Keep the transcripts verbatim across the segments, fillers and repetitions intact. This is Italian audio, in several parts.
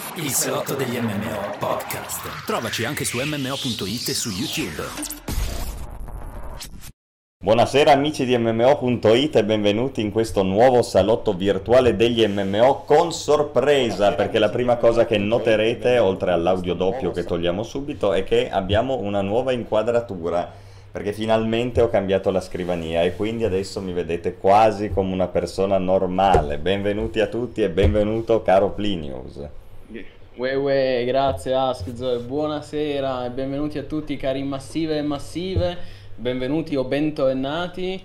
Il salotto degli M M O podcast. Trovaci anche su M M O punto it e su YouTube. Buonasera amici di M M O punto it e benvenuti in questo nuovo salotto virtuale degli M M O con sorpresa, perché la prima cosa che noterete, oltre all'audio doppio che togliamo subito, è che abbiamo una nuova inquadratura, perché finalmente ho cambiato la scrivania e quindi adesso mi vedete quasi come una persona normale. Benvenuti a tutti e benvenuto caro Plinius. Uè, uè, grazie Askzo, buonasera e benvenuti a tutti cari massive e massive, benvenuti o bentornati.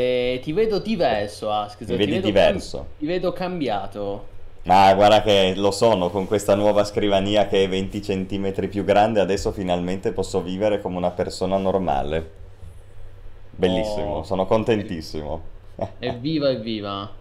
E ti vedo diverso Askzo, Mi vedi ti vedo diverso? cam- ti vedo cambiato. Ma guarda che lo sono, con questa nuova scrivania che è venti centimetri più grande, adesso finalmente posso vivere come una persona normale. Bellissimo, Oh, sono contentissimo. evviva, evviva.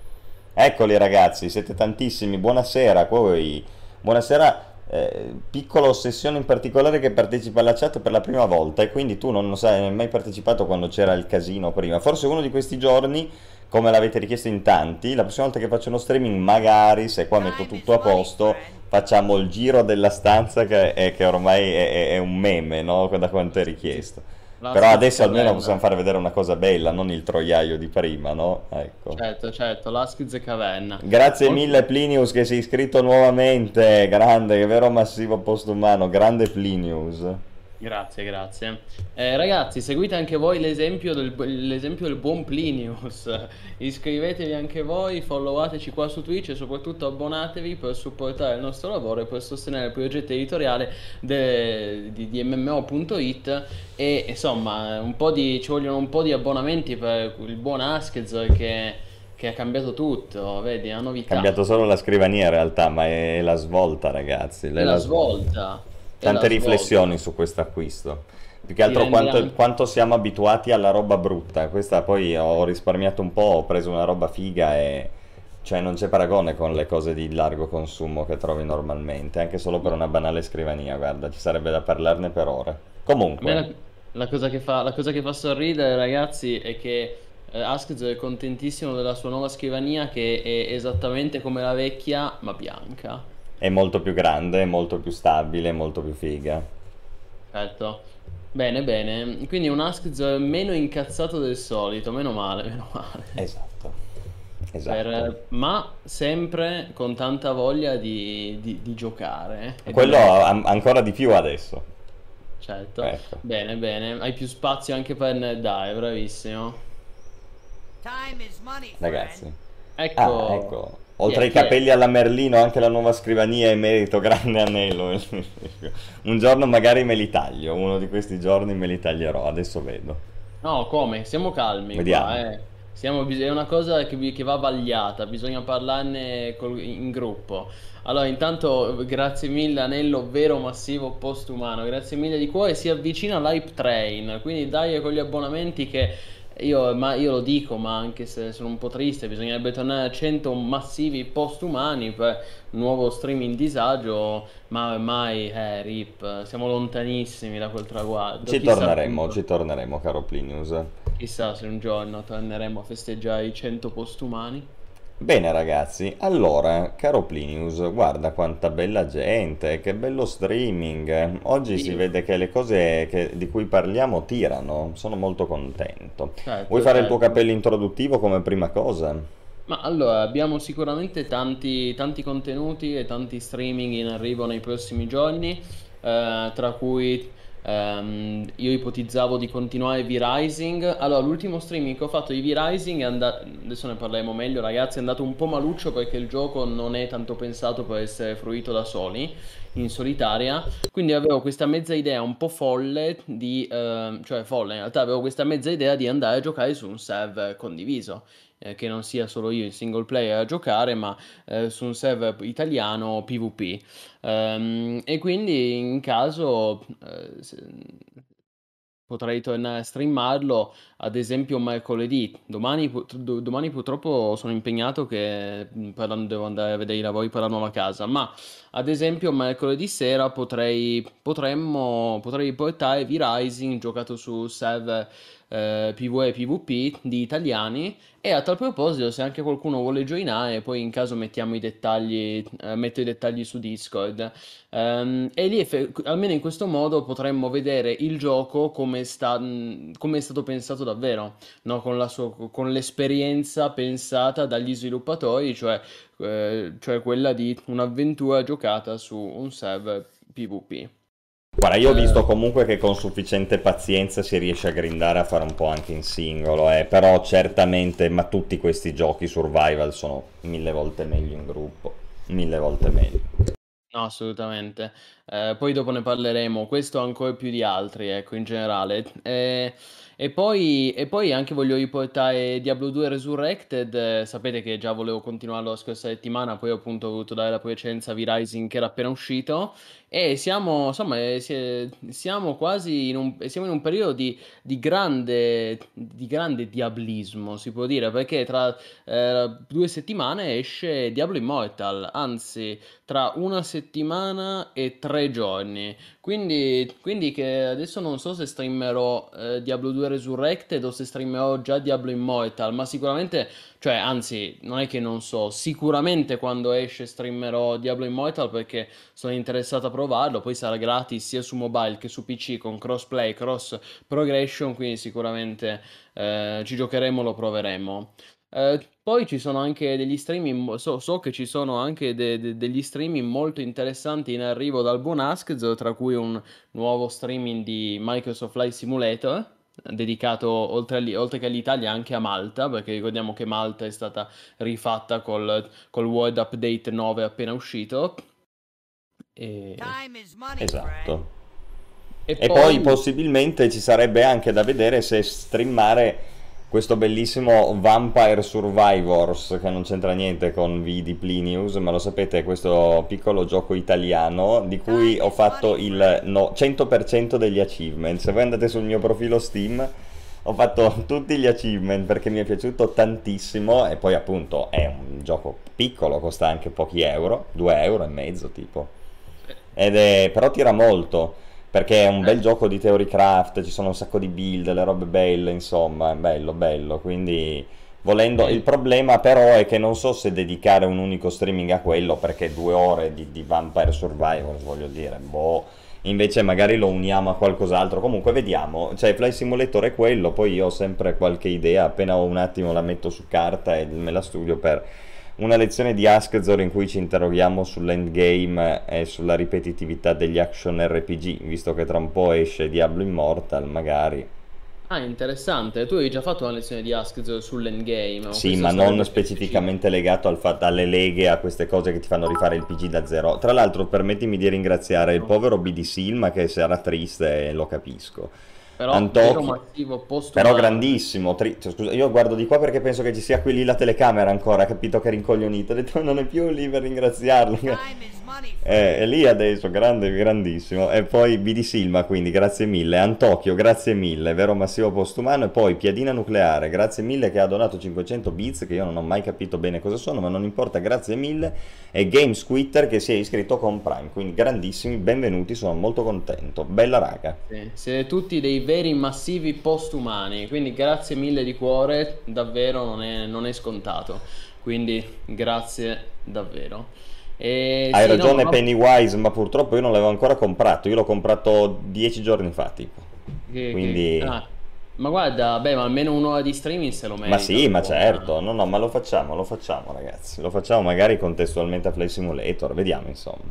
Eccoli ragazzi, siete tantissimi, buonasera, poi buonasera, eh, piccola ossessione in particolare che partecipa alla chat per la prima volta e quindi tu non sai, hai mai partecipato quando c'era il casino prima, forse uno di questi giorni, come l'avete richiesto in tanti, la prossima volta che faccio uno streaming magari, se qua metto tutto a posto, facciamo il giro della stanza che, è, che ormai è, è- è un meme, no? Da quanto è richiesto. La Però adesso almeno caverna. possiamo far vedere una cosa bella, non il troiaio di prima, no? Ecco. Certo, certo, l'Askzo e Caverna. Grazie Molto- mille Plinius che sei iscritto nuovamente, grande, che vero massivo postumano, grande Plinius. Grazie, grazie. Eh, ragazzi, seguite anche voi l'esempio del, l'esempio del buon Plinius. Iscrivetevi anche voi, followateci qua su Twitch e soprattutto abbonatevi per supportare il nostro lavoro e per sostenere il progetto editoriale de- di, di M M O punto it. E insomma, un po' di, ci vogliono un po' di abbonamenti per il buon Askez che, che ha cambiato tutto, vedi, ha È novità. cambiato solo la scrivania in realtà, ma è la svolta ragazzi, È è la la svolta. È Tante la riflessioni svolta. su questo acquisto. Più che altro rende quanto, anche- quanto siamo abituati alla roba brutta. Questa poi ho risparmiato un po', ho preso una roba figa e cioè non c'è paragone con le cose di largo consumo che trovi normalmente, anche solo per una banale scrivania, guarda, ci sarebbe da parlarne per ore. A me Comunque, la, la cosa che fa, la cosa che fa sorridere, ragazzi, è che eh, Askez è contentissimo della sua nuova scrivania che è esattamente come la vecchia, ma bianca. è molto più grande, è molto più stabile, è molto più figa. Certo. Bene, bene. Quindi un Askez meno incazzato del solito, meno male, meno male. Esatto, Per- esatto. ma sempre con tanta voglia di, di- di giocare. eh, e di Quello mettere- an- ancora di più adesso. Certo. Ecco. Bene, bene. Hai più spazio anche per nerdare, bravissimo. Time is money, Ragazzi. Ecco. Ah, ecco. Oltre Chi è- ai chi è? capelli alla Merlino, anche la nuova scrivania è merito, grande anello. Un giorno magari me li taglio, uno di questi giorni me li taglierò, adesso vedo. No, come? Siamo calmi Vediamo. qua, eh. Siamo, bis- è una cosa che, vi- che va vagliata, bisogna parlarne col- in gruppo. Allora, intanto, grazie mille, Anello, vero massivo postumano, grazie mille di cuore, si avvicina l'Hype Train, quindi dai con gli abbonamenti che io, ma io lo dico, ma anche se sono un po' triste, bisognerebbe tornare a cento massivi postumani per un nuovo streaming disagio, ma ormai, eh, rip, siamo lontanissimi da quel traguardo. Ci Chissà torneremo, quando- ci torneremo, caro Plinius. Chissà se un giorno torneremo a festeggiare i cento postumani. Bene ragazzi, allora, caro Plinius, guarda quanta bella gente, che bello streaming. Oggi Sì. si vede che le cose che- di cui parliamo tirano, sono molto contento. Certo, Vuoi fare il tuo certo. cappello introduttivo come prima cosa? Ma allora, abbiamo sicuramente tanti, tanti contenuti e tanti streaming in arrivo nei prossimi giorni, eh, tra cui ehm, io ipotizzavo di continuare V-Rising. Allora, l'ultimo streaming che ho fatto di V-Rising è andato, adesso ne parleremo meglio ragazzi, è andato un po' maluccio perché il gioco non è tanto pensato per essere fruito da soli, in solitaria, quindi avevo questa mezza idea un po' folle di, ehm, cioè folle in realtà, avevo questa mezza idea di andare a giocare su un server condiviso. eh, che non sia solo io in single player a giocare, ma eh, su un server italiano PvP. Ehm, e quindi in caso eh, se- potrei tornare a streamarlo, ad esempio mercoledì. Domani, pur- do- domani purtroppo sono impegnato che mh, per la- devo andare a vedere i lavori per la nuova casa, ma ad esempio mercoledì sera potrei, potremmo, potrei portare V-Rising giocato su server eh, PvE e PvP di italiani. E a tal proposito, se anche qualcuno vuole joinare, poi in caso mettiamo i dettagli, eh, metto i dettagli su Discord. Ehm, e lì, effe- almeno in questo modo, potremmo vedere il gioco come sta, mh, come è stato pensato davvero, no? Con la sua- con l'esperienza pensata dagli sviluppatori, cioè, eh, cioè quella di un'avventura giocata su un server PvP. Guarda, io ho Eh, visto comunque che con sufficiente pazienza si riesce a grindare a fare un po' anche in singolo, eh, però certamente, ma tutti questi giochi survival sono mille volte meglio in gruppo, mille volte meglio. No, assolutamente. Eh, poi dopo ne parleremo, questo ancora più di altri, ecco, in generale. Eh, e poi, e poi anche voglio riportare Diablo due Resurrected. Eh, sapete che già volevo continuarlo la scorsa settimana, poi appunto ho voluto dare la precedenza a V-Rising che era appena uscito. E siamo, insomma, eh, si è- siamo quasi in un, siamo in un periodo di, di grande, di grande diablismo, si può dire, perché tra eh, due settimane esce Diablo Immortal, anzi tra una settimana e tre giorni. Quindi, quindi che adesso non so se streamerò eh, Diablo due Resurrected o se streamerò già Diablo Immortal, ma sicuramente, cioè, anzi, non è che non so, sicuramente quando esce streamerò Diablo Immortal perché sono interessato a provarlo, poi sarà gratis sia su mobile che su P C con crossplay, cross progression, quindi sicuramente eh, ci giocheremo, lo proveremo. Eh, poi ci sono anche degli streaming, mo- so, so che ci sono anche de- de- degli streaming molto interessanti in arrivo dal buon Askz, tra cui un nuovo streaming di Microsoft Flight Simulator, dedicato oltre, all'i- oltre che all'Italia anche a Malta, perché ricordiamo che Malta è stata rifatta col, col World Update nove appena uscito. E, Time is money, friend. Esatto. e E poi poi... possibilmente ci sarebbe anche da vedere se streamare questo bellissimo Vampire Survivors, che non c'entra niente con V di Plinius, ma lo sapete, è questo piccolo gioco italiano di cui ho fatto il no- cento per cento degli achievement. Se voi andate sul mio profilo Steam, ho fatto tutti gli achievement perché mi è piaciuto tantissimo e poi appunto è un gioco piccolo, costa anche pochi euro, due euro e mezzo tipo. Ed è, però tira molto, perché è un bel eh, gioco di theorycraft, ci sono un sacco di build, le robe belle, insomma, è bello, bello, quindi volendo... Il eh, problema però è che non so se dedicare un unico streaming a quello, perché due ore di, di Vampire Survivors, voglio dire, boh, invece magari lo uniamo a qualcos'altro, comunque vediamo, cioè Flight Simulator è quello, poi io ho sempre qualche idea, appena ho un attimo la metto su carta e me la studio per una lezione di Askzor in cui ci interroghiamo sull'endgame e sulla ripetitività degli action R P G, visto che tra un po' esce Diablo Immortal, magari. Ah, interessante. Tu hai già fatto una lezione di Askz sull'endgame, o Sì, questo ma non sarebbe più specifico? specificamente legato al fatto, alle leghe, a queste cose che ti fanno rifare il P G da zero. Tra l'altro, permettimi di ringraziare il No. povero B D Silma che sarà triste e lo capisco. Però vero Antocchi, massivo però postumano. grandissimo. tri- cioè, scusa, io guardo di qua perché penso che ci sia qui lì la telecamera ancora, capito che è rincoglionito. Ho detto non è più lì per ringraziarlo. Time is money, Eh, friend. è lì adesso, grande, grandissimo. E poi B D Silma, quindi grazie mille. Antocchio, grazie mille, vero massivo postumano. E poi Piadina Nucleare, grazie mille che ha donato cinquecento bits, che io non ho mai capito bene cosa sono, ma non importa, grazie mille. E Games Quitter che si è iscritto con Prime, quindi grandissimi, benvenuti, sono molto contento. Bella raga. Sì, siete tutti dei veri massivi postumani, quindi grazie mille di cuore, davvero non è, non è scontato. Quindi grazie davvero. E Hai sì, no, ragione ma Pennywise, ma purtroppo io non l'avevo ancora comprato, io l'ho comprato dieci giorni fa, tipo. che- che- Quindi... ah, ma guarda, beh, ma almeno un'ora di streaming se lo Ma merita sì, un ma buon... certo, no, no, ma lo facciamo, lo facciamo ragazzi, lo facciamo magari contestualmente a Flight Simulator, vediamo insomma.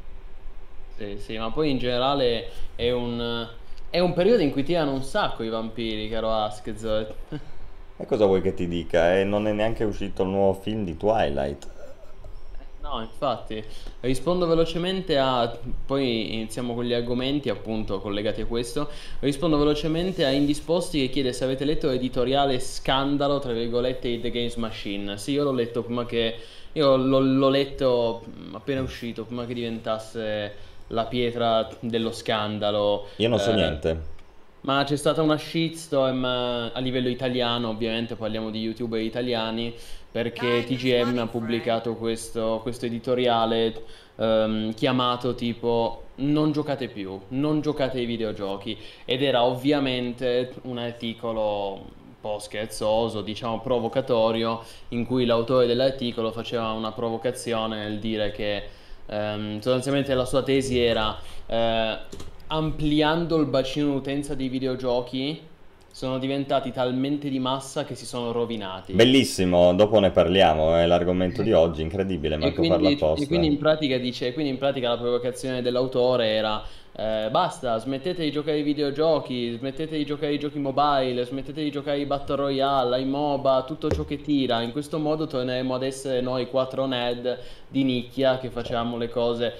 Sì, sì, ma poi in generale è un, è un periodo in cui tirano un sacco i vampiri, caro Askz. E cosa vuoi che ti dica? E non è neanche uscito il nuovo film di Twilight. No, infatti, rispondo velocemente a... Poi iniziamo con gli argomenti appunto collegati a questo. Rispondo velocemente a Indisposti che chiede se avete letto l'editoriale scandalo, tra virgolette, di The Games Machine. Sì, io l'ho letto prima che... Io l'ho l'ho letto mm, appena uscito, prima che diventasse la pietra dello scandalo. Io non so eh, niente. ma c'è stata una shitstorm eh, a livello italiano, ovviamente parliamo di YouTuber italiani, perché Time is T G M ha money, friend. pubblicato questo, questo editoriale ehm, chiamato tipo "Non giocate più, non giocate ai videogiochi", ed era ovviamente un articolo un po' scherzoso, diciamo provocatorio, in cui l'autore dell'articolo faceva una provocazione nel dire che ehm, sostanzialmente la sua tesi era eh, ampliando il bacino d'utenza dei videogiochi sono diventati talmente di massa che si sono rovinati. Bellissimo, dopo ne parliamo, è l'argomento di oggi, incredibile, E manco farlo quindi, e quindi apposta. in pratica dice, quindi in pratica la provocazione dell'autore era eh, basta, smettete di giocare ai videogiochi, smettete di giocare ai giochi mobile, smettete di giocare ai Battle Royale, ai MOBA, tutto ciò che tira. In questo modo torneremo ad essere noi quattro nerd di nicchia che facciamo le cose.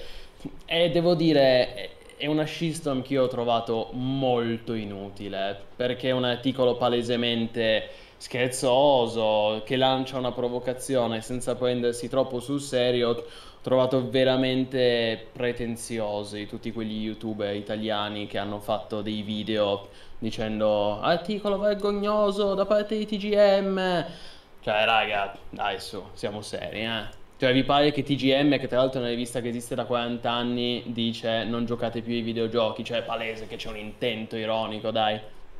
E devo dire, è una shitstorm che io ho trovato molto inutile, perché è un articolo palesemente scherzoso, che lancia una provocazione senza prendersi troppo sul serio. Ho trovato veramente pretenziosi tutti quegli YouTuber italiani che hanno fatto dei video dicendo articolo vergognoso da parte di T G M. Cioè, raga, dai su, siamo seri, eh. Cioè, vi pare che T G M, che tra l'altro è una rivista che esiste da quaranta anni, dice non giocate più ai videogiochi? Cioè, è palese che c'è un intento ironico, dai.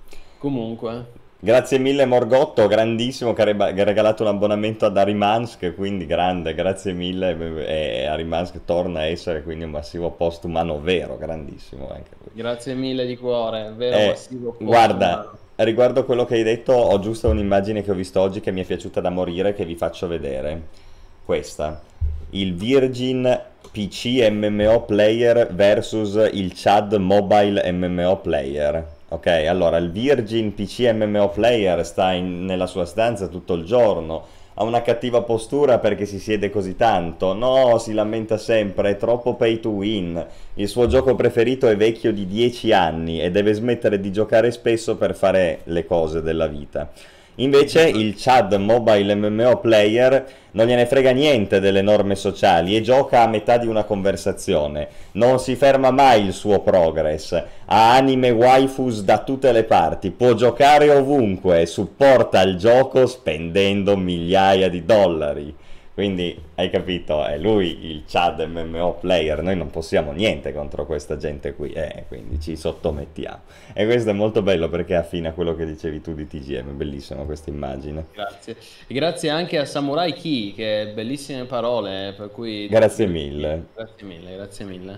Comunque. Grazie mille Morgotto, grandissimo, che ha reba- che ha regalato un abbonamento ad Arimansk, quindi grande, grazie mille, e Arimansk torna a essere quindi un massivo postumano vero, grandissimo anche lui. Grazie mille di cuore, vero Eh, massivo guarda, postumano. riguardo quello che hai detto, ho giusto un'immagine che ho visto oggi che mi è piaciuta da morire, che vi faccio vedere. Questa, il Virgin P C M M O Player versus il Chad Mobile M M O Player. Ok, allora il Virgin P C M M O Player sta in- nella sua stanza tutto il giorno, ha una cattiva postura perché si siede così tanto, no, si lamenta sempre, è troppo pay to win, il suo gioco preferito è vecchio di dieci anni e deve smettere di giocare spesso per fare le cose della vita. Invece il Chad Mobile M M O Player non gliene frega niente delle norme sociali e gioca a metà di una conversazione. Non si ferma mai il suo progress. Ha anime waifus da tutte le parti. Può giocare ovunque. Supporta il gioco spendendo migliaia di dollari. Quindi hai capito, è lui il Chad M M O Player. Noi non possiamo niente contro questa gente qui. Eh, quindi ci sottomettiamo. E questo è molto bello perché affina a quello che dicevi tu di T G M. Bellissima questa immagine. Grazie. E grazie anche a Samurai Key, che bellissime parole, per cui Grazie mille. grazie mille, grazie mille.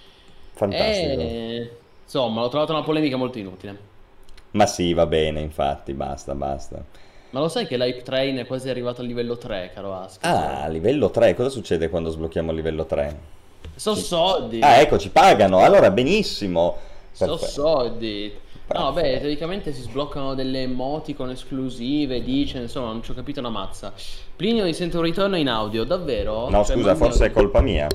Fantastico. E insomma, l'ho trovata una polemica molto inutile. Ma sì, va bene, infatti, basta, basta. Ma lo sai che l'Hype Train è quasi arrivato al livello tre, caro Askzo? Ah, livello tre, cosa succede quando sblocchiamo il livello tre? So Ci- soldi, Ah, ecco, ci pagano, allora benissimo. so Perfetto. soldi. No, beh, Perfetto. teoricamente si sbloccano delle emoticon esclusive, dice, insomma, non ci ho capito una mazza. Plinio, mi sento un ritorno in audio, davvero? No, Cioè, scusa, mandi forse è audio. colpa mia.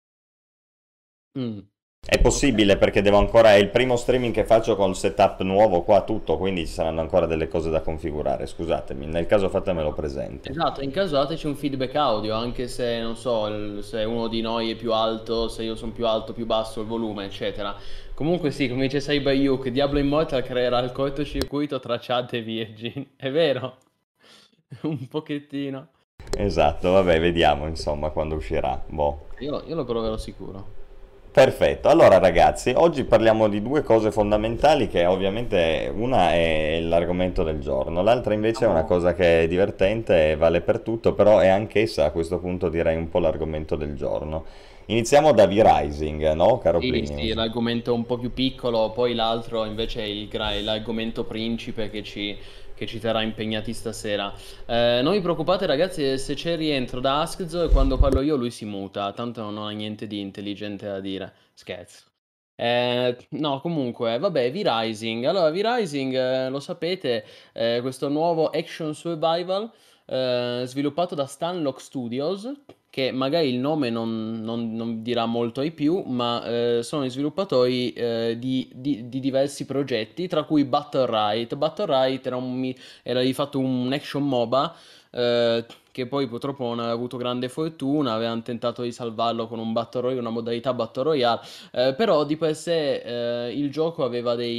Mm, È ok. possibile perché devo ancora, è il primo streaming che faccio col setup nuovo qua tutto, quindi ci saranno ancora delle cose da configurare, scusatemi, nel caso fatemelo presente. Esatto, in caso dateci un feedback audio, anche se, non so, il- se uno di noi è più alto, se io sono più alto, più basso, il volume, eccetera. Comunque sì, come dice Cyberhugh, Diablo Immortal creerà il cortocircuito tra Chad e Virgin. È vero? Un pochettino. Esatto, vabbè, vediamo insomma quando uscirà. Boh. Io, io lo proverò sicuro. Perfetto, allora ragazzi, oggi parliamo di due cose fondamentali che ovviamente una è l'argomento del giorno, l'altra invece è una cosa che è divertente e vale per tutto, però è anch'essa a questo punto direi un po' l'argomento del giorno. Iniziamo da V-Rising, no, caro Sì, sì, Plinius? l'argomento è un po' più piccolo, poi l'altro invece è il gra- è l'argomento principe che ci, che ci terrà impegnati stasera. Eh, non vi preoccupate ragazzi, se c'è rientro da Askzo e quando parlo io lui si muta, tanto non ha niente di intelligente da dire. Scherzo. Eh, no, comunque, vabbè, V-Rising. Allora, V-Rising, eh, lo sapete, eh, questo nuovo action survival eh, sviluppato da Stanlock Studios, che magari il nome non, non- non dirà molto ai più, ma eh, sono i sviluppatori eh, di, di- di diversi progetti, tra cui Battle Right. Battle Right era, un, mi- era di fatto un action MOBA eh, che poi purtroppo non aveva avuto grande fortuna, avevano tentato di salvarlo con un Battle Royale, una modalità Battle Royale, eh, però di per sé eh, il gioco aveva dei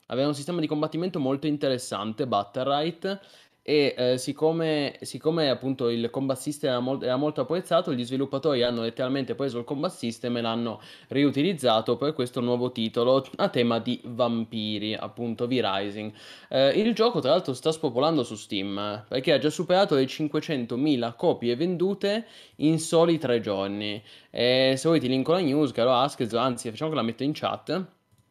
aveva un sistema di combattimento molto interessante, Battlerite, e eh, siccome, siccome appunto il combat system era, mol- era molto apprezzato, gli sviluppatori hanno letteralmente preso il combat system e l'hanno riutilizzato per questo nuovo titolo a tema di vampiri, appunto V-Rising. Eh, il gioco tra l'altro sta spopolando su Steam, perché ha già superato le cinquecentomila copie vendute in soli tre giorni. E se vuoi ti linko la news, caro Askez, anzi facciamo che la metto in chat,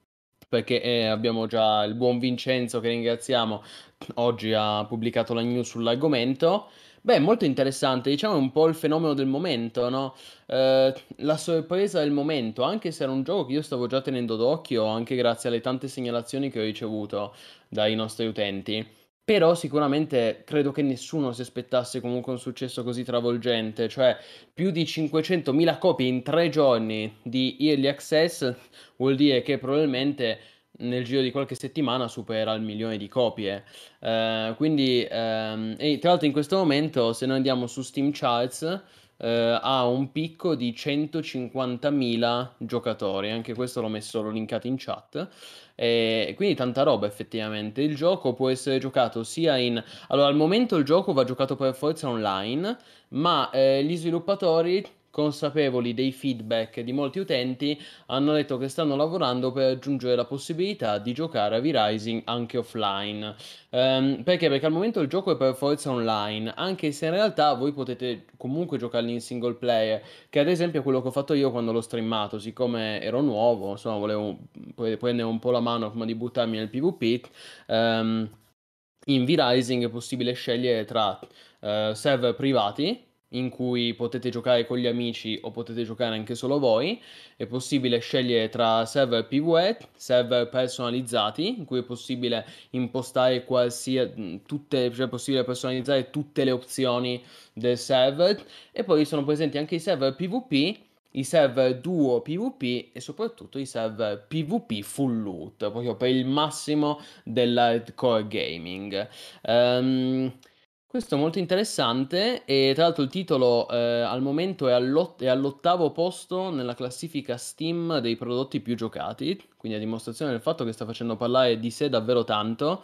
perché eh, abbiamo già il buon Vincenzo che ringraziamo, oggi ha pubblicato la news sull'argomento. Beh, molto interessante, diciamo è un po' il fenomeno del momento, no? Eh, la sorpresa del momento, anche se era un gioco che io stavo già tenendo d'occhio, anche grazie alle tante segnalazioni che ho ricevuto dai nostri utenti. Però sicuramente credo che nessuno si aspettasse comunque un successo così travolgente, cioè più di cinquecentomila copie in tre giorni di Early Access vuol dire che probabilmente nel giro di qualche settimana supera il milione di copie. Eh, quindi, ehm, e tra l'altro in questo momento, se noi andiamo su Steam Charts, eh, ha un picco di centocinquantamila giocatori, anche questo l'ho messo, l'ho linkato in chat. E quindi tanta roba effettivamente. Il gioco può essere giocato sia in... Allora, al momento il gioco va giocato per forza online, ma eh, gli sviluppatori, consapevoli dei feedback di molti utenti, hanno detto che stanno lavorando per aggiungere la possibilità di giocare a V-Rising anche offline. Ehm, perché? Perché al momento il gioco è per forza online, anche se in realtà voi potete comunque giocarli in single player, che ad esempio è quello che ho fatto io quando l'ho streamato, siccome ero nuovo, insomma volevo pre- prendere un po' la mano prima di buttarmi nel PvP. ehm, In V-Rising è possibile scegliere tra eh, server privati, in cui potete giocare con gli amici o potete giocare anche solo voi. È possibile scegliere tra server PvE, server personalizzati, in cui è possibile impostare qualsiasi, tutte, cioè è possibile personalizzare tutte le opzioni del server. E poi sono presenti anche i server PvP, i server duo PvP e soprattutto i server PvP full loot, proprio per il massimo dell'hardcore gaming. Ehm, Questo è molto interessante e tra l'altro il titolo eh, al momento è, all'ott- è all'ottavo posto nella classifica Steam dei prodotti più giocati, quindi a dimostrazione del fatto che sta facendo parlare di sé davvero tanto.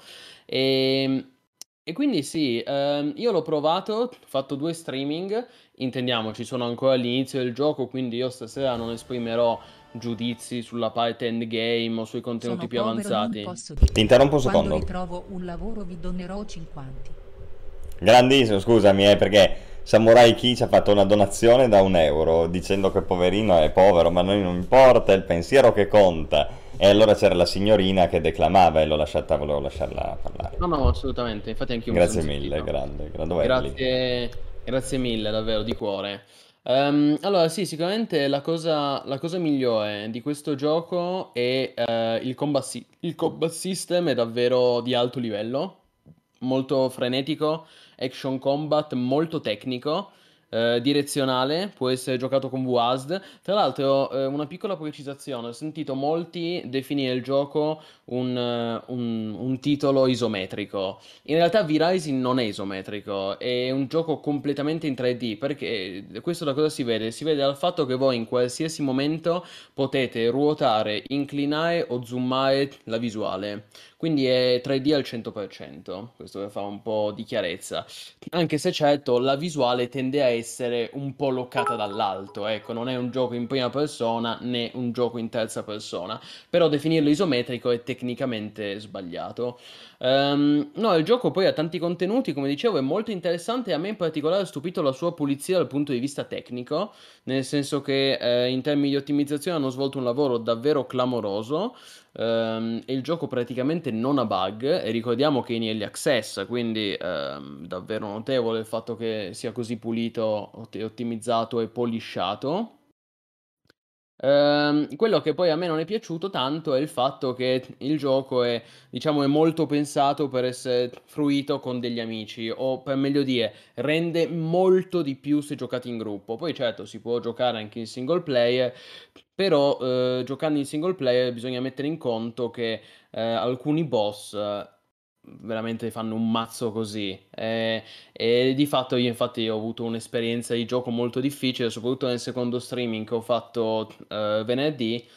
E, e quindi sì, ehm, io l'ho provato, ho fatto due streaming, intendiamoci, sono ancora all'inizio del gioco, quindi io stasera non esprimerò giudizi sulla parte endgame o sui contenuti Sono più povero, non avanzati. posso Ti dire. interrompo un Quando secondo. ritrovo un lavoro vi donerò cinquanta. Grandissimo, scusami, eh, perché Samurai Ki ci ha fatto una donazione da un euro dicendo che poverino è povero, ma a noi non importa, è il pensiero che conta. E allora c'era la signorina che declamava e l'ho lasciata, volevo lasciarla parlare. No, no, assolutamente, infatti anch'io mi sono Grazie mille, zittito. grande, grande Welly. Grazie, grazie mille, davvero, di cuore. Ehm, allora, sì, sicuramente la cosa, la cosa migliore di questo gioco è eh, il combat, si- il combat system è davvero di alto livello, molto frenetico, action combat molto tecnico, eh, direzionale, può essere giocato con V A S D. Tra l'altro, eh, una piccola precisazione, ho sentito molti definire il gioco un, eh, un- un titolo isometrico. In realtà V-Rising non è isometrico, è un gioco completamente in tre D, perché questo da cosa si vede? Si vede dal fatto che voi in qualsiasi momento potete ruotare, inclinare o zoomare la visuale. Quindi è tre D al cento per cento, questo per fare un po' di chiarezza. Anche se certo la visuale tende a essere un po' loccata dall'alto, ecco, non è un gioco in prima persona né un gioco in terza persona, però definirlo isometrico è tecnicamente sbagliato. Ehm, no, il gioco poi ha tanti contenuti, come dicevo, è molto interessante e a me in particolare ha stupito la sua pulizia dal punto di vista tecnico, nel senso che eh, in termini di ottimizzazione hanno svolto un lavoro davvero clamoroso. Ehm, e il gioco praticamente non ha bug e ricordiamo che è in early access, quindi ehm, davvero notevole il fatto che sia così pulito, ot- ottimizzato e polisciato. Ehm, quello che poi a me non è piaciuto tanto è il fatto che il gioco è, diciamo, è molto pensato per essere fruito con degli amici, o per meglio dire, rende molto di più se giocati in gruppo. Poi certo si può giocare anche in single player, però eh, giocando in single player bisogna mettere in conto che eh, alcuni boss eh, veramente fanno un mazzo così. Eh, e di fatto io infatti ho avuto un'esperienza di gioco molto difficile, soprattutto nel secondo streaming che ho fatto eh, venerdì,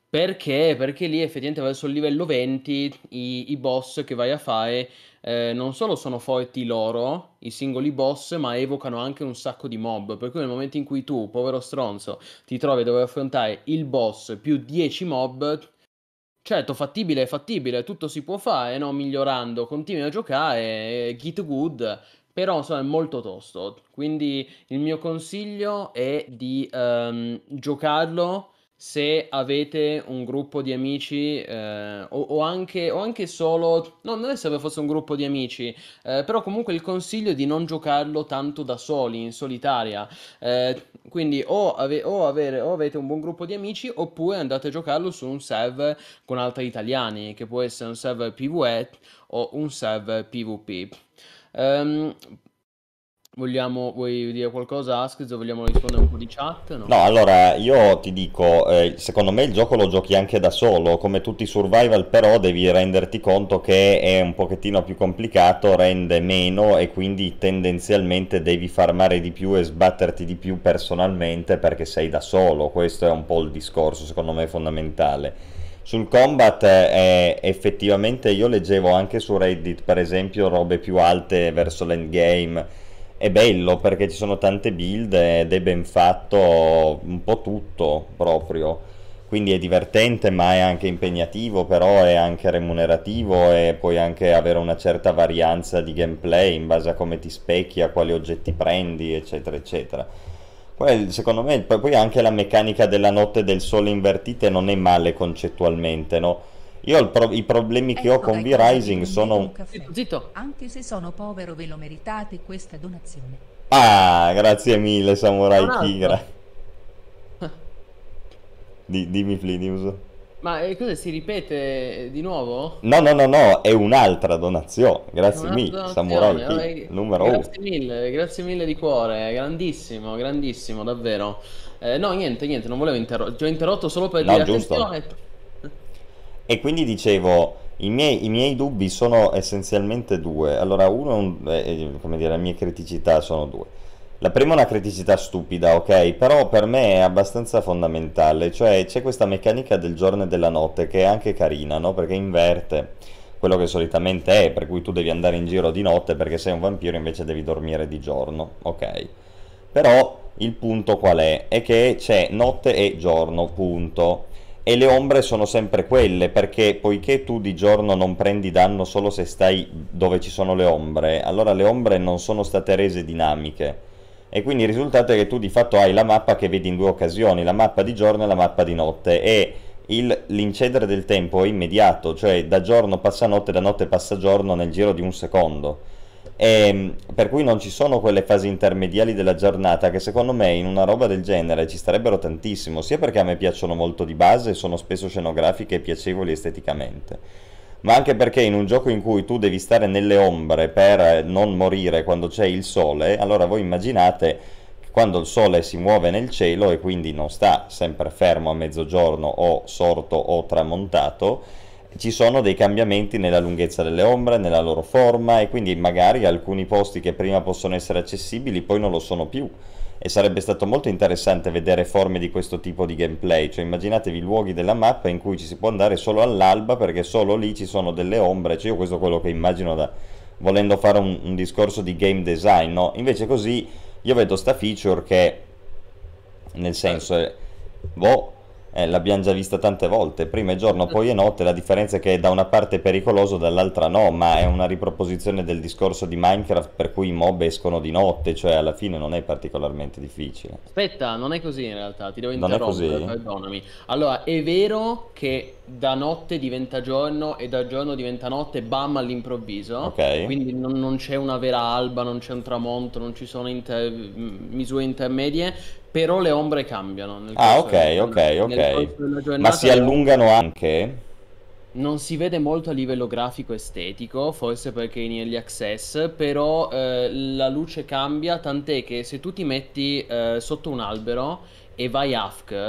Perché? Perché lì effettivamente verso il livello venti i, i boss che vai a fare eh, non solo sono forti loro, i singoli boss, ma evocano anche un sacco di mob. Per cui nel momento in cui tu, povero stronzo, ti trovi a dover affrontare il boss più dieci mob, certo, fattibile è fattibile, tutto si può fare, no? Migliorando, continui a giocare, eh, get good, però insomma è molto tosto. Quindi il mio consiglio è di ehm, giocarlo se avete un gruppo di amici eh, o, o anche, o anche solo, no, non è serve fosse un gruppo di amici, eh, però comunque il consiglio è di non giocarlo tanto da soli, in solitaria. Eh, quindi o, ave- o avere, o avete un buon gruppo di amici oppure andate a giocarlo su un server con altri italiani, che può essere un server PvE o un server PvP. Ehm, vogliamo, vuoi dire qualcosa, Askez, o vogliamo rispondere un po' di chat? No. No, allora io ti dico, eh, secondo me il gioco lo giochi anche da solo, come tutti i survival, però devi renderti conto che è un pochettino più complicato, rende meno e quindi tendenzialmente devi farmare di più e sbatterti di più personalmente perché sei da solo, questo è un po' il discorso, secondo me fondamentale. Sul combat eh, effettivamente io leggevo anche su Reddit per esempio robe più alte verso l'endgame. È bello perché ci sono tante build ed è ben fatto un po' tutto proprio, quindi è divertente ma è anche impegnativo, però è anche remunerativo e puoi anche avere una certa varianza di gameplay in base a come ti specchi, a quali oggetti prendi, eccetera eccetera. Poi, secondo me poi poi anche la meccanica della notte e del sole invertite non è male concettualmente, no? Io il pro- i problemi che ho Ecco con dai cosi vi V-Rising invito sono... un caffè. Zitto, zitto. Anche se sono povero ve lo meritate questa donazione. Ah, grazie mille C'è Samurai un Tigra. altro. Di- dimmi Flinius. Ma eh, cosa si ripete di nuovo? No, no, no, no, è un'altra donazione. È Grazie un'altra mille, Samurai donazione. Allora, Tigra, eh, numero uno. grazie mille, grazie mille di cuore, grandissimo, grandissimo, davvero. Eh, no, niente, niente, non volevo interrompere, ti ho interrotto solo per No, dire giusto. attenzione. E quindi dicevo, i miei, i miei dubbi sono essenzialmente due. Allora, uno, è un- eh, come dire, le mie criticità sono due. La prima è una criticità stupida, ok? Però per me è abbastanza fondamentale, cioè c'è questa meccanica del giorno e della notte che è anche carina, no? Perché inverte quello che solitamente è, per cui tu devi andare in giro di notte perché sei un vampiro invece devi dormire di giorno, ok? Però il punto qual è? È che c'è notte e giorno, punto. E le ombre sono sempre quelle, perché poiché tu di giorno non prendi danno solo se stai dove ci sono le ombre, allora le ombre non sono state rese dinamiche. E quindi il risultato è che tu di fatto hai la mappa che vedi in due occasioni, la mappa di giorno e la mappa di notte, e il- l'incedere del tempo è immediato, cioè da giorno passa notte, da notte passa giorno nel giro di un secondo. E, per cui non ci sono quelle fasi intermediali della giornata che secondo me in una roba del genere ci starebbero tantissimo, sia perché a me piacciono molto di base e sono spesso scenografiche e piacevoli esteticamente, ma anche perché in un gioco in cui tu devi stare nelle ombre per non morire quando c'è il sole, allora voi immaginate che quando il sole si muove nel cielo e quindi non sta sempre fermo a mezzogiorno o sorto o tramontato, ci sono dei cambiamenti nella lunghezza delle ombre, nella loro forma, e quindi magari alcuni posti che prima possono essere accessibili poi non lo sono più. E sarebbe stato molto interessante vedere forme di questo tipo di gameplay, cioè immaginatevi luoghi della mappa in cui ci si può andare solo all'alba perché solo lì ci sono delle ombre, cioè io questo è quello che immagino da, volendo fare un, un discorso di game design, no? Invece così io vedo sta feature che, nel senso, è, boh, eh, l'abbiamo già vista tante volte, prima è giorno, poi è notte, la differenza è che da una parte è pericoloso, dall'altra no, ma è una riproposizione del discorso di Minecraft per cui i mob escono di notte, cioè alla fine non è particolarmente difficile. Aspetta, non è così in realtà, ti devo Non è interrompere, così? perdonami. Allora, è vero che da notte diventa giorno e da giorno diventa notte, bam, all'improvviso. Ok. Quindi non, non c'è una vera alba, non c'è un tramonto, non ci sono inter- m- misure intermedie, però le ombre cambiano nel Ah, corso della ok, ok, giornata. Nel ok. corso della Ma giornata si le ombre allungano anche? non si vede molto a livello grafico estetico, forse perché è in early access, però eh, la luce cambia, tant'è che se tu ti metti eh, sotto un albero e vai A F K,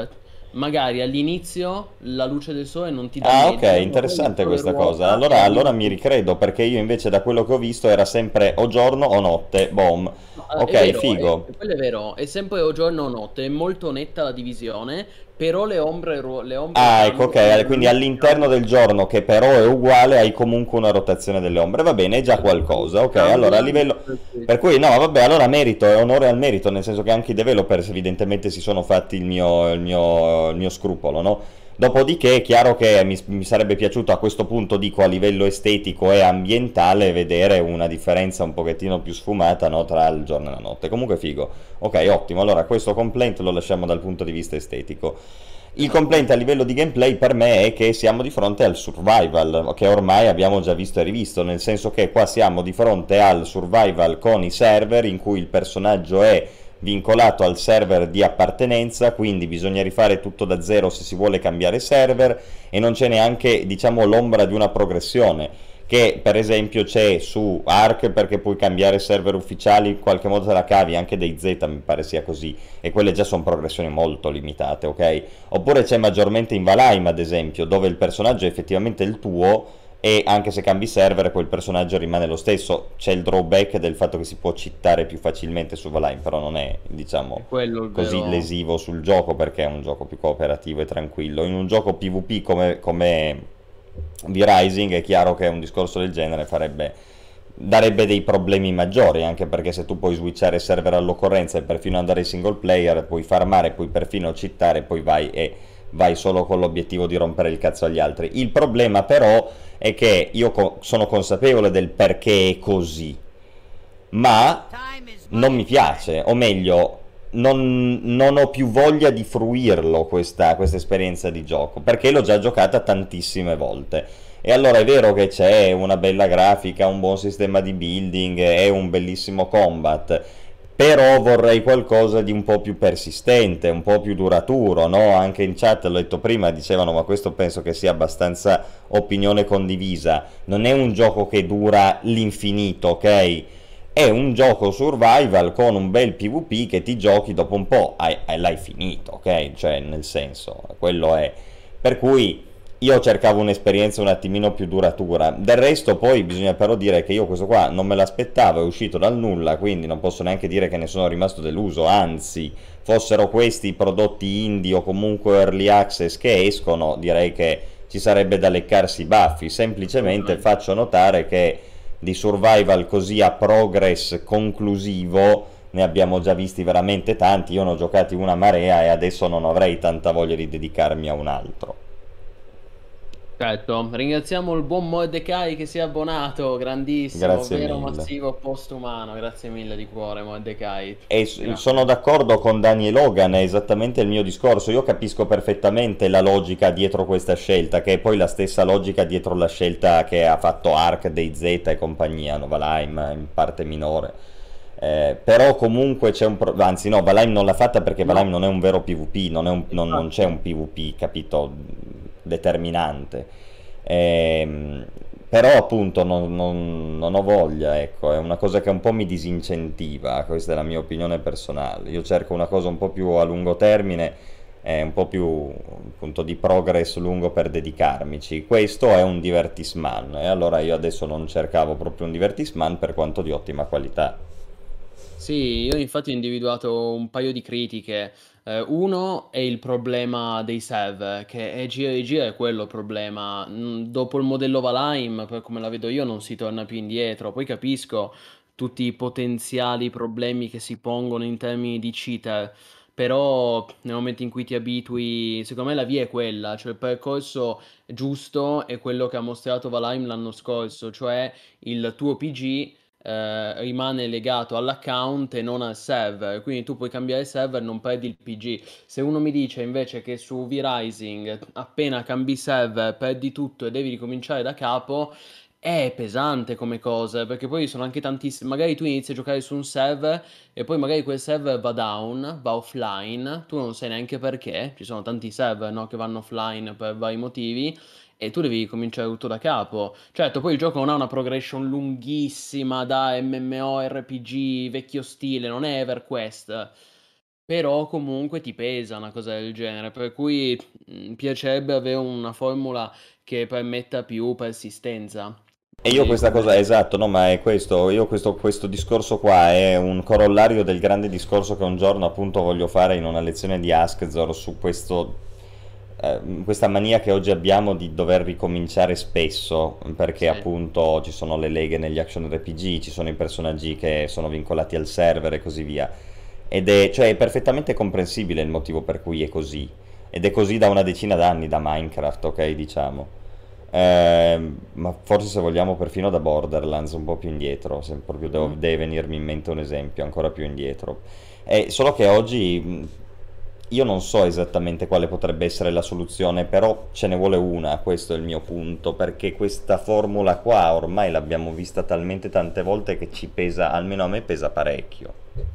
magari all'inizio la luce del sole non ti dà Ah, ok, niente, ma poi il interessante sole questa cosa. ruota e Allora, allora mi all'improvviso. ricredo perché io invece da quello che ho visto era sempre o giorno o notte, boom. No, eh, è Ok, vero, è- figo. quello è vero, è sempre o giorno o notte, è molto netta la divisione, però le ombre, ruo- le ombre Ah, ecco, fanno, ok, la quindi luce all'interno cambia, del giorno, che però è uguale, hai comunque una rotazione delle ombre. Va bene, è già sì, la qualcosa. luce Ok, allora a cambia, livello... sì, Per cui no, vabbè, allora merito, è onore al merito, nel senso che anche i developers evidentemente si sono fatti il mio, il mio, il mio scrupolo, no? Dopodiché è chiaro che mi, mi sarebbe piaciuto a questo punto, dico, a livello estetico e ambientale, vedere una differenza un pochettino più sfumata, no, tra il giorno e la notte. Comunque figo. Ok, ottimo. Allora questo complaint lo lasciamo dal punto di vista estetico. Il esatto. complaint a livello di gameplay per me è che siamo di fronte al survival, che ormai abbiamo già visto e rivisto, nel senso che qua siamo di fronte al survival con i server in cui il personaggio è vincolato al server di appartenenza, quindi bisogna rifare tutto da zero se si vuole cambiare server e non c'è neanche, diciamo, l'ombra di una progressione che per esempio c'è su Ark, perché puoi cambiare server ufficiali, in qualche modo te la cavi, anche dei Z mi pare sia così, e quelle già sono progressioni molto limitate, ok? Oppure c'è maggiormente in Valheim, ad esempio, dove il personaggio è effettivamente il tuo e anche se cambi server quel personaggio rimane lo stesso. C'è il drawback del fatto che si può cheatare più facilmente su Valheim, però non è, diciamo, È quello il così vero. lesivo sul gioco perché è un gioco più cooperativo e tranquillo. In un gioco PvP come, come V-Rising è chiaro che un discorso del genere farebbe darebbe dei problemi maggiori, anche perché se tu puoi switchare server all'occorrenza e perfino andare in single player, puoi farmare, puoi perfino cheatare, poi vai e vai solo con l'obiettivo di rompere il cazzo agli altri. Il problema però è che io co- sono consapevole del perché è così, ma Time is non money, mi friend. piace, o meglio, non, non ho più voglia di fruirlo questa, questa esperienza di gioco, perché l'ho già giocata tantissime volte. E allora è vero che c'è una bella grafica, un buon sistema di building e un bellissimo combat, però vorrei qualcosa di un po' più persistente, un po' più duraturo, no? Anche in chat, l'ho detto prima, dicevano, ma questo penso che sia abbastanza opinione condivisa. Non è un gioco che dura l'infinito, ok? È un gioco survival con un bel PvP che ti giochi dopo un po', hai, hai- l'hai finito, ok? Cioè, nel senso, quello è. Per cui io cercavo un'esperienza un attimino più duratura. Del resto poi bisogna però dire che io questo qua non me l'aspettavo, è uscito dal nulla, quindi non posso neanche dire che ne sono rimasto deluso, anzi, fossero questi prodotti indie o comunque early access che escono, direi che ci sarebbe da leccarsi i baffi. Semplicemente Assolutamente. faccio notare che di survival così a progress conclusivo ne abbiamo già visti veramente tanti, io ne ho giocati una marea e adesso non avrei tanta voglia di dedicarmi a un altro. Certo, ringraziamo il buon Mordecai che si è abbonato, grandissimo, Grazie vero mille. massivo postumano, grazie mille di cuore Mordecai. E s- sono Grazie. d'accordo con Daniel Logan, è esattamente il mio discorso. Io capisco perfettamente la logica dietro questa scelta, che è poi la stessa logica dietro la scelta che ha fatto Ark, DayZ e compagnia, no? Valheim in parte minore. Eh, però comunque c'è un pro- anzi no, Valheim non l'ha fatta perché Valheim No, non è un vero PvP, non, è un- non- non c'è un infatti. PvP, capito, determinante. Ehm, Però appunto non, non- non ho voglia, ecco, è una cosa che un po' mi disincentiva, questa è la mia opinione personale. Io cerco una cosa un po' più a lungo termine, eh, un po' più appunto di progress lungo per dedicarmici. Questo è un divertisman e allora io adesso non cercavo proprio un divertisman per quanto di ottima qualità. Sì, io infatti ho individuato un paio di critiche. Eh, uno è il problema dei save, che è gira e gira è quello il problema. Mm, Dopo il modello Valheim, per come la vedo io, non si torna più indietro. Poi capisco tutti i potenziali problemi che si pongono in termini di cheater, però nel momento in cui ti abitui, secondo me la via è quella, cioè il percorso giusto è quello che ha mostrato Valheim l'anno scorso, cioè il tuo P G eh, rimane legato all'account e non al server, quindi tu puoi cambiare server e non perdi il P G. Se uno mi dice invece che su V-Rising appena cambi server perdi tutto e devi ricominciare da capo, è pesante come cosa, perché poi sono anche tantissimi. Magari tu inizi a giocare su un server e poi magari quel server va down, va offline, tu non sai neanche perché, ci sono tanti server, no, che vanno offline per vari motivi e tu devi cominciare tutto da capo. Certo, poi il gioco non ha una progression lunghissima da MMORPG vecchio stile, non è EverQuest, però comunque ti pesa una cosa del genere, per cui mi piacerebbe avere una formula che permetta più persistenza. E io Così questa come... cosa, esatto, no, ma è questo, io questo, questo discorso qua è un corollario del grande discorso che un giorno appunto voglio fare in una lezione di Askzor su questo, eh, questa mania che oggi abbiamo di dover ricominciare spesso, perché Sì. appunto ci sono le leghe negli action R P G, ci sono i personaggi che sono vincolati al server e così via. Ed è, cioè, è perfettamente comprensibile il motivo per cui è così. Ed è così da una decina d'anni, da Minecraft, ok, diciamo. Ehm, ma forse se vogliamo perfino da Borderlands, un po' più indietro, se proprio devo- Mm. deve venirmi in mente un esempio ancora più indietro. È solo che oggi mh, io non so esattamente quale potrebbe essere la soluzione, però ce ne vuole una, questo è il mio punto, perché questa formula qua ormai l'abbiamo vista talmente tante volte che ci pesa, almeno a me pesa parecchio.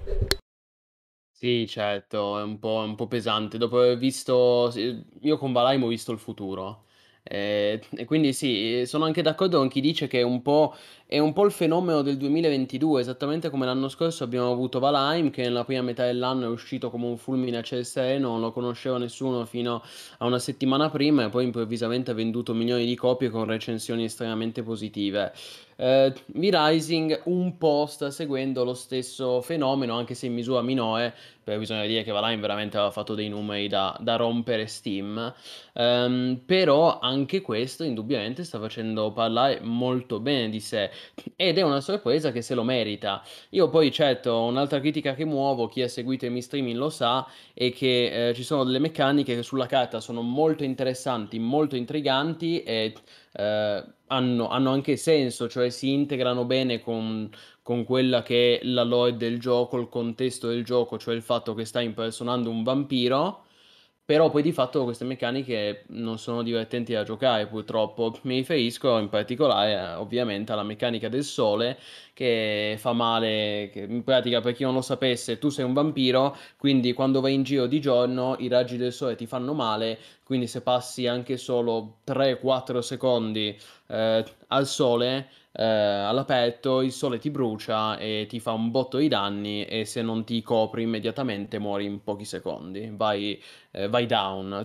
Sì, certo, è un po', è un po' pesante. Dopo aver visto, sì, io con Valheim ho visto il futuro. Eh, e quindi sì, sono anche d'accordo con chi dice che è un po', è un po' il fenomeno del duemilaventidue, esattamente come l'anno scorso abbiamo avuto Valheim, che nella prima metà dell'anno è uscito come un fulmine a ciel sereno, non lo conosceva nessuno fino a una settimana prima e poi improvvisamente ha venduto milioni di copie con recensioni estremamente positive. Eh, V-Rising un po' sta seguendo lo stesso fenomeno, anche se in misura minore, perché bisogna dire che Valheim veramente aveva fatto dei numeri da, da rompere Steam. Ehm, però anche questo indubbiamente sta facendo parlare molto bene di sé ed è una sorpresa che se lo merita. Io poi certo, un'altra critica che muovo, chi ha seguito i miei streaming lo sa, è che eh, ci sono delle meccaniche che sulla carta sono molto interessanti, molto intriganti e eh, hanno, hanno anche senso, cioè si integrano bene con, con quella che è la lore del gioco, il contesto del gioco, cioè il fatto che stai impersonando un vampiro. Però poi di fatto queste meccaniche non sono divertenti da giocare, purtroppo. Mi riferisco in particolare, eh, ovviamente, alla meccanica del sole, che fa male, che in pratica, per chi non lo sapesse, tu sei un vampiro, quindi quando vai in giro di giorno i raggi del sole ti fanno male, quindi se passi anche solo tre quattro secondi eh, al sole, eh, all'aperto, il sole ti brucia e ti fa un botto di danni e se non ti copri immediatamente muori in pochi secondi, vai, eh, vai down.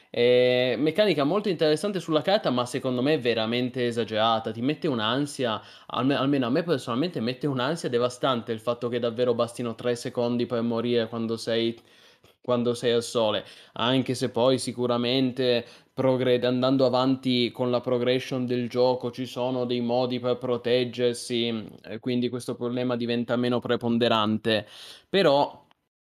Eh, meccanica molto interessante sulla carta, ma secondo me veramente esagerata. Ti mette un'ansia, alme- almeno a me personalmente mette un'ansia devastante il fatto che davvero bastino tre secondi per morire quando sei, quando sei al sole. Anche se poi sicuramente progred- andando avanti con la progression del gioco ci sono dei modi per proteggersi, e quindi questo problema diventa meno preponderante. Però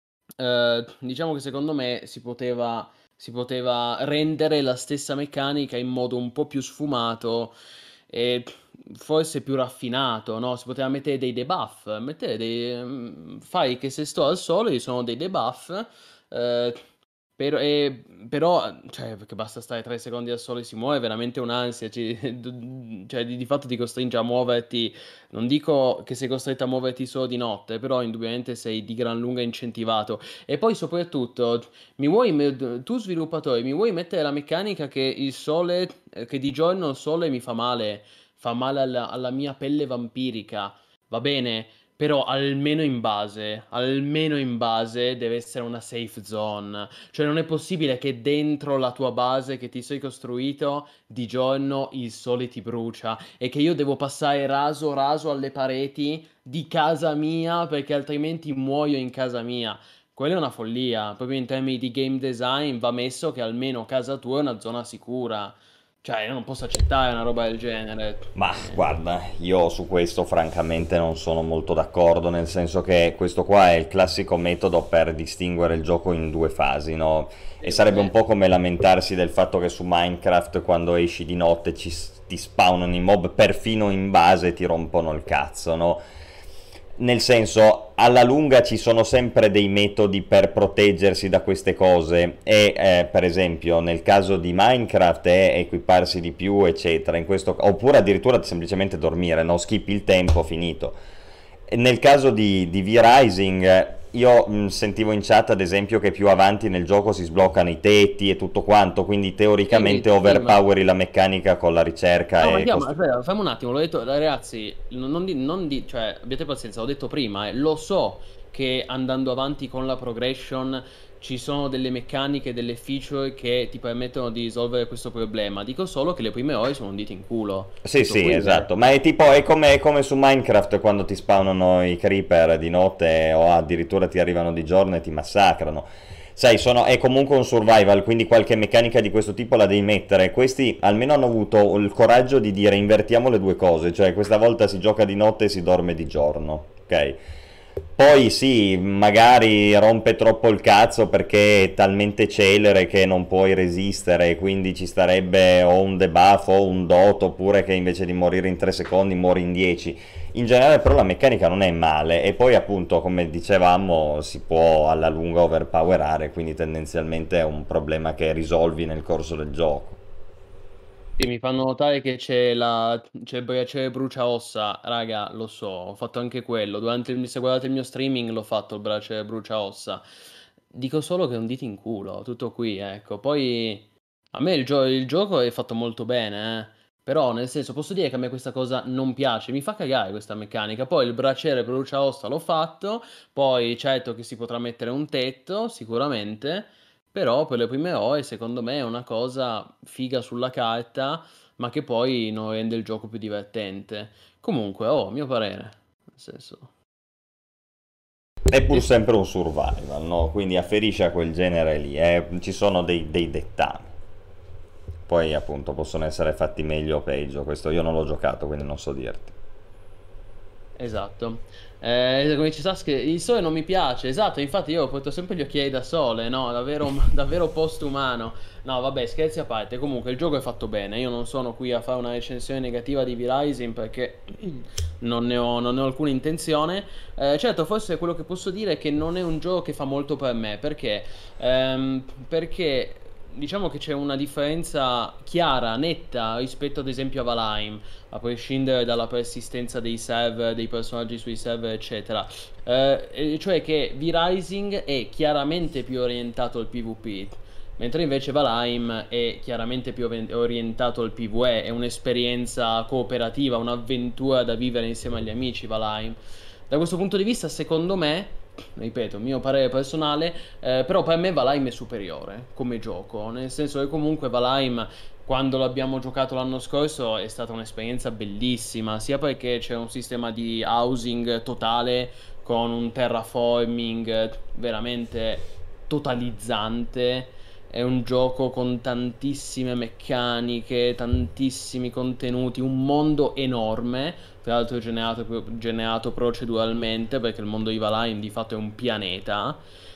eh, diciamo che secondo me si poteva, si poteva rendere la stessa meccanica in modo un po' più sfumato e forse più raffinato, no? Si poteva mettere dei debuff, mettere dei... mm, fai che se sto al sole ci sono dei debuff, eh, per- e- però, cioè, perché basta stare tre secondi al sole si muove, è veramente un'ansia, ci- cioè, di, di fatto ti costringe a muoverti, non dico che sei costretto a muoverti solo di notte, però indubbiamente sei di gran lunga incentivato. E poi soprattutto, mi vuoi, me- tu sviluppatore, mi vuoi mettere la meccanica che il sole, eh, che di giorno il sole mi fa male, fa male alla, alla mia pelle vampirica, va bene, però almeno in base, almeno in base deve essere una safe zone. Cioè non è possibile che dentro la tua base che ti sei costruito di giorno il sole ti brucia e che io devo passare raso raso alle pareti di casa mia perché altrimenti muoio in casa mia. Quella è una follia, proprio in termini di game design va messo che almeno casa tua è una zona sicura. Cioè, io non posso accettare una roba del genere. Ma Eh, guarda, io su questo francamente non sono molto d'accordo, nel senso che questo qua è il classico metodo per distinguere il gioco in due fasi, no? E sì, sarebbe un vabbè. po' come lamentarsi del fatto che su Minecraft quando esci di notte ci, ti spawnano i mob perfino in base e ti rompono il cazzo, no? Nel senso, alla lunga ci sono sempre dei metodi per proteggersi da queste cose e eh, per esempio nel caso di Minecraft è equiparsi di più eccetera, in questo, oppure addirittura semplicemente dormire, no? Skippi il tempo, finito. E nel caso di, di V-Rising eh, io mh, sentivo in chat ad esempio che più avanti nel gioco si sbloccano i tetti e tutto quanto, quindi Sì, teoricamente sì, ma... overpoweri la meccanica con la ricerca No, ma e chiama, costru- aspetta, fammi un attimo, l'ho detto, ragazzi, non, non di, non di- cioè, abbiate pazienza, l'ho detto prima, eh, lo so che andando avanti con la progression ci sono delle meccaniche, delle feature che ti permettono di risolvere questo problema. Dico solo che le prime ore sono un dito in culo. Sì, Tutto sì, qui, esatto, eh. ma è tipo, è come, è come su Minecraft quando ti spawnano i creeper di notte o addirittura ti arrivano di giorno e ti massacrano. Sai, sono, è comunque un survival, quindi qualche meccanica di questo tipo la devi mettere. Questi almeno hanno avuto il coraggio di dire invertiamo le due cose, cioè questa volta si gioca di notte e si dorme di giorno, ok? Poi sì, magari rompe troppo il cazzo perché è talmente celere che non puoi resistere, quindi ci starebbe o un debuff o un dot, oppure che invece di morire in tre secondi muori in dieci. In generale però la meccanica non è male, e poi appunto come dicevamo si può alla lunga overpowerare, quindi tendenzialmente è un problema che risolvi nel corso del gioco. Sì, mi fanno notare che c'è la c'è il braciere bruciaossa, raga, lo so, ho fatto anche quello. Durante il, se guardate il mio streaming l'ho fatto il braciere bruciaossa. Dico solo che è un dito in culo, tutto qui, ecco. Poi a me il, gio- il gioco è fatto molto bene, eh. Però nel senso posso dire che a me questa cosa non piace, mi fa cagare questa meccanica. Poi il braciere bruciaossa l'ho fatto, poi certo che si potrà mettere un tetto, sicuramente. Però per le prime ore secondo me è una cosa figa sulla carta, ma che poi non rende il gioco più divertente. Comunque, oh, a mio parere, nel senso... È pur sempre un survival, no? Quindi afferisce a quel genere lì, eh, ci sono dei, dei dettami. Poi appunto possono essere fatti meglio o peggio, questo io non l'ho giocato, quindi non so dirti. Esatto. Eh, come ci sa che il sole non mi piace, esatto, infatti io porto sempre gli occhiali da sole, no, davvero, davvero postumano. No, vabbè, scherzi a parte, comunque il gioco è fatto bene, io non sono qui a fare una recensione negativa di V-Rising perché non ne ho, non ne ho alcuna intenzione. Eh, certo, forse quello che posso dire è che non è un gioco che fa molto per me, perché? Ehm, perché diciamo che c'è una differenza chiara, netta rispetto ad esempio a Valheim, a prescindere dalla persistenza dei server, dei personaggi sui server, eccetera. Eh, e cioè che V-Rising è chiaramente più orientato al PvP, mentre invece Valheim è chiaramente più ori- orientato al PvE, è un'esperienza cooperativa, un'avventura da vivere insieme agli amici Valheim. Da questo punto di vista, secondo me, ripeto, mio parere personale, eh, però per me Valheim è superiore come gioco, nel senso che comunque Valheim, quando l'abbiamo giocato l'anno scorso, è stata un'esperienza bellissima, sia perché c'è un sistema di housing totale con un terraforming veramente totalizzante. È un gioco con tantissime meccaniche, tantissimi contenuti, un mondo enorme, tra l'altro generato, generato proceduralmente, perché il mondo di Valheim di fatto è un pianeta,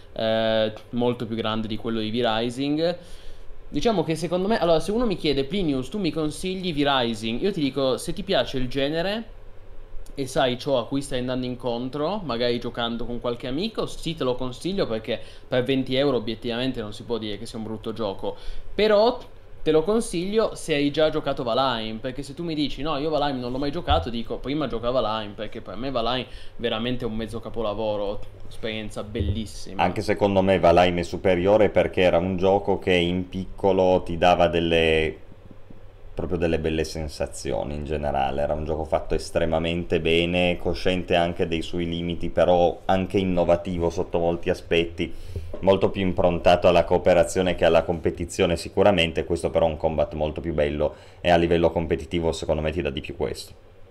eh, molto più grande di quello di V-Rising. Diciamo che secondo me, allora se uno mi chiede, Plinius, tu mi consigli V-Rising, io ti dico, se ti piace il genere e sai ciò a cui stai andando incontro, magari giocando con qualche amico, sì, te lo consiglio perché per venti euro obiettivamente non si può dire che sia un brutto gioco. Però te lo consiglio se hai già giocato Valheim, perché se tu mi dici no, io Valheim non l'ho mai giocato, dico prima gioca Valheim, perché per me Valheim è veramente un mezzo capolavoro, esperienza bellissima. Anche secondo me Valheim è superiore perché era un gioco che in piccolo ti dava delle proprio delle belle sensazioni in generale, era un gioco fatto estremamente bene, cosciente anche dei suoi limiti, però anche innovativo sotto molti aspetti, molto più improntato alla cooperazione che alla competizione sicuramente, questo però è un combat molto più bello e a livello competitivo secondo me ti dà di più questo.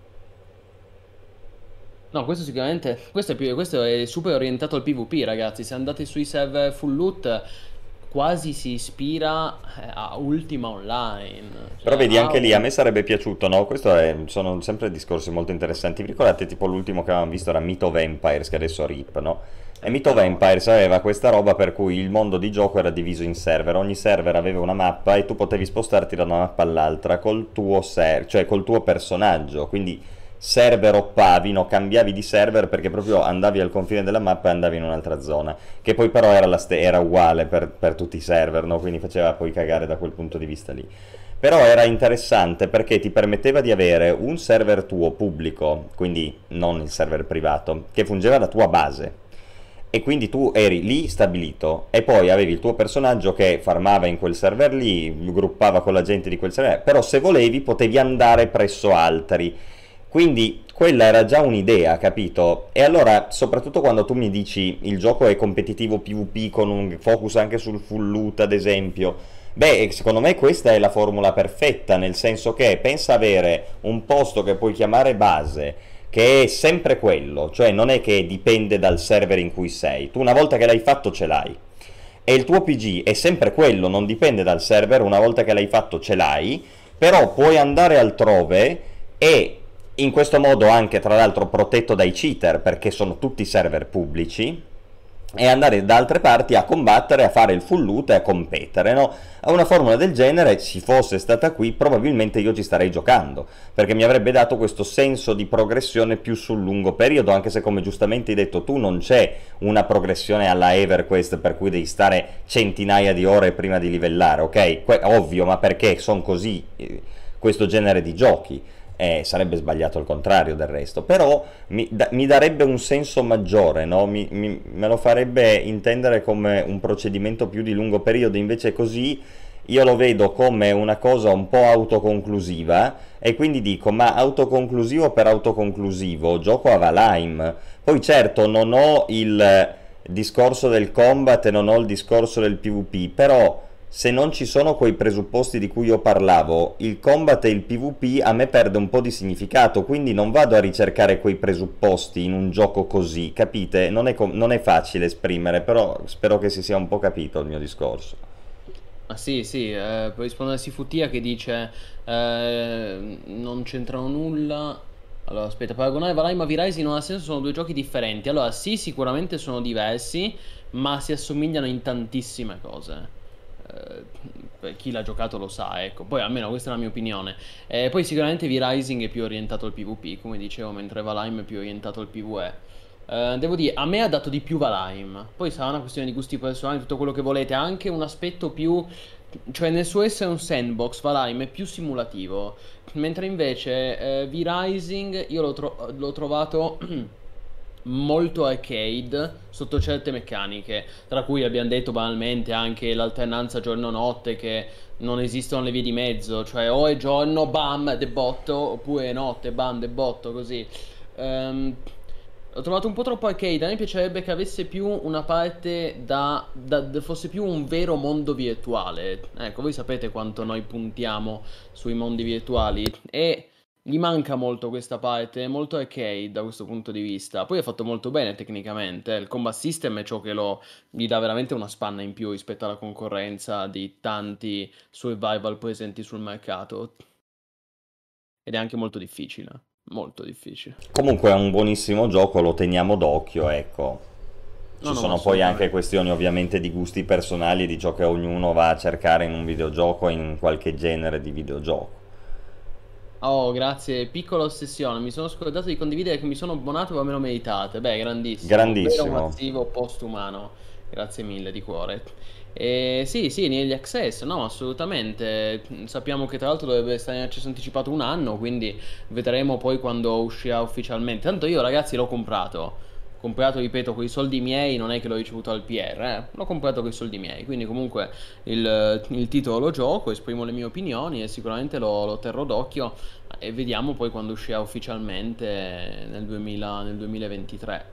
No, questo sicuramente, questo è, più, questo è super orientato al PvP, ragazzi. Se andate sui server full loot, quasi si ispira eh, a Ultima Online. Però Cioè, vedi, a anche lì a un- me sarebbe piaciuto, no? Questo è- sono sempre discorsi molto interessanti. Vi ricordate tipo l'ultimo che avevamo visto era Myth of Empires, che adesso è R I P, no? E Myth of Empires aveva questa roba per cui il mondo di gioco era diviso in server, ogni server aveva una mappa e tu potevi spostarti da una mappa all'altra col tuo ser- cioè col tuo personaggio, quindi server oppavi, no? Cambiavi di server perché proprio andavi al confine della mappa e andavi in un'altra zona, che poi però era, la ste- era uguale per, per tutti i server, no? Quindi faceva poi cagare da quel punto di vista lì. Però era interessante perché ti permetteva di avere un server tuo pubblico, quindi non il server privato, che fungeva da tua base. E quindi tu eri lì stabilito e poi avevi il tuo personaggio che farmava in quel server lì, gruppava con la gente di quel server, però se volevi potevi andare presso altri. Quindi quella era già un'idea, capito? E allora, soprattutto quando tu mi dici il gioco è competitivo PvP con un focus anche sul full loot, ad esempio, beh, secondo me questa è la formula perfetta, nel senso che pensa avere un posto che puoi chiamare base, che è sempre quello, cioè non è che dipende dal server in cui sei, tu una volta che l'hai fatto ce l'hai. E il tuo P G è sempre quello, non dipende dal server, una volta che l'hai fatto ce l'hai, però puoi andare altrove e in questo modo anche tra l'altro protetto dai cheater perché sono tutti server pubblici, e andare da altre parti a combattere, a fare il full loot e a competere, no? A una formula del genere, se fosse stata qui, probabilmente io ci starei giocando, perché mi avrebbe dato questo senso di progressione più sul lungo periodo, anche se, come giustamente hai detto tu, non c'è una progressione alla EverQuest per cui devi stare centinaia di ore prima di livellare, ok? Que- ovvio, ma perché sono così eh, questo genere di giochi? Eh, sarebbe sbagliato il contrario del resto, però mi, da, mi darebbe un senso maggiore, no? mi, mi, me lo farebbe intendere come un procedimento più di lungo periodo, invece così io lo vedo come una cosa un po' autoconclusiva, e quindi dico, ma autoconclusivo per autoconclusivo, gioco a Valheim, poi certo non ho il discorso del combat e non ho il discorso del PvP, però se non ci sono quei presupposti di cui io parlavo, il combat e il PvP a me perde un po' di significato, quindi non vado a ricercare quei presupposti in un gioco così, capite? Non è, com- non è facile esprimere, però spero che si sia un po' capito il mio discorso. Ah sì, sì, eh, per rispondere a Sifutia che dice eh, non c'entrano nulla. Allora, aspetta, paragonare Valheim a V-Rising non ha senso, sono due giochi differenti. Allora, sì, sicuramente sono diversi, ma si assomigliano in tantissime cose. Eh, chi l'ha giocato lo sa, ecco. Poi almeno questa è la mia opinione. Eh, poi sicuramente V-Rising è più orientato al PvP, come dicevo, mentre Valheim è più orientato al PvE. Eh, devo dire, a me ha dato di più Valheim. Poi sarà una questione di gusti personali, tutto quello che volete. Ha anche un aspetto più, cioè nel suo essere un sandbox, Valheim è più simulativo. Mentre invece eh, V-Rising io l'ho, tro- l'ho trovato molto arcade sotto certe meccaniche, tra cui abbiamo detto banalmente anche l'alternanza giorno-notte, che non esistono le vie di mezzo, cioè o è giorno, bam, debotto, oppure è notte, bam, debotto, così. Ehm, L'ho trovato un po' troppo arcade, a me piacerebbe che avesse più una parte da, da, da- fosse più un vero mondo virtuale. Ecco, voi sapete quanto noi puntiamo sui mondi virtuali, e gli manca molto questa parte, è molto arcade da questo punto di vista. Poi è fatto molto bene tecnicamente, eh, il combat system è ciò che lo, gli dà veramente una spanna in più rispetto alla concorrenza di tanti survival presenti sul mercato. Ed è anche molto difficile, molto difficile. Comunque è un buonissimo gioco, lo teniamo d'occhio, ecco. Ci No, no, sono poi assolutamente. anche questioni ovviamente di gusti personali, di ciò che ognuno va a cercare in un videogioco, in qualche genere di videogioco. Oh, grazie, piccola ossessione. Mi sono scordato di condividere che mi sono abbonato, ma me lo meritate. Beh, grandissimo, vero Grandissimo. massivo postumano. Grazie mille di cuore. E sì, sì, negli access, no, assolutamente. Sappiamo che tra l'altro dovrebbe stare in accesso anticipato un anno, quindi vedremo poi quando uscirà ufficialmente. Tanto io, ragazzi, l'ho comprato. Comprato, ripeto, con i soldi miei, non è che l'ho ricevuto al P R, eh. L'ho comprato con i soldi miei, quindi comunque il, il titolo lo gioco, esprimo le mie opinioni e sicuramente lo, lo terrò d'occhio, e vediamo poi quando uscirà ufficialmente nel duemila, nel duemilaventitré.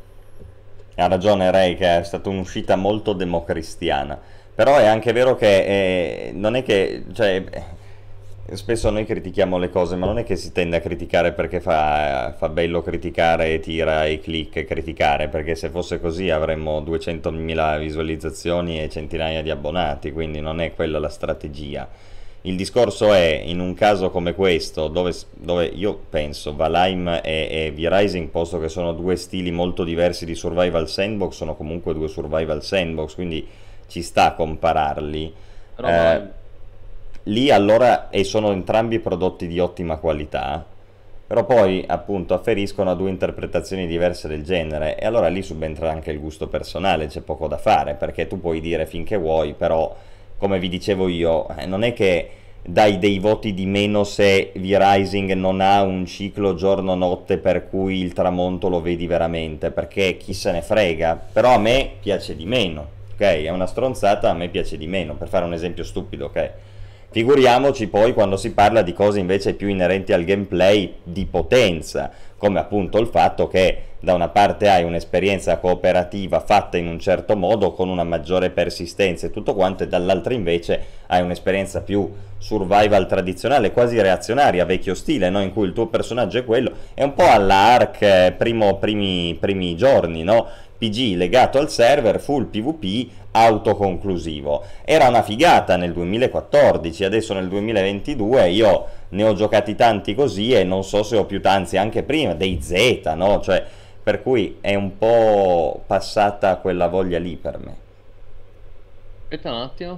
Ha ragione Ray, che è stata un'uscita molto democristiana, però è anche vero che eh, non è che, cioè, eh, spesso noi critichiamo le cose, ma non è che si tende a criticare perché fa, fa bello criticare e tira i click e criticare, perché se fosse così avremmo duecentomila visualizzazioni e centinaia di abbonati, quindi non è quella la strategia. Il discorso è, in un caso come questo, dove, dove io penso Valheim e, e V-Rising, posto che sono due stili molto diversi di survival sandbox, sono comunque due survival sandbox, quindi ci sta a compararli. Però Eh, Valheim- lì allora, e sono entrambi prodotti di ottima qualità, però poi appunto afferiscono a due interpretazioni diverse del genere, e allora lì subentra anche il gusto personale, c'è poco da fare, perché tu puoi dire finché vuoi, però come vi dicevo io, eh, non è che dai dei voti di meno se V-Rising non ha un ciclo giorno-notte per cui il tramonto lo vedi veramente, perché chi se ne frega, però a me piace di meno, ok? È una stronzata, a me piace di meno, per fare un esempio stupido, ok? Figuriamoci poi quando si parla di cose invece più inerenti al gameplay di potenza, come appunto il fatto che da una parte hai un'esperienza cooperativa fatta in un certo modo con una maggiore persistenza e tutto quanto, e dall'altra invece hai un'esperienza più survival tradizionale, quasi reazionaria, vecchio stile, no? In cui il tuo personaggio è quello, è un po' alla Ark eh, primo, primi, primi giorni, no? P G legato al server, full PvP, autoconclusivo. Era una figata nel duemilaquattordici, adesso nel duemilaventidue io ne ho giocati tanti così e non so se ho più tanti anche prima, dei Z, no? Cioè, per cui è un po' passata quella voglia lì per me. Aspetta un attimo.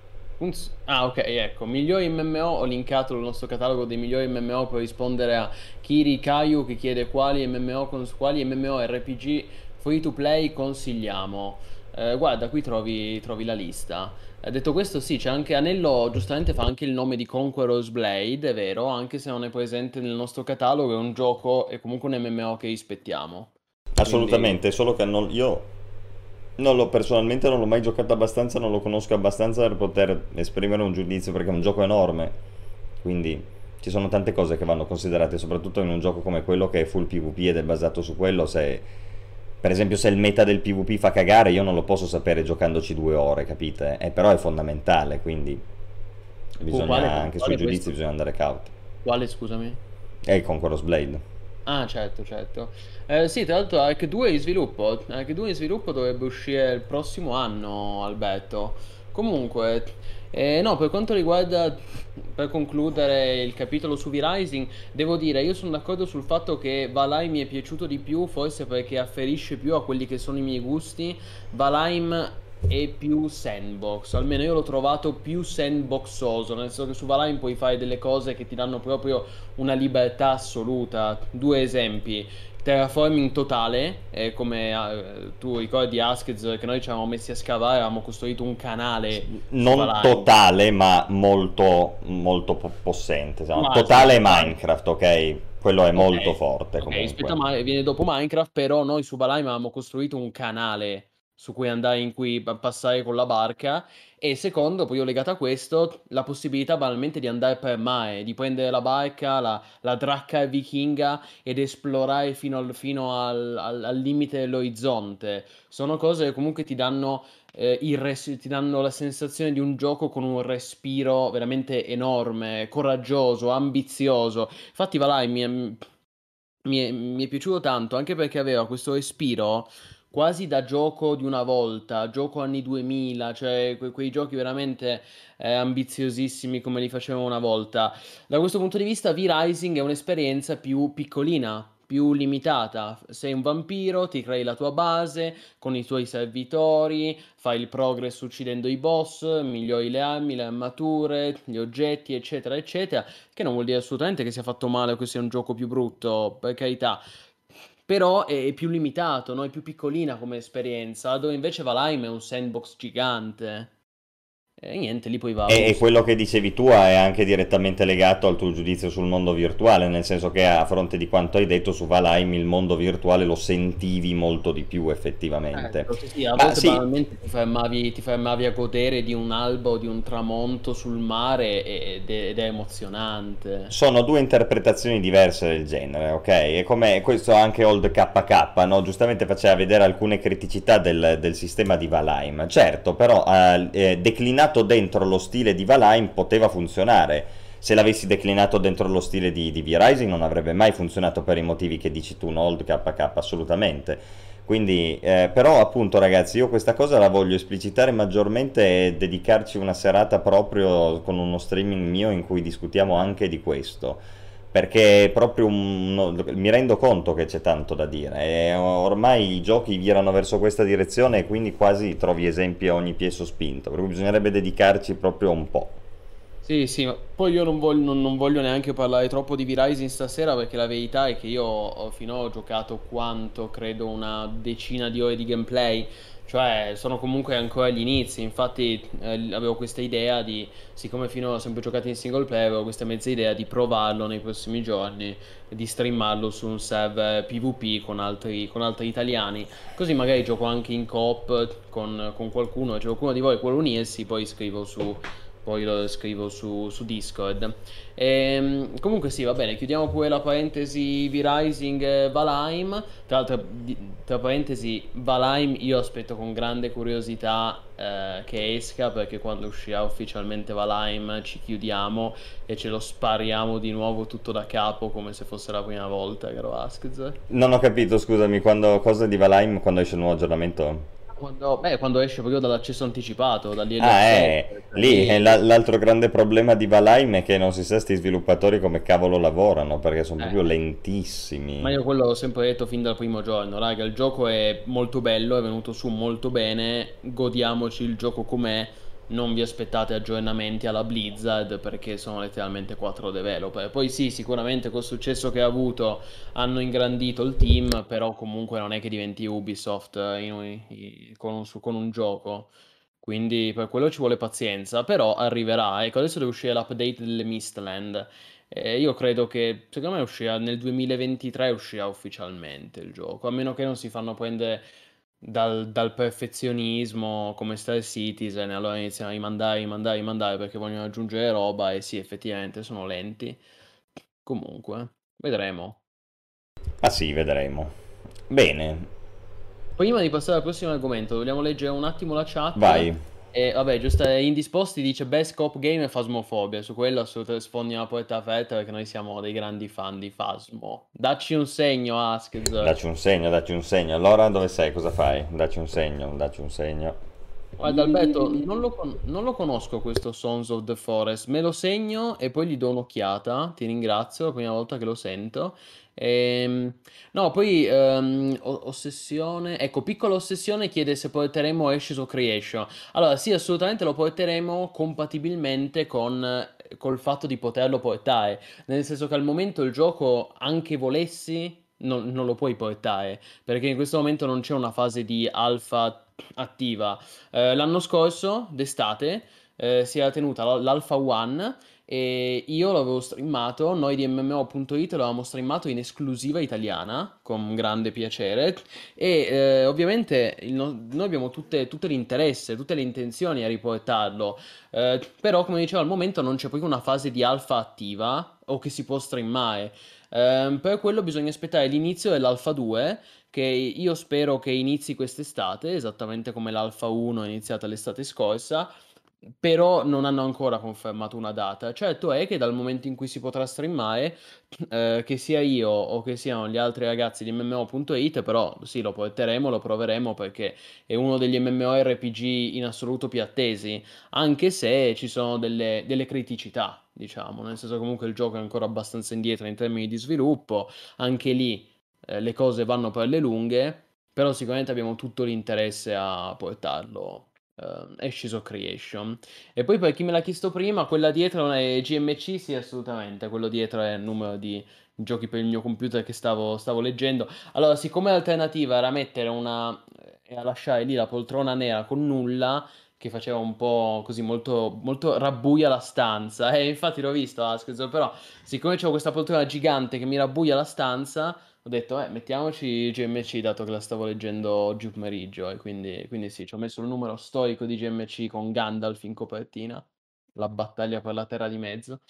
Un s- Ah, ok, ecco, migliori M M O, ho linkato il nostro catalogo dei migliori M M O per rispondere a Kiri Kayu che chiede quali M M O, cons- quali M M O R P G free to play consigliamo. Eh, guarda, qui trovi, trovi la lista. Eh, detto questo, sì, c'è anche Anello, giustamente fa anche il nome di Conqueror's Blade, è vero, anche se non è presente nel nostro catalogo, è un gioco, è comunque un M M O che rispettiamo. Quindi, Assolutamente, solo che non- io non l'ho personalmente, non l'ho mai giocato abbastanza, non lo conosco abbastanza per poter esprimere un giudizio, perché è un gioco enorme, quindi ci sono tante cose che vanno considerate, soprattutto in un gioco come quello che è full PvP ed è basato su quello. Se per esempio se il meta del PvP fa cagare, io non lo posso sapere giocandoci due ore, capite? Eh, però è fondamentale, quindi bisogna, quale, anche sui quale giudizi questo? bisogna andare cauti. Quale, scusami? E il Conqueror's Blade. Ah, certo, certo. Eh, sì, tra l'altro Ark due è in sviluppo. Ark due è in sviluppo, dovrebbe uscire il prossimo anno, Alberto. Comunque, eh, no, per quanto riguarda, per concludere il capitolo su V-Rising, devo dire, io sono d'accordo sul fatto che Valheim mi è piaciuto di più, forse perché afferisce più a quelli che sono i miei gusti. Valheim è più sandbox, almeno io l'ho trovato più sandboxoso, nel senso che su Valheim puoi fare delle cose che ti danno proprio una libertà assoluta. Due esempi: terraforming totale, eh, come eh, tu ricordi Askez, che noi ci avevamo messi a scavare, avevamo costruito un canale su Non Valheim. totale, ma molto, molto po- possente. Insomma. Quasi, Totale è quasi. Minecraft, ok? Quello è Ok, molto forte ok, rispetto a comunque. Mi- viene dopo Minecraft, però noi su Valheim avevamo costruito un canale su cui andare, in cui pa- passare con la barca. E secondo, poi ho legato a questo, la possibilità banalmente di andare per mare, di prendere la barca, la, la Drakkar vichinga, ed esplorare fino al, fino al, al- al limite dell'orizzonte. Sono cose che comunque ti danno, eh, il res- ti danno la sensazione di un gioco con un respiro veramente enorme, coraggioso, ambizioso. Infatti Valai mi è, mi è- mi è piaciuto tanto, anche perché aveva questo respiro quasi da gioco di una volta, gioco anni duemila, cioè que- quei giochi veramente eh, ambiziosissimi come li facevamo una volta. Da questo punto di vista, V-Rising è un'esperienza più piccolina, più limitata. Sei un vampiro, ti crei la tua base con i tuoi servitori, fai il progress uccidendo i boss, migliori le armi, le armature, gli oggetti, eccetera, eccetera. Che non vuol dire assolutamente che sia fatto male o che sia un gioco più brutto, per carità. Però è più limitato, no? È più piccolina come esperienza, dove invece Valheim è un sandbox gigante. E niente, lì poi va a E, e gusto. quello che dicevi tu è anche direttamente legato al tuo giudizio sul mondo virtuale, nel senso che a fronte di quanto hai detto su Valheim il mondo virtuale lo sentivi molto di più effettivamente. Ecco, sì, sì, a Ma volte sì, banalmente ti fermavi, ti fermavi a godere di un alba o di un tramonto sul mare ed è, ed è emozionante. sono due interpretazioni diverse del genere, ok? E come questo anche Old K K, no? Giustamente faceva vedere alcune criticità del, del sistema di Valheim. Certo, però eh, eh, declinato dentro lo stile di Valheim poteva funzionare. Se l'avessi declinato dentro lo stile di, di V-Rising non avrebbe mai funzionato per i motivi che dici tu, no? Old K K, assolutamente. Quindi, eh, però appunto ragazzi, io questa cosa la voglio esplicitare maggiormente e dedicarci una serata proprio con uno streaming mio in cui discutiamo anche di questo, perché è proprio un- no, mi rendo conto che c'è tanto da dire e ormai i giochi virano verso questa direzione e quindi quasi trovi esempi a ogni piè sospinto, per cui bisognerebbe dedicarci proprio un po'. Sì, sì, ma poi io non voglio, non- non voglio neanche parlare troppo di V-Rising stasera perché la verità è che io ho- finora ho giocato quanto, credo una decina di ore di gameplay, cioè sono comunque ancora agli inizi, infatti eh, avevo questa idea di, siccome finora ho sempre giocato in single player, avevo questa mezza idea di provarlo nei prossimi giorni e di streamarlo su un server PvP con altri, con altri italiani, così magari gioco anche in coop con, con qualcuno, se qualcuno di voi vuole unirsi, poi scrivo su poi lo scrivo su, su Discord. Ehm, comunque sì, va bene, chiudiamo pure la parentesi V-Rising e Valheim. Tra l'altro, di- tra parentesi, Valheim io aspetto con grande curiosità eh, che esca, perché quando uscirà ufficialmente Valheim ci chiudiamo e ce lo spariamo di nuovo tutto da capo come se fosse la prima volta, caro Askz. Non ho capito, scusami, quando, cosa di Valheim quando esce il nuovo aggiornamento? Quando, beh, quando esce proprio dall'accesso anticipato, dall'Early Ah, Access, eh, cioè lì lì- è la- l'altro grande problema di Valheim è che non si sa sti sviluppatori come cavolo lavorano, perché sono eh. proprio Ma lentissimi. io quello l'ho sempre detto fin dal primo giorno, raga, il gioco è molto bello, è venuto su molto bene, godiamoci il gioco com'è, non vi aspettate aggiornamenti alla Blizzard perché sono letteralmente quattro developer. Poi sì, sicuramente col successo che ha avuto hanno ingrandito il team, però comunque non è che diventi Ubisoft eh, in un- i- con un, su- con un gioco. Quindi per quello ci vuole pazienza, però arriverà. Ecco, adesso deve uscire l'update delle Mistland. Eh, io credo che, secondo me, uscirà nel duemilaventitré, uscirà ufficialmente il gioco, a meno che non si fanno prendere dal, dal perfezionismo come Star Citizen, e allora iniziano a rimandare, rimandare, rimandare perché vogliono aggiungere roba e sì, effettivamente sono lenti. Comunque, vedremo. Ah sì, vedremo. Bene, Prima di passare al prossimo argomento, vogliamo leggere un attimo la chat. vai. E vabbè, giusto, eh, Indisposti dice Best Cop Game e Phasmophobia. Su quello assolutamente sfondiamo la porta aperta perché noi siamo dei grandi fan di Phasmo. Dacci un segno, Askez. Dacci un segno, dacci un segno. Allora, dove sei? Cosa fai? Dacci un segno, dacci un segno. Guarda, Alberto, non lo, con- non lo conosco questo Sons of the Forest. Me lo segno e poi gli do un'occhiata. Ti ringrazio, è la prima volta che lo sento. Ehm, no, poi ehm, o- Ossessione. Ecco, Piccola Ossessione chiede se porteremo Ashes of Creation. Allora, sì, assolutamente lo porteremo compatibilmente con eh, col fatto di poterlo portare. Nel senso che al momento il gioco, anche volessi, non, non lo puoi portare. Perché in questo momento non c'è una fase di alfa attiva. Eh, l'anno scorso, d'estate, eh, si era tenuta l- l'Alpha One e io l'avevo streamato, noi di M M O punto it l'avevamo streamato in esclusiva italiana, con grande piacere, e eh, ovviamente il no- noi abbiamo tutte, tutte l'interesse, tutte le intenzioni a riportarlo, eh, però come dicevo al momento non c'è proprio una fase di alfa attiva o che si può streamare. Ehm, per quello bisogna aspettare l'inizio dell'Alpha due che io spero che inizi quest'estate, esattamente come l'Alpha uno è iniziata l'estate scorsa, però non hanno ancora confermato una data. Certo è che dal momento in cui si potrà streamare, eh, che sia io o che siano gli altri ragazzi di M M O punto it, però sì, lo porteremo, lo proveremo perché è uno degli MMORPG in assoluto più attesi, anche se ci sono delle, delle criticità, diciamo, nel senso che comunque il gioco è ancora abbastanza indietro in termini di sviluppo, anche lì eh, le cose vanno per le lunghe, però sicuramente abbiamo tutto l'interesse a portarlo. eh, Ashes of Creation. E poi per chi me l'ha chiesto prima, quella dietro è G M C, sì, assolutamente, quello dietro è il numero di giochi per il mio computer che stavo, stavo leggendo. Allora, siccome l'alternativa era mettere una e a lasciare lì la poltrona nera con nulla, che faceva un po' così molto, molto rabbuia la stanza. E infatti l'ho visto, ah, scherzo, però siccome c'ho questa poltrona gigante che mi rabbuia la stanza, ho detto, eh, mettiamoci G M C dato che la stavo leggendo oggi pomeriggio. E quindi, quindi sì, ci ho messo il numero storico di G M C con Gandalf in copertina. La battaglia per la Terra di Mezzo.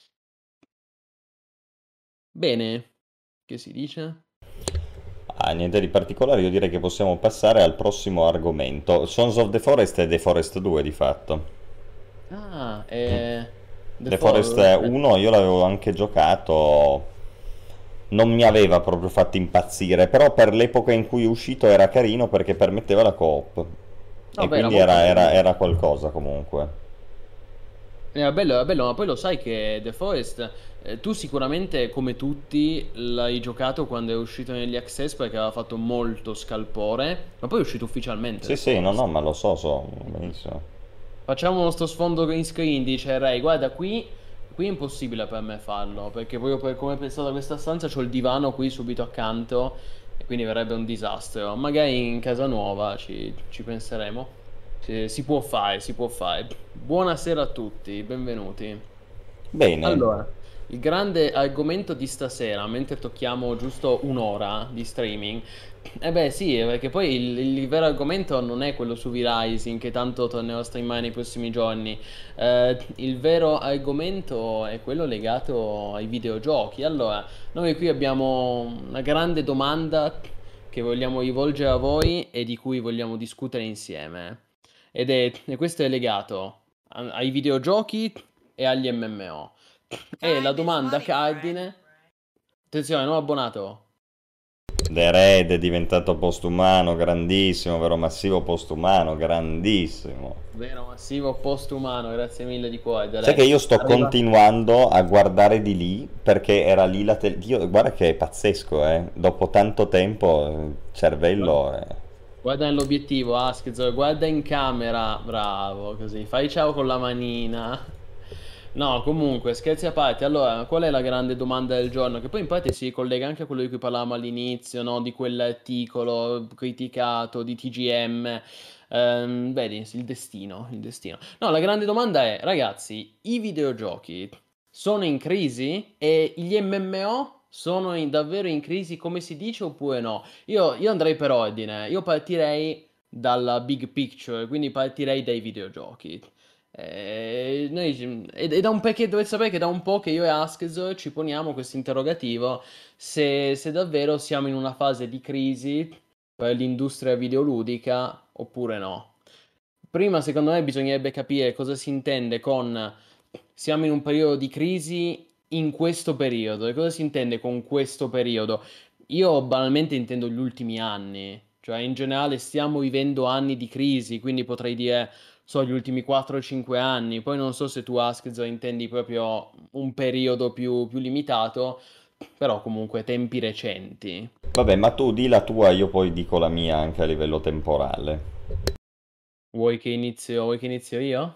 Bene, che si dice? Ah, niente di particolare, io direi che possiamo passare al prossimo argomento. Sons of the Forest e The Forest due di fatto. Ah, Mm. eh, The The Forest Forest. uno io l'avevo anche giocato, non mi aveva proprio fatto impazzire, però per l'epoca in cui è uscito era carino perché permetteva la coop No, e beh, era quindi molto era, era- bello. era qualcosa comunque. Era bello, era bello, ma poi lo sai che The Forest, eh, tu sicuramente come tutti l'hai giocato quando è uscito negli Access perché aveva fatto molto scalpore, ma poi è uscito ufficialmente Sì, The sì, no, Forest. no, ma lo so, so benissimo. Facciamo uno sto sfondo green screen, dice Ray, guarda qui, qui è impossibile per me farlo, perché proprio per come è pensata questa stanza c'ho il divano qui subito accanto e quindi verrebbe un disastro. Magari in casa nuova ci, ci penseremo. Si, si può fare, si può fare. Buonasera a tutti, benvenuti. Bene, Allora, il grande argomento di stasera, mentre tocchiamo giusto un'ora di streaming, eh beh sì, perché poi il, il vero argomento non è quello su V-Rising, che tanto tornerò a streamare nei prossimi giorni. Eh, il vero argomento è quello legato ai videogiochi. Allora, noi qui abbiamo una grande domanda che vogliamo rivolgere a voi e di cui vogliamo discutere insieme. Ed è, e questo è legato a- ai videogiochi e agli M M O. E la domanda cardine... Attenzione, non abbonato. The Red è diventato postumano, grandissimo, vero massivo postumano, grandissimo. Vero massivo postumano, grazie mille di cuore. Sai che io sto Arriva- continuando a guardare di lì perché era lì la tele... Dio, guarda che è pazzesco, eh. Dopo tanto tempo il cervello è... Guarda nell'obiettivo, Askzor, guarda in camera, bravo, così, fai ciao con la manina. No, comunque, scherzi a parte, allora, qual è la grande domanda del giorno? Che poi in parte si collega anche a quello di cui parlavamo all'inizio, no? Di quell'articolo criticato di T G M. Ehm, vedi, il destino, il destino. No, la grande domanda è, ragazzi, i videogiochi sono in crisi e gli M M O sono in- davvero in crisi come si dice oppure no? Io, io andrei per ordine, io partirei dalla big picture, quindi partirei dai videogiochi. Eh, noi, ed è da un perché dovete sapere che da un po' che io e Askzor ci poniamo questo interrogativo se, se davvero siamo in una fase di crisi per l'industria videoludica oppure no. Prima, secondo me, bisognerebbe capire cosa si intende con siamo in un periodo di crisi in questo periodo. E cosa si intende con questo periodo? Io banalmente intendo gli ultimi anni, cioè in generale stiamo vivendo anni di crisi, quindi potrei dire, so, gli ultimi quattro cinque anni. Poi non so se tu, Askzo, intendi proprio un periodo più, più limitato, però comunque tempi recenti. Vabbè, ma tu di la tua, io poi dico la mia anche a livello temporale. Vuoi che inizio, vuoi che inizio io?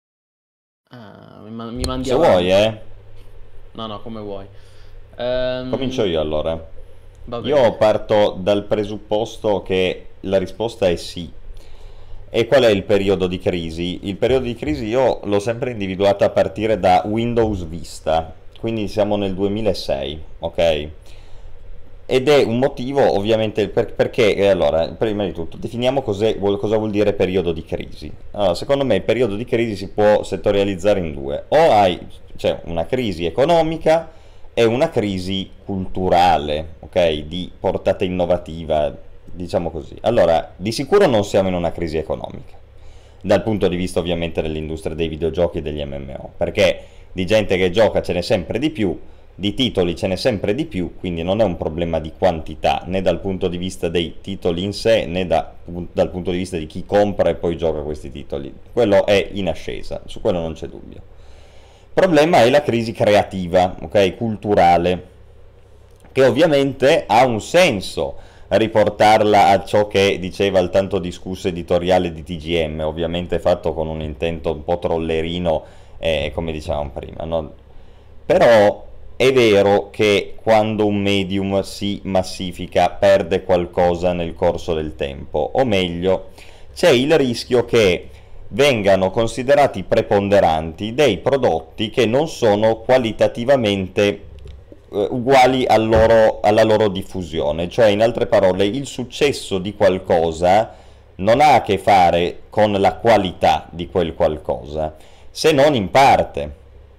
Ah, mi, ma- mi mandi Se avanti. vuoi, eh, No, no, come vuoi. Ehm, comincio io allora. va bene. Io parto dal presupposto che la risposta è sì. E qual è il periodo di crisi? Il periodo di crisi io l'ho sempre individuato a partire da Windows Vista, quindi siamo nel duemilasei, ok? Ed è un motivo ovviamente per- perché, eh, allora, prima di tutto, definiamo cos'è- vuol- cosa vuol dire periodo di crisi. Allora, secondo me il periodo di crisi si può settorializzare in due. O hai, cioè, una crisi economica e una crisi culturale, ok? Di portata innovativa, diciamo così. Allora, di sicuro non siamo in una crisi economica, dal punto di vista ovviamente dell'industria dei videogiochi e degli M M O, perché di gente che gioca ce n'è sempre di più, di titoli ce n'è sempre di più, quindi non è un problema di quantità, né dal punto di vista dei titoli in sé, né da- dal punto di vista di chi compra e poi gioca questi titoli. Quello è in ascesa, su quello non c'è dubbio. Il problema è la crisi creativa, ok, culturale, che ovviamente ha un senso riportarla a ciò che diceva il tanto discusso editoriale di T G M, ovviamente fatto con un intento un po' trollerino, eh, come dicevamo prima, no? Però è vero che quando un medium si massifica perde qualcosa nel corso del tempo, o meglio, c'è il rischio che vengano considerati preponderanti dei prodotti che non sono qualitativamente eh, uguali al loro- alla loro diffusione, cioè in altre parole il successo di qualcosa non ha a che fare con la qualità di quel qualcosa, se non in parte,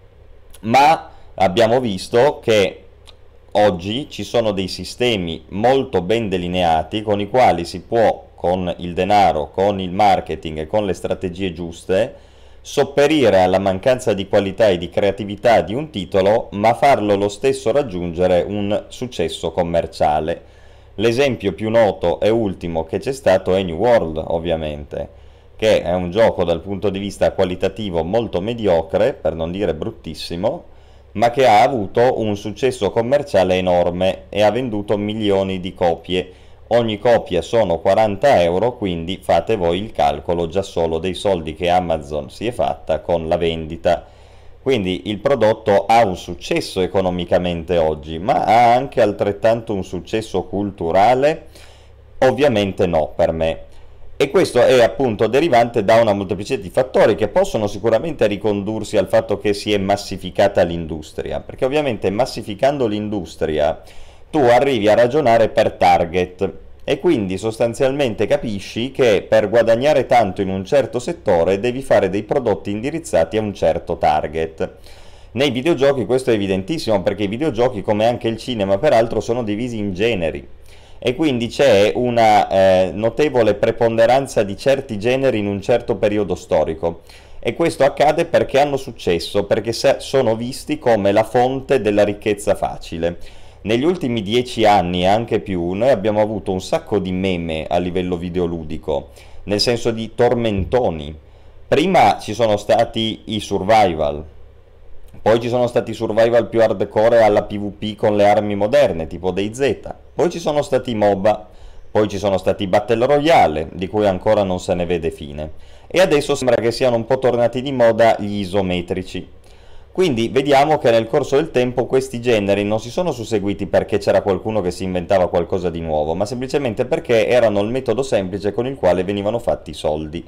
ma abbiamo visto che oggi ci sono dei sistemi molto ben delineati con i quali si può, con il denaro, con il marketing e con le strategie giuste, sopperire alla mancanza di qualità e di creatività di un titolo, ma farlo lo stesso raggiungere un successo commerciale. L'esempio più noto e ultimo che c'è stato è New World, ovviamente, che è un gioco dal punto di vista qualitativo molto mediocre, per non dire bruttissimo, ma che ha avuto un successo commerciale enorme e ha venduto milioni di copie. Ogni copia sono quaranta euro, quindi fate voi il calcolo già solo dei soldi che Amazon si è fatta con la vendita. Quindi il prodotto ha un successo economicamente oggi, ma ha anche altrettanto un successo culturale? Ovviamente no, per me. E questo è appunto derivante da una molteplicità di fattori che possono sicuramente ricondursi al fatto che si è massificata l'industria, perché ovviamente massificando l'industria tu arrivi a ragionare per target e quindi sostanzialmente capisci che per guadagnare tanto in un certo settore devi fare dei prodotti indirizzati a un certo target. Nei videogiochi questo è evidentissimo, perché i videogiochi, come anche il cinema peraltro, sono divisi in generi. E quindi c'è una eh, notevole preponderanza di certi generi in un certo periodo storico, e questo accade perché hanno successo, perché sono visti come la fonte della ricchezza facile. Negli ultimi dieci anni e anche più noi abbiamo avuto un sacco di meme a livello videoludico, nel senso di tormentoni. Prima ci sono stati i survival, poi ci sono stati survival più hardcore alla PvP con le armi moderne, tipo DayZ. Poi ci sono stati MOBA, poi ci sono stati Battle Royale, di cui ancora non se ne vede fine. E adesso sembra che siano un po' tornati di moda gli isometrici. Quindi vediamo che nel corso del tempo questi generi non si sono susseguiti perché c'era qualcuno che si inventava qualcosa di nuovo, ma semplicemente perché erano il metodo semplice con il quale venivano fatti i soldi.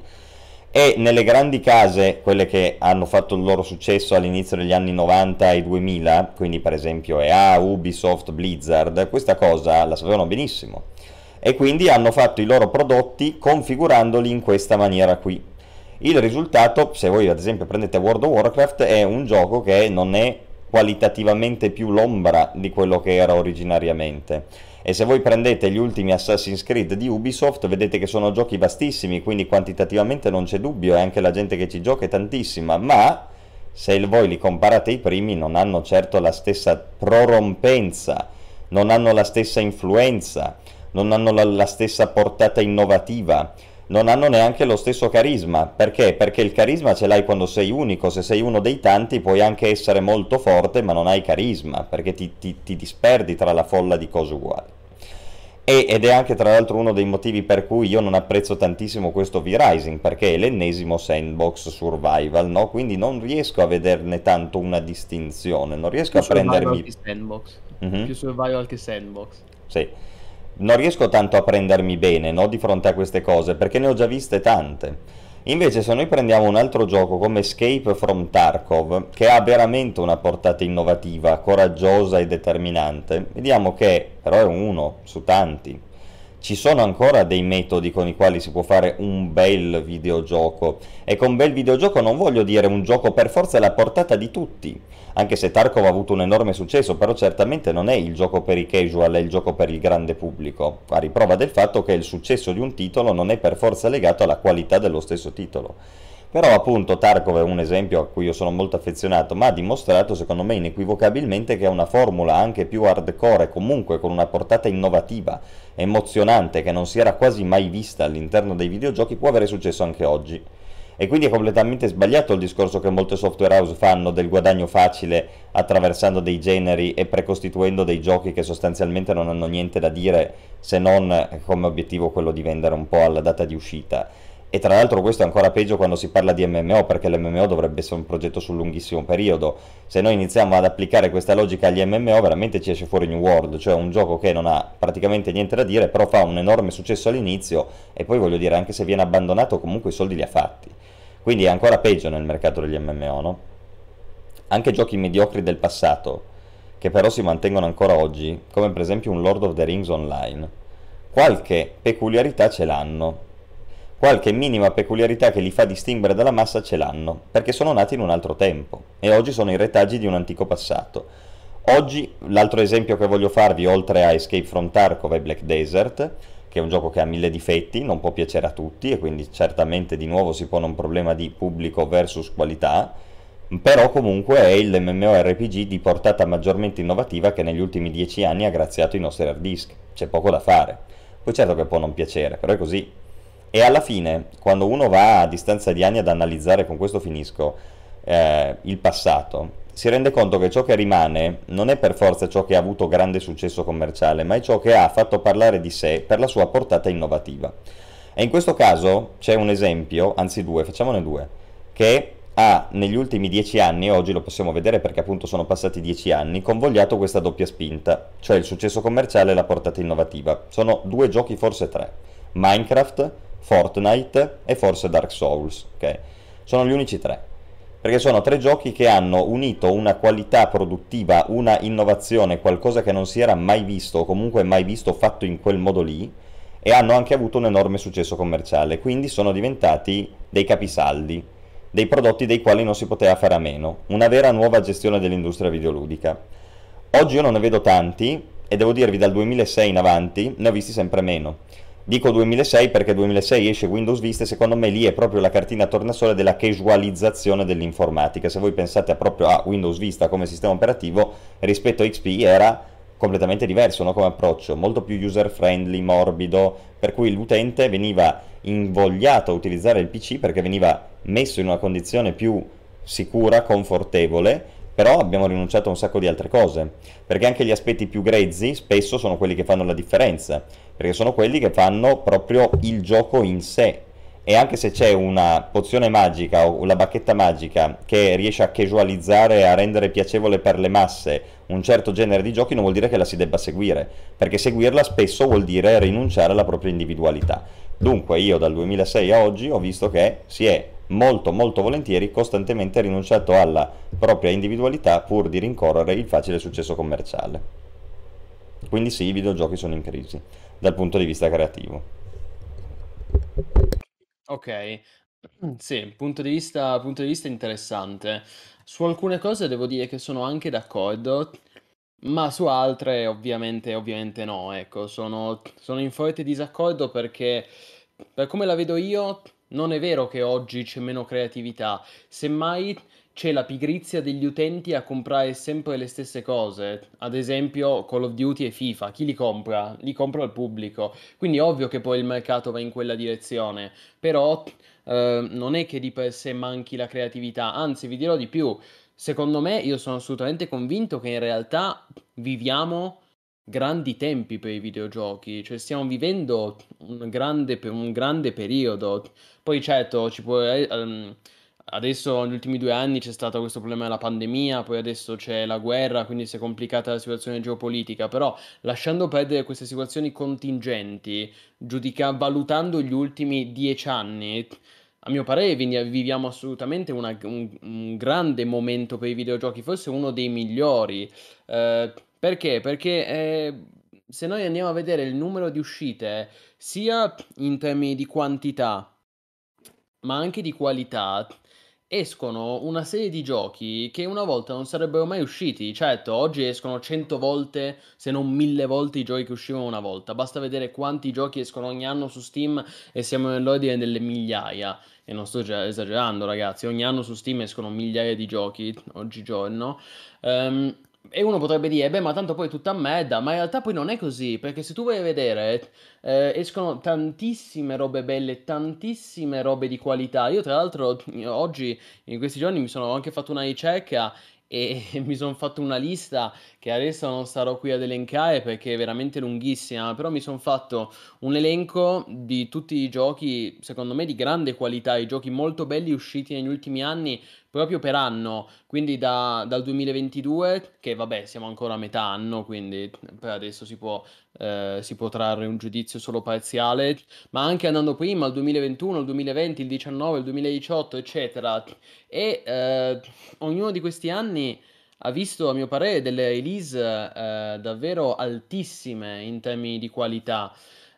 E nelle grandi case, quelle che hanno fatto il loro successo all'inizio degli anni novanta e duemila, quindi per esempio E A, Ubisoft, Blizzard, questa cosa la sapevano benissimo. E quindi hanno fatto i loro prodotti configurandoli in questa maniera qui. Il risultato, se voi ad esempio prendete World of Warcraft, è un gioco che non è qualitativamente più l'ombra di quello che era originariamente. E se voi prendete gli ultimi Assassin's Creed di Ubisoft, vedete che sono giochi vastissimi, quindi quantitativamente non c'è dubbio, e anche la gente che ci gioca è tantissima, ma se voi li comparate ai primi non hanno certo la stessa prorompenza, non hanno la stessa influenza, non hanno la, la stessa portata innovativa, non hanno neanche lo stesso carisma. Perché? Perché il carisma ce l'hai quando sei unico, se sei uno dei tanti puoi anche essere molto forte ma non hai carisma, perché ti, ti, ti disperdi tra la folla di cose uguali. E, ed è anche tra l'altro uno dei motivi per cui io non apprezzo tantissimo questo V-Rising, perché è l'ennesimo sandbox survival, no? Quindi non riesco a vederne tanto una distinzione, non riesco più a prendermi... Più sandbox, mm-hmm. più survival che sandbox. Sì. Non riesco tanto a prendermi bene, no, di fronte a queste cose, perché ne ho già viste tante. Invece se noi prendiamo un altro gioco come Escape from Tarkov, che ha veramente una portata innovativa, coraggiosa e determinante, vediamo che però è uno su tanti. Ci sono ancora dei metodi con i quali si può fare un bel videogioco, e con bel videogioco non voglio dire un gioco per forza alla portata di tutti, anche se Tarkov ha avuto un enorme successo, però certamente non è il gioco per i casual, è il gioco per il grande pubblico, a riprova del fatto che il successo di un titolo non è per forza legato alla qualità dello stesso titolo. Però appunto Tarkov è un esempio a cui io sono molto affezionato, ma ha dimostrato secondo me inequivocabilmente che è una formula anche più hardcore, comunque con una portata innovativa, emozionante, che non si era quasi mai vista all'interno dei videogiochi, può avere successo anche oggi. E quindi è completamente sbagliato il discorso che molte software house fanno del guadagno facile attraversando dei generi e precostituendo dei giochi che sostanzialmente non hanno niente da dire, se non come obiettivo quello di vendere un po' alla data di uscita. E tra l'altro questo è ancora peggio quando si parla di M M O, perché l'M M O dovrebbe essere un progetto sul lunghissimo periodo. Se noi iniziamo ad applicare questa logica agli M M O, veramente ci esce fuori New World, cioè un gioco che non ha praticamente niente da dire, però fa un enorme successo all'inizio, e poi voglio dire, anche se viene abbandonato comunque i soldi li ha fatti. Quindi è ancora peggio nel mercato degli M M O, no? Anche giochi mediocri del passato, che però si mantengono ancora oggi, come per esempio un Lord of the Rings Online, qualche peculiarità ce l'hanno. Qualche minima peculiarità che li fa distinguere dalla massa ce l'hanno, perché sono nati in un altro tempo, e oggi sono i retaggi di un antico passato. Oggi, l'altro esempio che voglio farvi, oltre a Escape from Tarkov, è Black Desert, che è un gioco che ha mille difetti, non può piacere a tutti, e quindi certamente di nuovo si pone un problema di pubblico versus qualità, però comunque è il MMORPG di portata maggiormente innovativa che negli ultimi dieci anni ha graziato i nostri hard disk. C'è poco da fare. Poi certo che può non piacere, però è così. E alla fine, quando uno va a distanza di anni ad analizzare, con questo finisco, eh, il passato, si rende conto che ciò che rimane non è per forza ciò che ha avuto grande successo commerciale, ma è ciò che ha fatto parlare di sé per la sua portata innovativa. E in questo caso c'è un esempio, anzi due, facciamone due, che ha negli ultimi dieci anni, e oggi lo possiamo vedere perché appunto sono passati dieci anni, convogliato questa doppia spinta, cioè il successo commerciale e la portata innovativa. Sono due giochi, forse tre, Minecraft Fortnite e forse Dark Souls, ok? Sono gli unici tre, perché sono tre giochi che hanno unito una qualità produttiva, una innovazione, qualcosa che non si era mai visto o comunque mai visto fatto in quel modo lì, e hanno anche avuto un enorme successo commerciale, quindi sono diventati dei capisaldi, dei prodotti dei quali non si poteva fare a meno, una vera nuova gestione dell'industria videoludica. Oggi io non ne vedo tanti, e devo dirvi dal duemilasei in avanti ne ho visti sempre meno. Dico duemilasei perché duemilasei esce Windows Vista e secondo me lì è proprio la cartina tornasole della casualizzazione dell'informatica. Se voi pensate proprio a Windows Vista come sistema operativo, rispetto a X P era completamente diverso, no? Come approccio, molto più user friendly, morbido, per cui l'utente veniva invogliato a utilizzare il P C perché veniva messo in una condizione più sicura, confortevole, però abbiamo rinunciato a un sacco di altre cose, perché anche gli aspetti più grezzi spesso sono quelli che fanno la differenza, perché sono quelli che fanno proprio il gioco in sé. E anche se c'è una pozione magica o la bacchetta magica che riesce a casualizzare, a rendere piacevole per le masse un certo genere di giochi, non vuol dire che la si debba seguire, perché seguirla spesso vuol dire rinunciare alla propria individualità. Dunque io dal duemilasei a oggi ho visto che si è molto molto volentieri costantemente rinunciato alla propria individualità pur di rincorrere il facile successo commerciale. Quindi sì, i videogiochi sono in crisi dal punto di vista creativo. Ok, sì, punto di vista, punto di vista interessante. Su alcune cose devo dire che sono anche d'accordo, ma su altre ovviamente, ovviamente no, ecco, sono, sono in forte disaccordo perché per come la vedo io non è vero che oggi c'è meno creatività, semmai c'è la pigrizia degli utenti a comprare sempre le stesse cose, ad esempio Call of Duty e FIFA, chi li compra? Li compra il pubblico, quindi è ovvio che poi il mercato va in quella direzione, però eh, non è che di per sé manchi la creatività, anzi vi dirò di più. Secondo me, io sono assolutamente convinto che in realtà viviamo grandi tempi per i videogiochi, cioè stiamo vivendo un grande, pe- un grande periodo. Poi certo, ci può, eh, ehm, adesso negli ultimi due anni c'è stato questo problema della pandemia, poi adesso c'è la guerra, quindi si è complicata la situazione geopolitica, però lasciando perdere queste situazioni contingenti, giudica- valutando gli ultimi dieci anni, a mio parere vi- viviamo assolutamente una- un, un grande momento per i videogiochi, forse uno dei migliori. Eh, perché? Perché eh, se noi andiamo a vedere il numero di uscite, sia in termini di quantità, ma anche di qualità, escono una serie di giochi che una volta non sarebbero mai usciti. Certo, oggi escono cento volte, se non mille volte i giochi che uscivano una volta. Basta vedere quanti giochi escono ogni anno su Steam e siamo nell'ordine delle migliaia. E non sto già esagerando, ragazzi. Ogni anno su Steam escono migliaia di giochi oggigiorno. Ehm, e uno potrebbe dire, beh, ma tanto poi è tutta merda. Ma in realtà poi non è così, perché se tu vai a vedere eh, escono tantissime robe belle, tantissime robe di qualità. Io, tra l'altro, oggi, in questi giorni, mi sono anche fatto una ricerca e mi sono fatto una lista che adesso non starò qui ad elencare perché è veramente lunghissima. Però mi sono fatto un elenco di tutti i giochi, secondo me, di grande qualità, i giochi molto belli usciti negli ultimi anni. Proprio per anno, quindi da- dal duemilaventidue, che vabbè siamo ancora a metà anno, quindi per adesso si può eh, si può trarre un giudizio solo parziale, ma anche andando prima, il duemilaventuno, il duemilaventi, il diciannove, il duemiladiciotto, eccetera. E eh, ognuno di questi anni ha visto, a mio parere, delle release eh, davvero altissime in termini di qualità.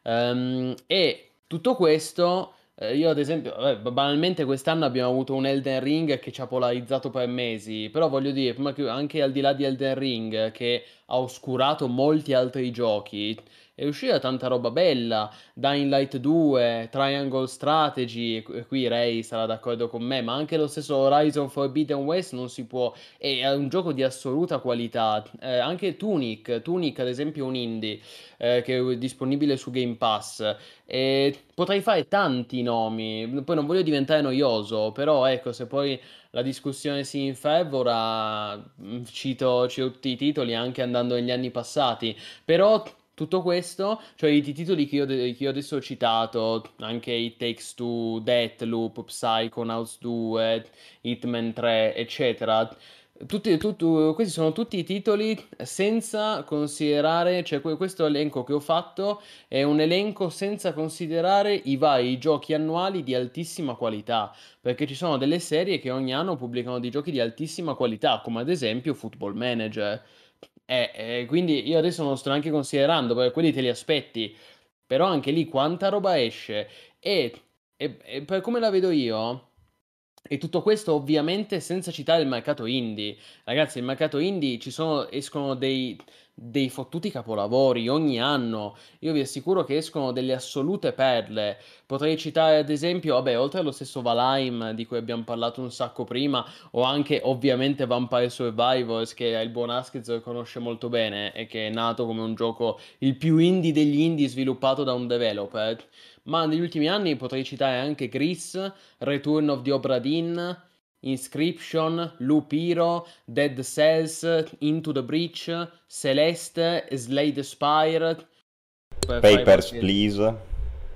Ehm, e tutto questo, eh, io ad esempio, vabbè, banalmente quest'anno abbiamo avuto un Elden Ring che ci ha polarizzato per mesi, però voglio dire, prima che- anche al di là di Elden Ring, che ha oscurato molti altri giochi, è uscita tanta roba bella. Dying Light due, Triangle Strategy, e e qui Ray sarà d'accordo con me, ma anche lo stesso Horizon Forbidden West non si può, è un gioco di assoluta qualità. Eh, anche Tunic, Tunic ad esempio è un indie eh, che è disponibile su Game Pass. E potrei fare tanti nomi, poi non voglio diventare noioso, però ecco, se poi la discussione si infervora, mm, cito, cito tutti i titoli anche andando negli anni passati, però tutto questo, cioè i titoli che io, de- che io adesso ho citato, anche It Takes Two, Deathloop, Psychonauts due, Hitman tre, eccetera, tutti, tu- tu- questi sono tutti i titoli senza considerare, cioè que- questo elenco che ho fatto è un elenco senza considerare i vari giochi annuali di altissima qualità, perché ci sono delle serie che ogni anno pubblicano dei giochi di altissima qualità, come ad esempio Football Manager. E, e quindi io adesso non sto neanche considerando, perché quelli te li aspetti, però anche lì quanta roba esce. E, e- e per come la vedo io, e tutto questo ovviamente senza citare il mercato indie. Ragazzi, il mercato indie ci sono, escono dei, dei fottuti capolavori ogni anno. Io vi assicuro che escono delle assolute perle. Potrei citare ad esempio, vabbè, oltre allo stesso Valheim di cui abbiamo parlato un sacco prima, o anche ovviamente Vampire Survivors, che il buon Askez conosce molto bene e che è nato come un gioco il più indie degli indie sviluppato da un developer. Ma negli ultimi anni potrei citare anche Gris, Return of the Obra Dinn, Inscription, Loop Hero, Dead Cells, Into the Breach, Celeste, Slay the Spire. per fare Papers, qualche- Please.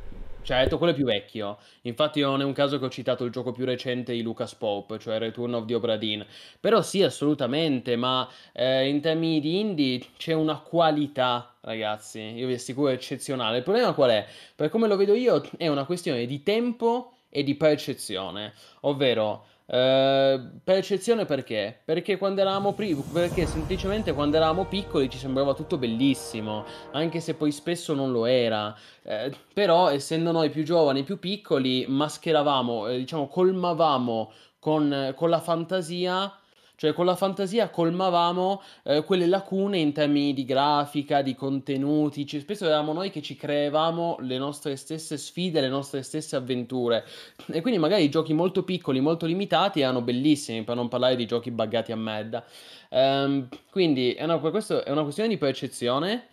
Certo, quello è più vecchio. Infatti non è un caso che ho citato il gioco più recente di Lucas Pope, cioè Return of the Obra Dinn. Però sì, assolutamente, ma eh, in termini di indie c'è una qualità, ragazzi, io vi assicuro, eccezionale. Il problema qual è? Per come lo vedo io, è una questione di tempo e di percezione. Ovvero, eh, percezione perché? Perché quando eravamo pri- perché semplicemente quando eravamo piccoli ci sembrava tutto bellissimo, anche se poi spesso non lo era. Eh, però, essendo noi più giovani, più piccoli, mascheravamo, eh, diciamo, colmavamo con, con la fantasia, cioè con la fantasia colmavamo eh, quelle lacune in termini di grafica, di contenuti. Cioè, spesso eravamo noi che ci creavamo le nostre stesse sfide, le nostre stesse avventure. E quindi magari giochi molto piccoli, molto limitati erano bellissimi, per non parlare di giochi buggati a merda. Ehm, quindi è una, questo è una questione di percezione.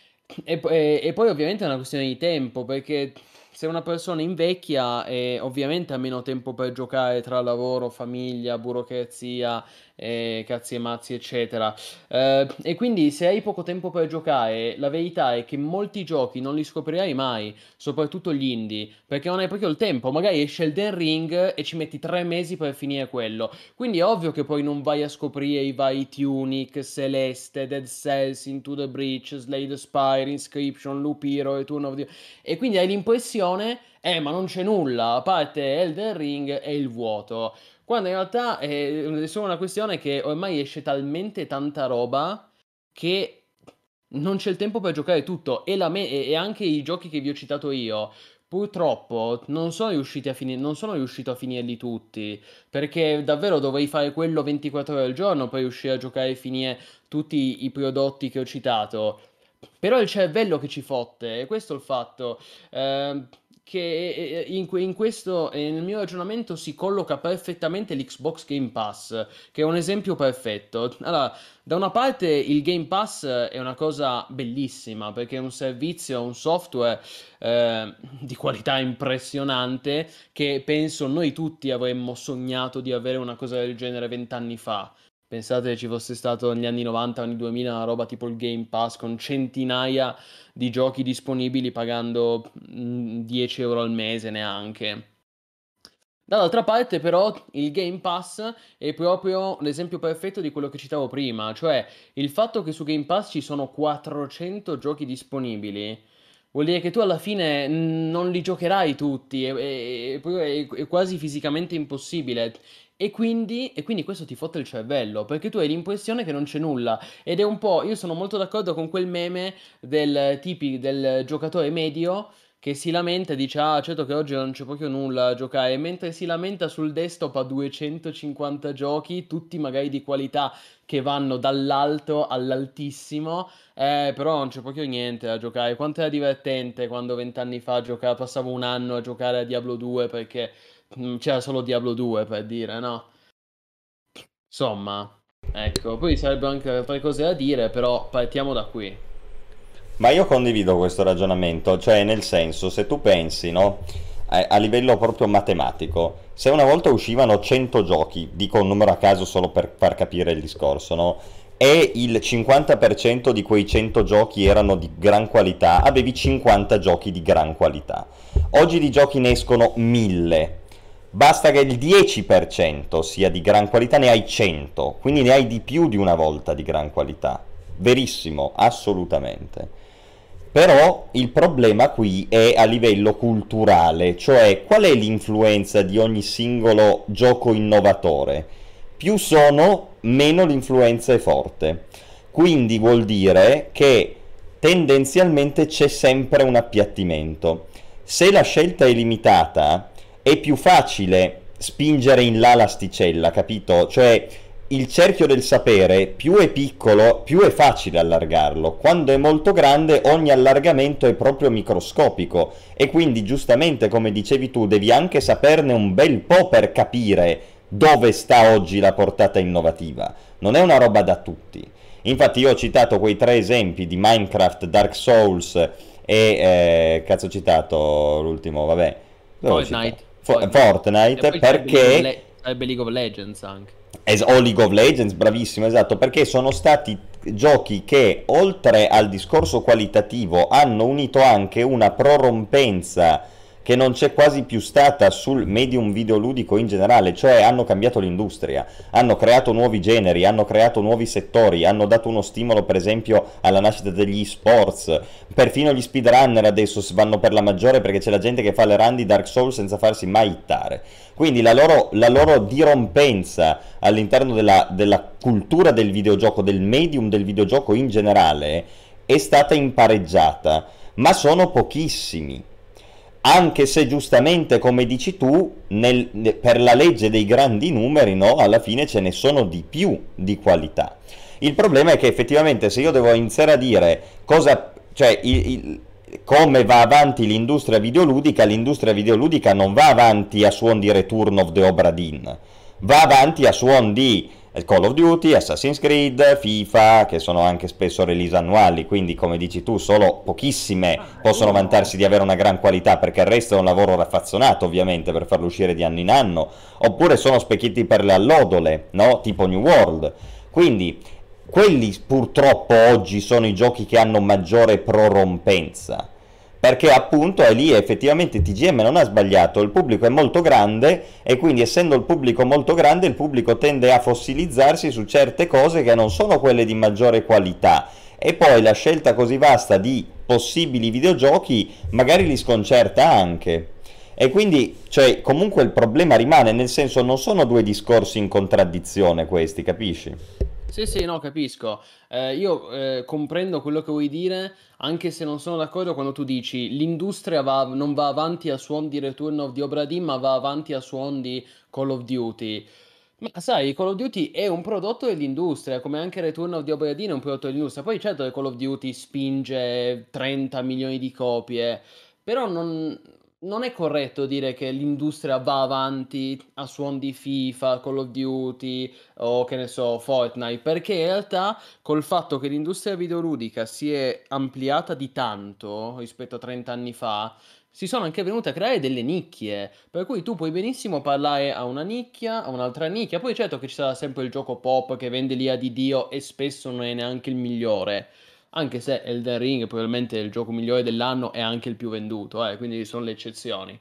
E, po- e- e poi ovviamente è una questione di tempo, perché se una persona invecchia e ovviamente ha meno tempo per giocare tra lavoro, famiglia, burocrazia, e cazzi e mazzi, eccetera. Eh, e quindi se hai poco tempo per giocare, la verità è che molti giochi non li scoprirai mai, soprattutto gli indie, perché non hai proprio il tempo. Magari esce Elden Ring e ci metti tre mesi per finire quello. Quindi è ovvio che poi non vai a scoprire i vari Tunic, Celeste, Dead Cells, Into the Breach, Slay the Spire, Inscription, Loop Hero, Return of the... E quindi hai l'impressione, eh, ma non c'è nulla, a parte Elden Ring e il vuoto. Quando in realtà è solo una questione che ormai esce talmente tanta roba che non c'è il tempo per giocare tutto. E, la me- e e anche i giochi che vi ho citato io, purtroppo, non sono riusciti a finire, non sono riuscito a finirli tutti. Perché davvero dovrei fare quello ventiquattro ore al giorno per riuscire a giocare e finire tutti i prodotti che ho citato. Però è il cervello che ci fotte, e questo è il fatto. Ehm, che in, que- in questo, eh, nel mio ragionamento, si colloca perfettamente l'Xbox Game Pass, che è un esempio perfetto. Allora, da una parte il Game Pass è una cosa bellissima, perché è un servizio, un software eh, di qualità impressionante, che penso noi tutti avremmo sognato di avere una cosa del genere vent'anni fa. Pensate che ci fosse stato negli anni novanta, anni duemila, una roba tipo il Game Pass con centinaia di giochi disponibili pagando mm, dieci euro al mese neanche. Dall'altra parte però il Game Pass è proprio l'esempio perfetto di quello che citavo prima, cioè il fatto che su Game Pass ci sono quattrocento giochi disponibili vuol dire che tu alla fine mm, non li giocherai tutti, è, è- è- è quasi fisicamente impossibile. E quindi, e quindi questo ti fotte il cervello, perché tu hai l'impressione che non c'è nulla. Ed è un po', io sono molto d'accordo con quel meme del tipi del giocatore medio che si lamenta e dice: ah, certo che oggi non c'è proprio nulla da giocare. Mentre si lamenta sul desktop a duecentocinquanta giochi, tutti magari di qualità che vanno dall'alto all'altissimo. Eh, però non c'è proprio niente da giocare. Quanto era divertente quando vent'anni fa giocavo, passavo un anno a giocare a Diablo due perché mm, c'era solo Diablo due, per dire, no? Insomma, ecco, poi sarebbero anche altre cose da dire, però partiamo da qui. Ma io condivido questo ragionamento, cioè nel senso, se tu pensi, no, a, a livello proprio matematico, se una volta uscivano cento giochi, dico un numero a caso solo per far capire il discorso, no, e il cinquanta per cento di quei cento giochi erano di gran qualità, avevi cinquanta giochi di gran qualità. Oggi di giochi ne escono mille. Basta che il dieci per cento sia di gran qualità, ne hai cento, quindi ne hai di più di una volta di gran qualità. Verissimo, assolutamente. Però il problema qui è a livello culturale, cioè qual è l'influenza di ogni singolo gioco innovatore? Più sono, meno l'influenza è forte. Quindi vuol dire che tendenzialmente c'è sempre un appiattimento. Se la scelta è limitata, è più facile spingere in là l'asticella, capito? Cioè il cerchio del sapere più è piccolo, più è facile allargarlo. Quando è molto grande, ogni allargamento è proprio microscopico e quindi giustamente, come dicevi tu, devi anche saperne un bel po' per capire dove sta oggi la portata innovativa. Non è una roba da tutti. Infatti io ho citato quei tre esempi di Minecraft, Dark Souls e eh, cazzo ho citato l'ultimo, vabbè. Dove l'ho Fortnite. citato? Fo- Fortnite. Fortnite, E poi perché sarebbe League of Legends anche. Es- o League of Legends, bravissimo, esatto, perché sono stati giochi che oltre al discorso qualitativo hanno unito anche una prorompenza che non c'è quasi più stata sul medium videoludico in generale, cioè hanno cambiato l'industria, hanno creato nuovi generi, hanno creato nuovi settori, hanno dato uno stimolo per esempio alla nascita degli e-sports, perfino gli speedrunner adesso vanno per la maggiore perché c'è la gente che fa le run di Dark Souls senza farsi mai hittare. Quindi la loro, la loro dirompenza all'interno della, della cultura del videogioco, del medium del videogioco in generale, è stata impareggiata, ma sono pochissimi. Anche se giustamente, come dici tu, nel, per la legge dei grandi numeri, no, alla fine ce ne sono di più di qualità. Il problema è che effettivamente se io devo iniziare a dire cosa, cioè il, il, come va avanti l'industria videoludica, l'industria videoludica non va avanti a suon di Return of the Obra Dinn, va avanti a suon di Call of Duty, Assassin's Creed, FIFA, che sono anche spesso release annuali, quindi come dici tu solo pochissime possono vantarsi di avere una gran qualità perché il resto è un lavoro raffazzonato ovviamente per farlo uscire di anno in anno, oppure sono specchietti per le allodole, no? Tipo New World. Quindi quelli purtroppo oggi sono i giochi che hanno maggiore prorompenza. Perché appunto è lì effettivamente T G M non ha sbagliato, il pubblico è molto grande e quindi essendo il pubblico molto grande il pubblico tende a fossilizzarsi su certe cose che non sono quelle di maggiore qualità e poi la scelta così vasta di possibili videogiochi magari li sconcerta anche. E quindi, cioè, comunque il problema rimane, nel senso non sono due discorsi in contraddizione questi, capisci? Sì, sì, no, capisco. Eh, io eh, comprendo quello che vuoi dire, anche se non sono d'accordo quando tu dici l'industria va- non va avanti a suon di Return of the Obra Dinn, ma va avanti a suon di Call of Duty. Ma sai, Call of Duty è un prodotto dell'industria, come anche Return of the Obra Dinn è un prodotto dell'industria. Poi certo che Call of Duty spinge trenta milioni di copie, però non, non è corretto dire che l'industria va avanti a suon di FIFA, Call of Duty o che ne so, Fortnite, perché in realtà col fatto che l'industria videoludica si è ampliata di tanto rispetto a trenta anni fa, si sono anche venute a creare delle nicchie, per cui tu puoi benissimo parlare a una nicchia, a un'altra nicchia, poi certo che ci sarà sempre il gioco pop che vende l'ira di Dio e spesso non è neanche il migliore, anche se Elden Ring probabilmente è il gioco migliore dell'anno e anche il più venduto, eh, quindi sono le eccezioni.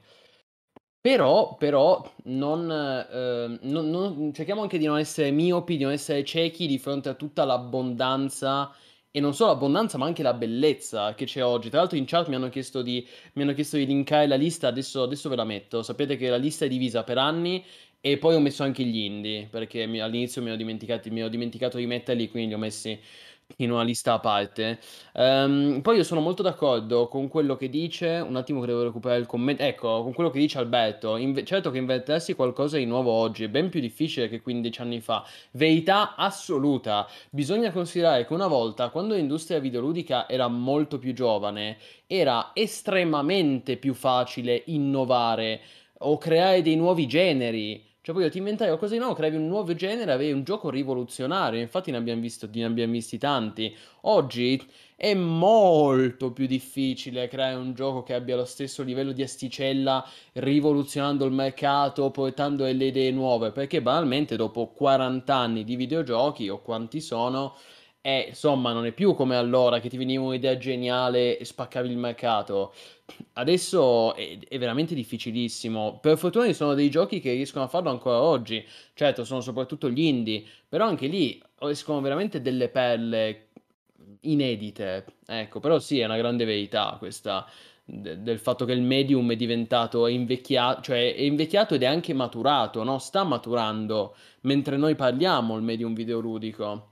Però, però non, eh, non- non- cerchiamo anche di non essere miopi, di non essere ciechi di fronte a tutta l'abbondanza, e non solo l'abbondanza, ma anche la bellezza che c'è oggi. Tra l'altro in chat mi hanno chiesto di, mi hanno chiesto di linkare la lista, adesso, adesso ve la metto. Sapete che la lista è divisa per anni e poi ho messo anche gli indie, perché mi- all'inizio mi ero dimenticato, mi ero dimenticato di metterli, quindi li ho messi in una lista a parte. Ehm, poi io sono molto d'accordo con quello che dice, un attimo che devo recuperare il commento, ecco, con quello che dice Alberto. Inve- certo che inventarsi qualcosa di nuovo oggi è ben più difficile che quindici anni fa. Verità assoluta. Bisogna considerare che una volta, quando l'industria videoludica era molto più giovane, era estremamente più facile innovare o creare dei nuovi generi. Cioè, poi ti inventavi qualcosa di nuovo, creavi un nuovo genere, avevi un gioco rivoluzionario. Infatti ne abbiamo visto, ne abbiamo visti tanti. Oggi è molto più difficile creare un gioco che abbia lo stesso livello di asticella, rivoluzionando il mercato, portando delle idee nuove, perché banalmente dopo quaranta anni di videogiochi, o quanti sono, E insomma, non è più come allora che ti veniva un'idea geniale e spaccavi il mercato. Adesso è, è veramente difficilissimo. Per fortuna ci sono dei giochi che riescono a farlo ancora oggi. Certo, sono soprattutto gli indie, però anche lì escono veramente delle perle inedite. Ecco, però sì, è una grande verità questa de- del fatto che il medium è diventato, è invecchiato, cioè è invecchiato ed è anche maturato, no? Sta maturando mentre noi parliamo il medium videoludico.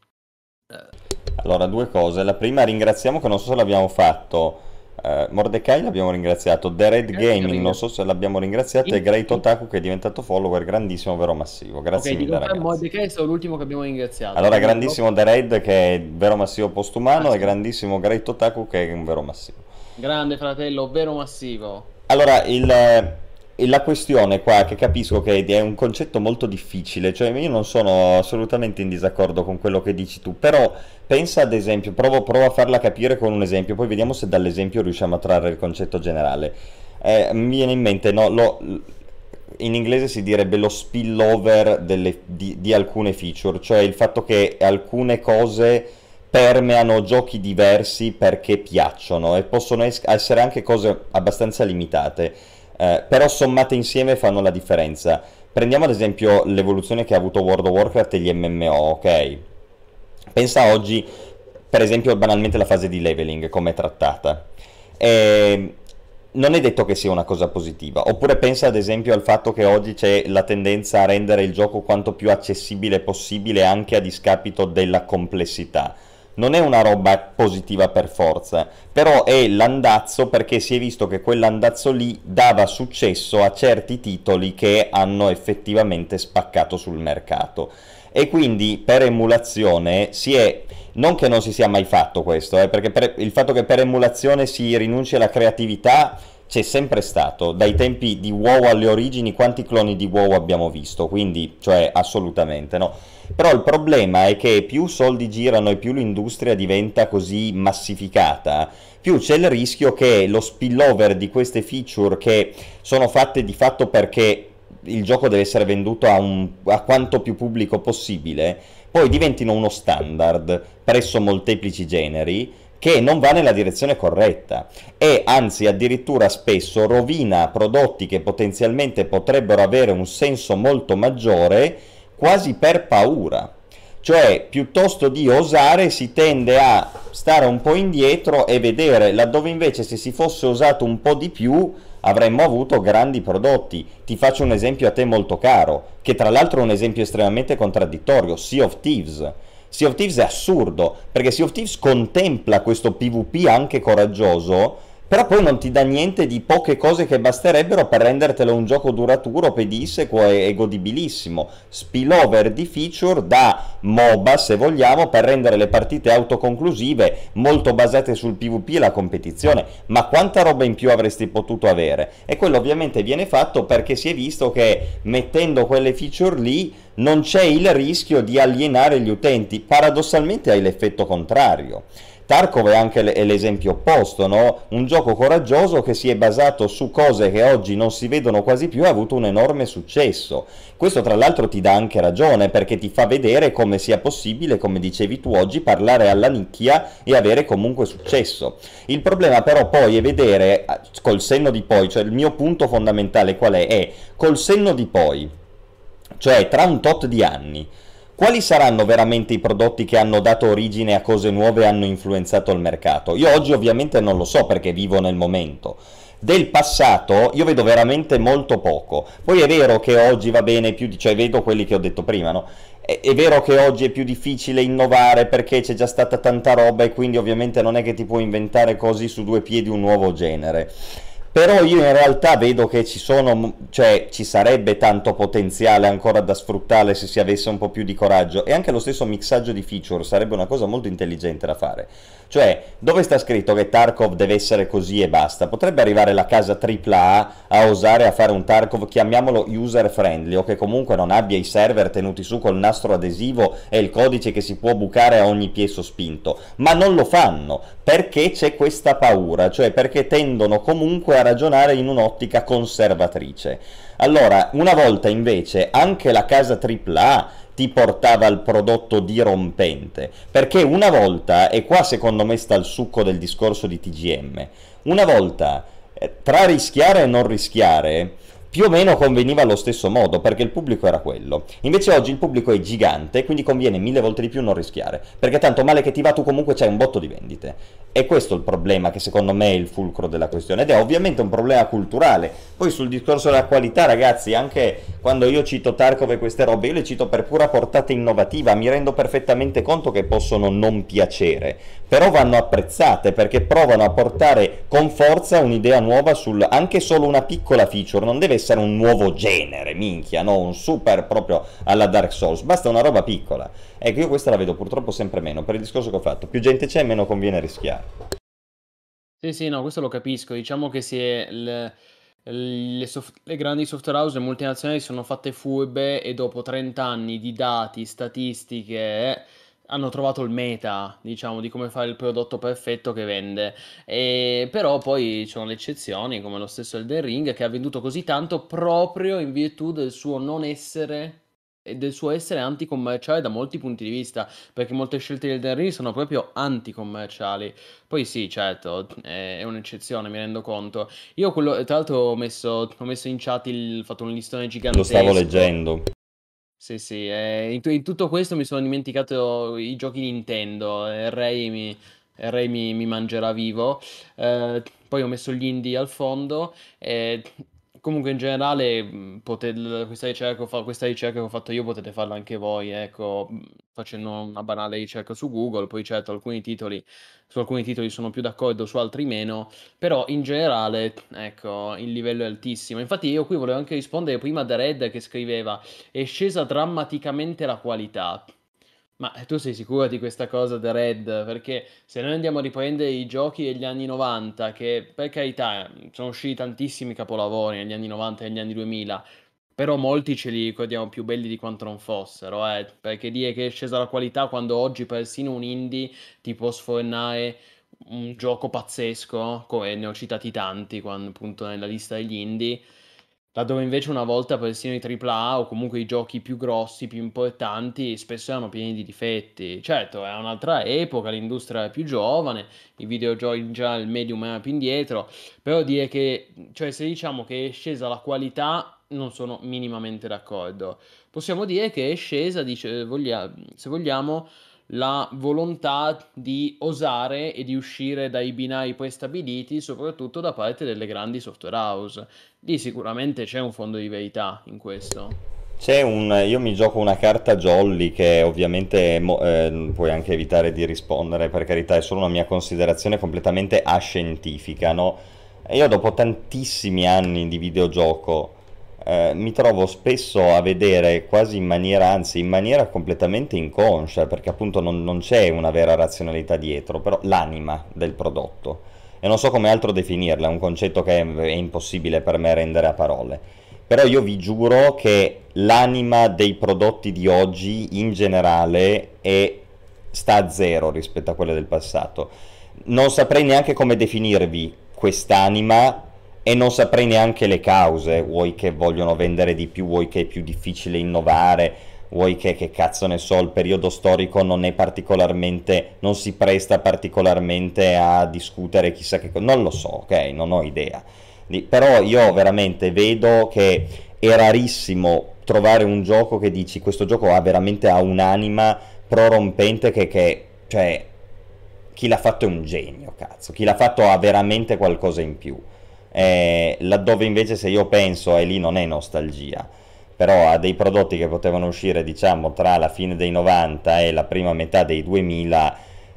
Allora, due cose. La prima, ringraziamo, che non so se l'abbiamo fatto, eh, Mordecai l'abbiamo ringraziato, The Red Eh, Gaming capito. non so se l'abbiamo ringraziato, e Great Otaku che è diventato follower, grandissimo, vero massivo. Ok, Grazie di mille confermo, ragazzi. Mordecai è stato l'ultimo che abbiamo ringraziato. Allora, Quindi grandissimo The Red che è vero massivo postumano, Ah, e sì. grandissimo Great Otaku che è un vero massivo. Grande fratello, vero massivo. Allora, il, il- la questione qua, che capisco che è un concetto molto difficile, cioè io non sono assolutamente in disaccordo con quello che dici tu, però pensa ad esempio, provo, provo a farla capire con un esempio, poi vediamo se dall'esempio riusciamo a trarre il concetto generale. Eh, mi viene in mente, no, lo- in inglese si direbbe lo spillover delle- di, di alcune feature, cioè il fatto che alcune cose permeano giochi diversi perché piacciono, e possono es- essere anche cose abbastanza limitate, eh, però sommate insieme fanno la differenza. Prendiamo ad esempio l'evoluzione che ha avuto World of Warcraft e gli M M O, ok? Pensa oggi, per esempio, banalmente la fase di leveling, come è trattata. E non è detto che sia una cosa positiva. Oppure pensa ad esempio al fatto che oggi c'è la tendenza a rendere il gioco quanto più accessibile possibile, anche a discapito della complessità. Non è una roba positiva per forza, però è l'andazzo, perché si è visto che quell'andazzo lì dava successo a certi titoli che hanno effettivamente spaccato sul mercato. E quindi per emulazione si è, non che non si sia mai fatto questo, eh, perché per, il fatto che per emulazione si rinunci alla creatività c'è sempre stato, dai tempi di WoW alle origini. Quanti cloni di WoW abbiamo visto? Quindi, cioè, assolutamente no. Però il problema è che più soldi girano e più l'industria diventa così massificata, più c'è il rischio che lo spillover di queste feature, che sono fatte di fatto perché il gioco deve essere venduto a, un, a quanto più pubblico possibile, poi diventino uno standard presso molteplici generi che non va nella direzione corretta, e anzi addirittura spesso rovina prodotti che potenzialmente potrebbero avere un senso molto maggiore, quasi per paura. Cioè, piuttosto di osare, si tende a stare un po' indietro e vedere, laddove invece se si fosse osato un po' di più avremmo avuto grandi prodotti. Ti faccio un esempio a te molto caro, che tra l'altro è un esempio estremamente contraddittorio: Sea of Thieves. Sea of Thieves è assurdo, perché Sea of Thieves contempla questo PvP anche coraggioso, però poi non ti dà niente di poche cose che basterebbero per rendertelo un gioco duraturo, pedissequo e, e godibilissimo. Spillover di feature da MOBA, se vogliamo, per rendere le partite autoconclusive, molto basate sul PvP e la competizione. Ma quanta roba in più avresti potuto avere? E quello ovviamente viene fatto perché si è visto che mettendo quelle feature lì non c'è il rischio di alienare gli utenti. Paradossalmente hai l'effetto contrario. Tarkov è anche l'esempio opposto, no? Un gioco coraggioso che si è basato su cose che oggi non si vedono quasi più, ha avuto un enorme successo. Questo tra l'altro ti dà anche ragione, perché ti fa vedere come sia possibile, come dicevi tu oggi, parlare alla nicchia e avere comunque successo. Il problema però poi è vedere col senno di poi, cioè il mio punto fondamentale qual è? È col senno di poi, cioè tra un tot di anni, quali saranno veramente i prodotti che hanno dato origine a cose nuove e hanno influenzato il mercato? Io oggi ovviamente non lo so, perché vivo nel momento. Del passato io vedo veramente molto poco. Poi è vero che oggi va bene più, cioè vedo quelli che ho detto prima, no? È, è vero che oggi è più difficile innovare perché c'è già stata tanta roba, e quindi ovviamente non è che ti puoi inventare così su due piedi un nuovo genere. Però io in realtà vedo che ci sono, cioè ci sarebbe tanto potenziale ancora da sfruttare se si avesse un po' più di coraggio, e anche lo stesso mixaggio di feature sarebbe una cosa molto intelligente da fare. Cioè, dove sta scritto che Tarkov deve essere così e basta? Potrebbe arrivare la casa tripla A a osare a fare un Tarkov, chiamiamolo user friendly, o che comunque non abbia i server tenuti su col nastro adesivo e il codice che si può bucare a ogni piè sospinto, ma non lo fanno, perché c'è questa paura, cioè perché tendono comunque a ragionare in un'ottica conservatrice. Allora, una volta invece anche la casa tripla A ti portava al prodotto dirompente, perché una volta, e qua secondo me sta il succo del discorso di T G M, una volta eh, tra rischiare e non rischiare più o meno conveniva allo stesso modo, perché il pubblico era quello. Invece oggi il pubblico è gigante, quindi conviene mille volte di più non rischiare, perché tanto male che ti va tu comunque c'hai un botto di vendite. E questo è il problema, che secondo me è il fulcro della questione, ed è ovviamente un problema culturale. Poi sul discorso della qualità, ragazzi, anche quando io cito Tarkov e queste robe, io le cito per pura portata innovativa, mi rendo perfettamente conto che possono non piacere, però vanno apprezzate perché provano a portare con forza un'idea nuova sul anche solo una piccola feature. Non deve essere un nuovo genere, minchia, no, un super proprio alla Dark Souls, basta una roba piccola. Ecco, io questa la vedo purtroppo sempre meno, per il discorso che ho fatto, più gente c'è meno conviene rischiare. Sì, sì, no, questo lo capisco. Diciamo che si è le, le soft- le grandi software house e multinazionali sono fatte furbe e dopo trenta anni di dati, statistiche, eh, hanno trovato il meta, diciamo, di come fare il prodotto perfetto che vende. E, però poi ci sono le eccezioni, come lo stesso Elden Ring, che ha venduto così tanto proprio in virtù del suo non essere e del suo essere anticommerciale da molti punti di vista, perché molte scelte di Elden Ring sono proprio anticommerciali. Poi sì, certo, è è un'eccezione, mi rendo conto. Io quello, tra l'altro ho messo, ho messo in chat il, ho fatto un listone Lo stavo gigantesco. leggendo. Sì, sì, eh, in, tu- in tutto questo mi sono dimenticato i giochi Nintendo, e Ray mi, e Ray mi, mi mangerà vivo. Eh, poi ho messo gli indie al fondo. E comunque in generale, mh, pote- l- questa ricerca, che ho fa- questa ricerca che ho fatto io potete farla anche voi, ecco, mh, facendo una banale ricerca su Google. Poi certo, alcuni titoli, su alcuni titoli sono più d'accordo, su altri meno. Però in generale, ecco, il livello è altissimo. Infatti io qui volevo anche rispondere prima da Red che scriveva: è scesa drammaticamente la qualità. Ma tu sei sicuro di questa cosa, The Red? Perché se noi andiamo a riprendere i giochi degli anni novanta, che per carità sono usciti tantissimi capolavori negli anni novanta e negli anni duemila, però molti ce li ricordiamo più belli di quanto non fossero, eh? Perché dire che è scesa la qualità quando oggi persino un indie ti può sfornare un gioco pazzesco, come ne ho citati tanti quando, appunto nella lista degli indie, laddove invece una volta persino i tripla A o comunque i giochi più grossi, più importanti, spesso erano pieni di difetti. Certo, è un'altra epoca, l'industria era più giovane, i videogiochi già il medium era più indietro, però dire che, cioè se diciamo che è scesa la qualità, non sono minimamente d'accordo. Possiamo dire che è scesa, dice, voglia- se vogliamo, la volontà di osare e di uscire dai binari prestabiliti, soprattutto da parte delle grandi software house. Lì sicuramente c'è un fondo di verità in questo. C'è un, io mi gioco una carta jolly che ovviamente mo- eh, puoi anche evitare di rispondere, per carità, è solo una mia considerazione completamente ascientifica, no? E io dopo tantissimi anni di videogioco eh, mi trovo spesso a vedere quasi in maniera, anzi in maniera completamente inconscia, perché appunto non, non c'è una vera razionalità dietro, però l'anima del prodotto. E non so come altro definirla, è un concetto che è, è impossibile per me rendere a parole. Però io vi giuro che l'anima dei prodotti di oggi in generale è, sta a zero rispetto a quelle del passato. Non saprei neanche come definirvi quest'anima e non saprei neanche le cause. Vuoi che vogliono vendere di più, vuoi che è più difficile innovare, vuoi che, che cazzo ne so, il periodo storico non è particolarmente, non si presta particolarmente a discutere chissà che cosa, non lo so, ok, non ho idea. Di- Però io veramente vedo che è rarissimo trovare un gioco che dici questo gioco ha veramente ha un'anima prorompente che, che cioè chi l'ha fatto è un genio, cazzo, chi l'ha fatto ha veramente qualcosa in più. Eh, laddove invece se io penso, e lì non è nostalgia, però a dei prodotti che potevano uscire diciamo tra la fine dei novanta e la prima metà dei duemila,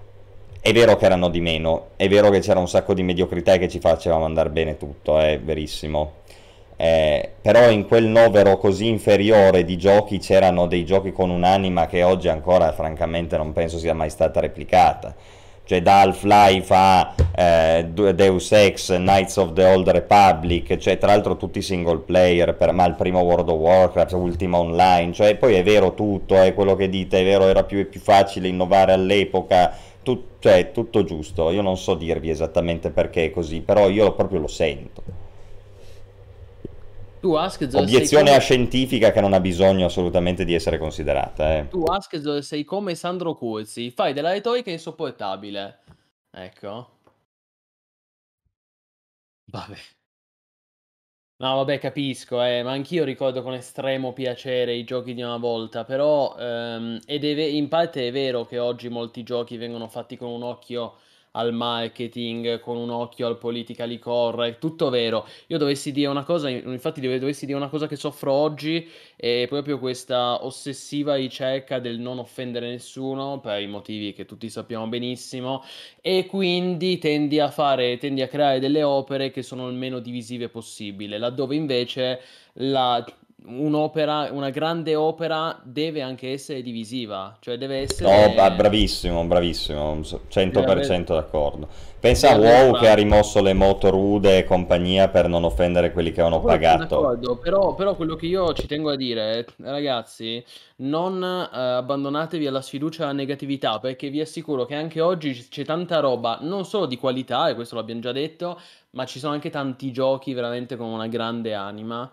è vero che erano di meno, è vero che c'era un sacco di mediocrità e che ci facevamo andare bene tutto, è verissimo. Eh, però in quel novero così inferiore di giochi c'erano dei giochi con un'anima che oggi ancora francamente non penso sia mai stata replicata. Cioè da Half-Life a eh, Deus Ex, Knights of the Old Republic, cioè tra l'altro tutti single player, per, ma il primo World of Warcraft, Ultima Online, cioè poi è vero tutto, è quello che dite, è vero, era più, più facile innovare all'epoca, tu, cioè tutto giusto, io non so dirvi esattamente perché è così, però io proprio lo sento. Tu Asked sei Obiezione come... ascientifica che non ha bisogno assolutamente di essere considerata, eh. Tu Asked sei come Sandro Curzi, fai della retorica insopportabile. Ecco. Vabbè. No, vabbè, capisco, eh, ma anch'io ricordo con estremo piacere i giochi di una volta, però ehm, ed è ve- in parte è vero che oggi molti giochi vengono fatti con un occhio al marketing, con un occhio al politically correct, tutto vero. Io dovessi dire una cosa, infatti dove- dovessi dire una cosa che soffro oggi è proprio questa ossessiva ricerca del non offendere nessuno, per i motivi che tutti sappiamo benissimo, e quindi tendi a fare, tendi a creare delle opere che sono il meno divisive possibile, laddove invece la, un'opera, una grande opera deve anche essere divisiva, cioè deve essere... No, ba- bravissimo, bravissimo, so- cento deve per avere- cento d'accordo. Pensa a deve avere WoW che ha una- rimosso le moto rude e compagnia per non offendere quelli che avevano Quello sono pagato. d'accordo, però, però quello che io ci tengo a dire, ragazzi, non eh, abbandonatevi alla sfiducia e alla negatività, perché vi assicuro che anche oggi c- c'è tanta roba, non solo di qualità, e questo l'abbiamo già detto, ma ci sono anche tanti giochi veramente con una grande anima.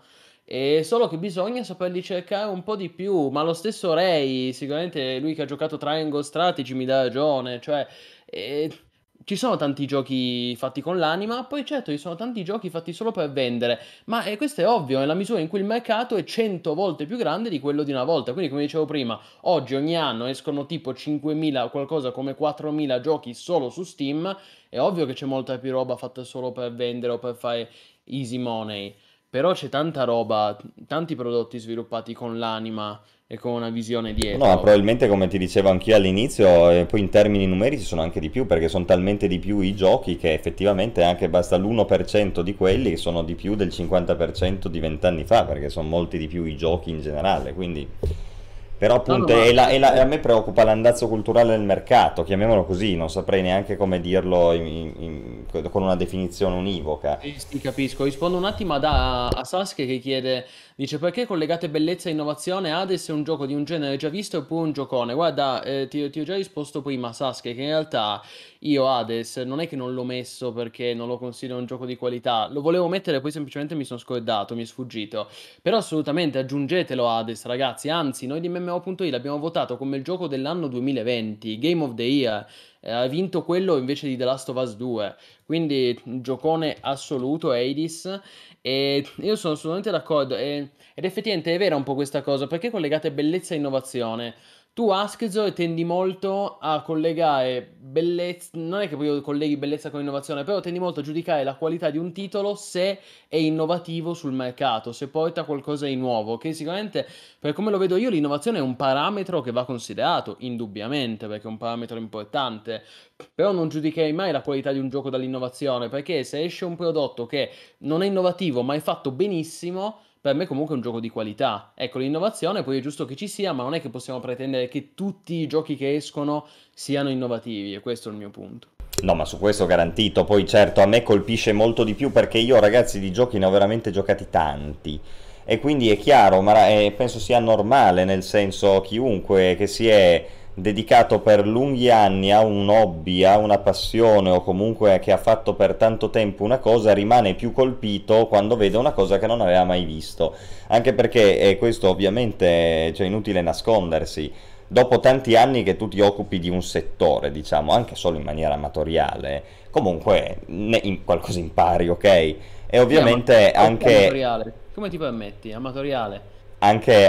E solo che bisogna saperli cercare un po' di più, ma lo stesso Ray, sicuramente lui che ha giocato Triangle Strategy mi dà ragione, cioè eh, ci sono tanti giochi fatti con l'anima, poi certo ci sono tanti giochi fatti solo per vendere, ma eh, questo è ovvio, nella misura in cui il mercato è cento volte più grande di quello di una volta, quindi come dicevo prima, oggi ogni anno escono tipo cinquemila o qualcosa come quattromila giochi solo su Steam, è ovvio che c'è molta più roba fatta solo per vendere o per fare easy money. Però c'è tanta roba, tanti prodotti sviluppati con l'anima e con una visione No, dietro. ma probabilmente come ti dicevo anch'io all'inizio, e poi in termini numerici sono anche di più, perché sono talmente di più i giochi che effettivamente anche basta l'uno per cento di quelli che sono di più del cinquanta per cento di vent'anni fa, perché sono molti di più i giochi in generale, quindi... Però No, no, appunto ma è la- è la- a me preoccupa l'andazzo culturale del mercato, chiamiamolo così, non saprei neanche come dirlo in- in- con una definizione univoca. sì, sì, capisco. Rispondo un attimo ad- a, a Sasuke che chiede, dice perché collegate bellezza e innovazione? Hades è un gioco di un genere già visto oppure un giocone? Guarda, eh, ti, ti ho già risposto prima, Sasuke, che in realtà io Hades non è che non l'ho messo perché non lo considero un gioco di qualità, lo volevo mettere poi semplicemente mi sono scordato, mi è sfuggito. Però assolutamente aggiungetelo Hades, ragazzi, anzi noi di M M O punto I l'abbiamo votato come il gioco dell'anno duemilaventi, Game of the Year, eh, ha vinto quello invece di The Last of Us due. Quindi giocone assoluto Hades e io sono assolutamente d'accordo e- ed effettivamente è vera un po' questa cosa perché collegate bellezza e innovazione. Tu Askzo tendi molto a collegare bellezza, non è che poi colleghi bellezza con innovazione, però tendi molto a giudicare la qualità di un titolo se è innovativo sul mercato, se porta qualcosa di nuovo, che sicuramente per come lo vedo io l'innovazione è un parametro che va considerato, indubbiamente, perché è un parametro importante. Però non giudicherei mai la qualità di un gioco dall'innovazione, perché se esce un prodotto che non è innovativo ma è fatto benissimo, per me comunque è un gioco di qualità. Ecco, l'innovazione poi è giusto che ci sia, ma non è che possiamo pretendere che tutti i giochi che escono siano innovativi, e questo è il mio punto. No, ma su questo garantito. Poi certo a me colpisce molto di più perché io ragazzi di giochi ne ho veramente giocati tanti. E quindi è chiaro, ma eh, penso sia normale, nel senso chiunque che si è dedicato per lunghi anni a un hobby, a una passione o comunque che ha fatto per tanto tempo una cosa rimane più colpito quando vede una cosa che non aveva mai visto. Anche perché, e questo ovviamente cioè, è inutile nascondersi, dopo tanti anni che tu ti occupi di un settore, diciamo, anche solo in maniera amatoriale, comunque ne, in, qualcosa impari, ok? E ovviamente Sì, ama- anche... amatoriale. Come ti permetti? Amatoriale. anche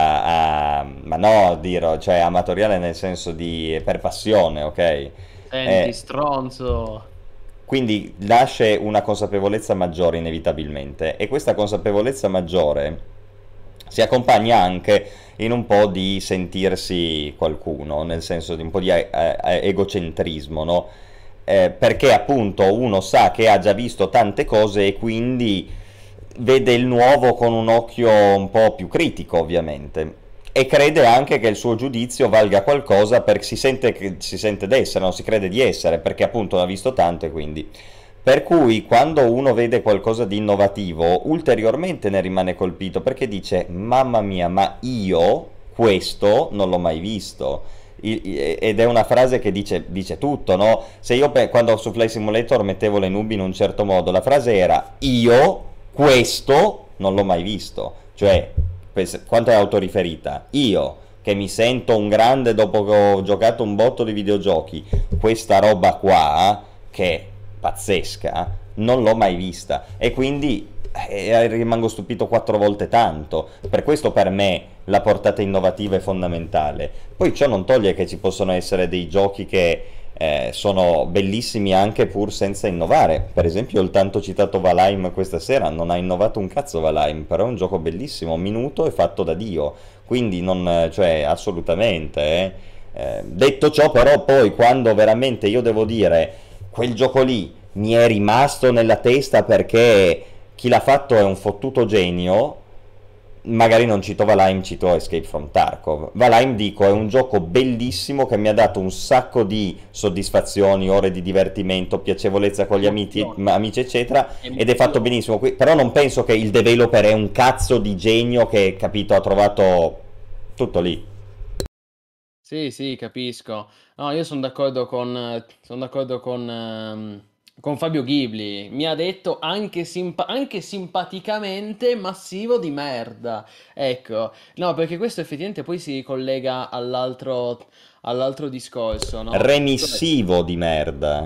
a, a- ma no, dirò, cioè amatoriale nel senso di per passione, ok? Senti, Eh, stronzo. quindi nasce una consapevolezza maggiore inevitabilmente e questa consapevolezza maggiore si accompagna anche in un po' di sentirsi qualcuno, nel senso di un po' di eh, eh, egocentrismo, no? Eh, perché appunto uno sa che ha già visto tante cose e quindi vede il nuovo con un occhio un po' più critico, ovviamente. E crede anche che il suo giudizio valga qualcosa perché si sente, che- si sente d'essere, non si crede di essere, perché appunto ne ha visto tante, quindi. Per cui quando uno vede qualcosa di innovativo, ulteriormente ne rimane colpito perché dice: Mamma mia, ma io questo non l'ho mai visto. I- i- Ed è una frase che dice, dice tutto, no? Se io pe- quando su Flight Simulator mettevo le nubi in un certo modo, la frase era: Io questo non l'ho mai visto. Cioè, pens- quanto è autoriferita? Io, che mi sento un grande dopo che ho giocato un botto di videogiochi, questa roba qua, che è pazzesca, non l'ho mai vista. E quindi eh, rimango stupito quattro volte tanto. Per questo per me la portata innovativa è fondamentale. Poi ciò non toglie che ci possono essere dei giochi che eh, sono bellissimi anche pur senza innovare. Per esempio il tanto citato Valheim questa sera non ha innovato un cazzo Valheim, però è un gioco bellissimo, minuto e fatto da Dio, quindi non, cioè assolutamente. Eh. Eh, detto ciò però poi quando veramente io devo dire quel gioco lì mi è rimasto nella testa perché chi l'ha fatto è un fottuto genio, magari non cito Valheim, cito Escape from Tarkov. Valheim, dico, è un gioco bellissimo che mi ha dato un sacco di soddisfazioni, ore di divertimento, piacevolezza con gli amici, amici eccetera, ed è fatto benissimo. Però non penso che il developer è un cazzo di genio che, capito, ha trovato tutto lì. Sì, sì, capisco. No, io sono d'accordo con, sono d'accordo con, ehm, con Fabio Ghibli. Mi ha detto anche, simpa- anche simpaticamente massivo di merda. Ecco, no, perché questo effettivamente poi si collega all'altro all'altro discorso, no? Cioè, Remissivo di merda.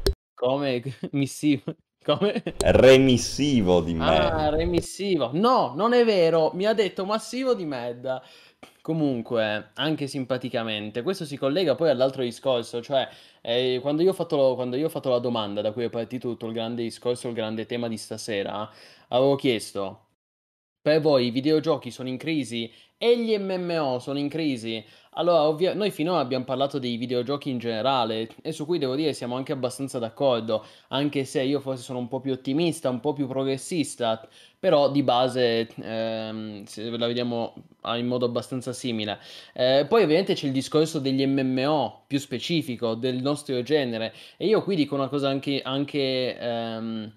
come missivo, come? Remissivo di Ah, merda. remissivo. No, non è vero. Mi ha detto massivo di merda. Comunque, anche simpaticamente, questo si collega poi all'altro discorso, cioè eh, quando io ho fatto, quando io ho fatto la domanda da cui è partito tutto il grande discorso, il grande tema di stasera, avevo chiesto, per voi i videogiochi sono in crisi e gli M M O sono in crisi? Allora, ovvia- noi finora abbiamo parlato dei videogiochi in generale e su cui devo dire siamo anche abbastanza d'accordo, anche se io forse sono un po' più ottimista, un po' più progressista, però di base ehm, se la vediamo ah, in modo abbastanza simile. Eh, poi ovviamente c'è il discorso degli M M O più specifico del nostro genere e io qui dico una cosa anche, anche ehm,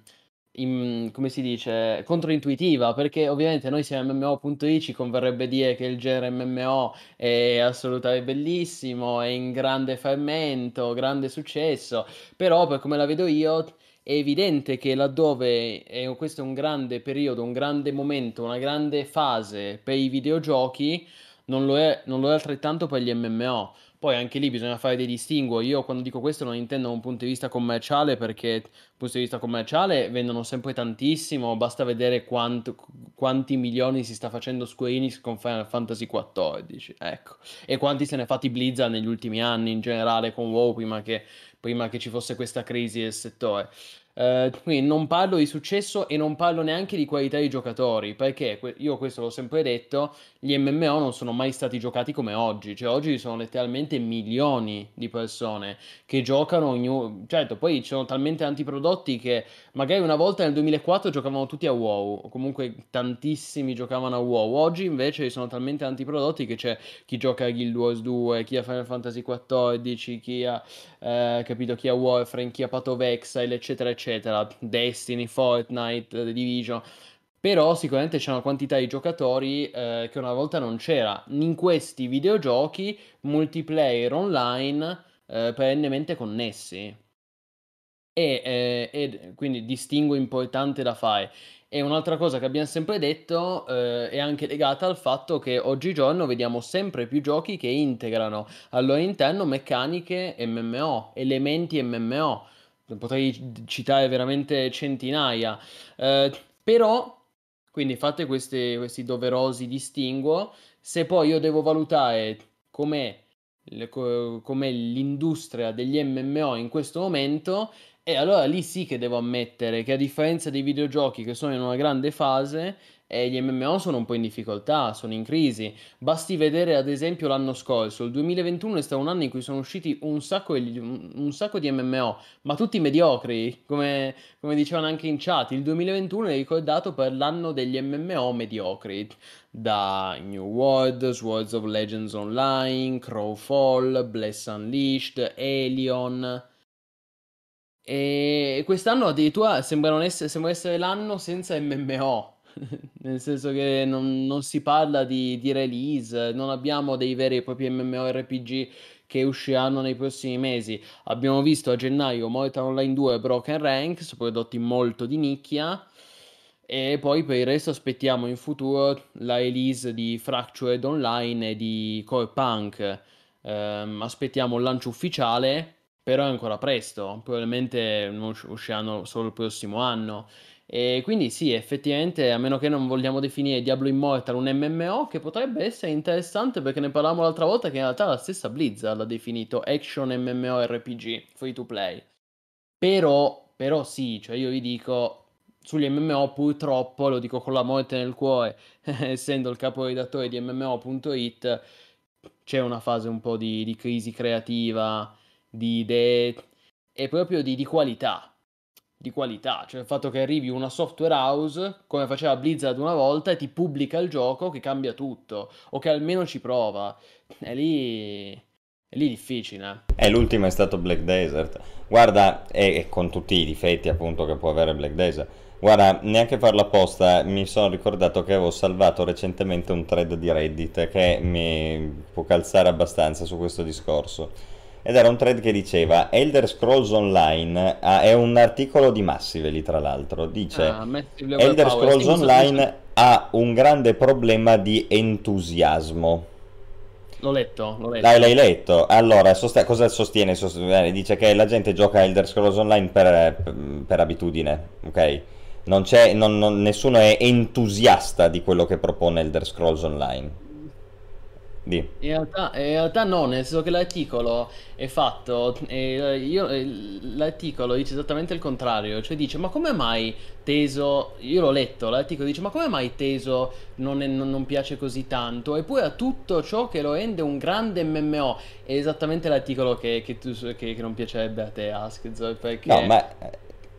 in- come si dice, controintuitiva, perché ovviamente noi siamo M M O punto I, ci converrebbe dire che il genere M M O è assolutamente bellissimo, è in grande fermento, grande successo, però per come la vedo io è evidente che laddove è- questo è un grande periodo, un grande momento, una grande fase per i videogiochi, non lo è, non lo è altrettanto per gli M M O. Poi anche lì bisogna fare dei distinguo. Io quando dico questo non intendo da un punto di vista commerciale, perché dal punto di vista commerciale vendono sempre tantissimo, basta vedere quanto- quanti milioni si sta facendo Square Enix con Final Fantasy quattordici, ecco, e quanti se ne è fatti Blizzard negli ultimi anni in generale con WoW prima che, prima che ci fosse questa crisi del settore. Eh, quindi non parlo di successo e non parlo neanche di qualità di giocatori, perché que- io questo l'ho sempre detto, gli M M O non sono mai stati giocati come oggi, cioè oggi ci sono letteralmente milioni di persone che giocano, ognu- certo, poi ci sono talmente tanti prodotti che magari una volta nel duemilaquattro giocavano tutti a WoW, o comunque tantissimi giocavano a WoW, oggi invece ci sono talmente tanti prodotti che c'è chi gioca a Guild Wars due, chi ha Final Fantasy quattordici, chi ha, eh, capito, chi ha Warframe, chi ha Path of Exile, eccetera, eccetera, Destiny, Fortnite, The Division. Però sicuramente c'è una quantità di giocatori eh, che una volta non c'era. In questi videogiochi multiplayer online eh, perennemente connessi. E, eh, ed- quindi distinguo importante da fare. E un'altra cosa che abbiamo sempre detto eh, è anche legata al fatto che oggigiorno vediamo sempre più giochi che integrano al loro interno meccaniche M M O, elementi M M O. Potrei citare veramente centinaia. Eh, però, quindi fate questi, questi doverosi distinguo. Se poi io devo valutare com'è le- co- com'è l'industria degli M M O in questo momento, e allora lì sì che devo ammettere che a differenza dei videogiochi che sono in una grande fase, eh, gli M M O sono un po' in difficoltà, sono in crisi. Basti vedere ad esempio l'anno scorso, il duemilaventuno è stato un anno in cui sono usciti un sacco, di- un un sacco di M M O, ma tutti mediocri, come, come dicevano anche in chat. Il duemilaventuno è ricordato per l'anno degli M M O mediocri, da New World, Swords of Legends Online, Crowfall, Bless Unleashed, Alien. E quest'anno addirittura sembra, non essere, sembra essere l'anno senza M M O, nel senso che non, non si parla di, di release, non abbiamo dei veri e propri MMORPG che usciranno nei prossimi mesi. Abbiamo visto a gennaio Mortal Online due e Broken Ranks, prodotti molto di nicchia, E poi per il resto aspettiamo in futuro la release di Fractured Online e di Core Punk. Ehm, aspettiamo il lancio ufficiale, però è ancora presto, probabilmente non usc- usciranno solo il prossimo anno. E quindi sì, effettivamente, a meno che non vogliamo definire Diablo Immortal un M M O, che potrebbe essere interessante perché ne parlavamo l'altra volta, che in realtà la stessa Blizzard l'ha definito Action MMORPG, free to play. Però, però sì, cioè io vi dico, sugli M M O purtroppo, lo dico con la morte nel cuore, essendo il caporedattore di M M O punto it, c'è una fase un po' di, di crisi creativa, di idee e proprio di, di qualità. Di qualità, cioè il fatto che arrivi una software house come faceva Blizzard una volta e ti pubblica il gioco che cambia tutto, o che almeno ci prova. È lì, è lì difficile. E l'ultimo è stato Black Desert. Guarda, e, e con tutti i difetti appunto che può avere Black Desert. Guarda, neanche farlo apposta, mi sono ricordato che avevo salvato recentemente un thread di Reddit che mi può calzare abbastanza su questo discorso. Ed era un thread che diceva Elder Scrolls Online, ah, è un articolo di Massively tra l'altro, dice Ah, Massively Overpowered. Elder Scrolls Sì, mi sto Online dicendo- ha un grande problema di entusiasmo. L'ho letto, l'ho letto. L'hai, l'hai letto? Allora, sosta- cosa sostiene? Sost- eh, dice che la gente gioca a Elder Scrolls Online per, per abitudine, ok? Non c'è, non- non- nessuno è entusiasta di quello che propone Elder Scrolls Online. Di. In realtà, in realtà no, nel senso che l'articolo è fatto, e io, eh, l'articolo dice esattamente il contrario, cioè dice ma come mai Teso, io l'ho letto, l'articolo dice ma come mai Teso non, è- non- non piace così tanto, eppure ha tutto ciò che lo rende un grande M M O, è esattamente l'articolo che, che, tu, che, che non piacerebbe a te, Askz, perché... No, ma... eh,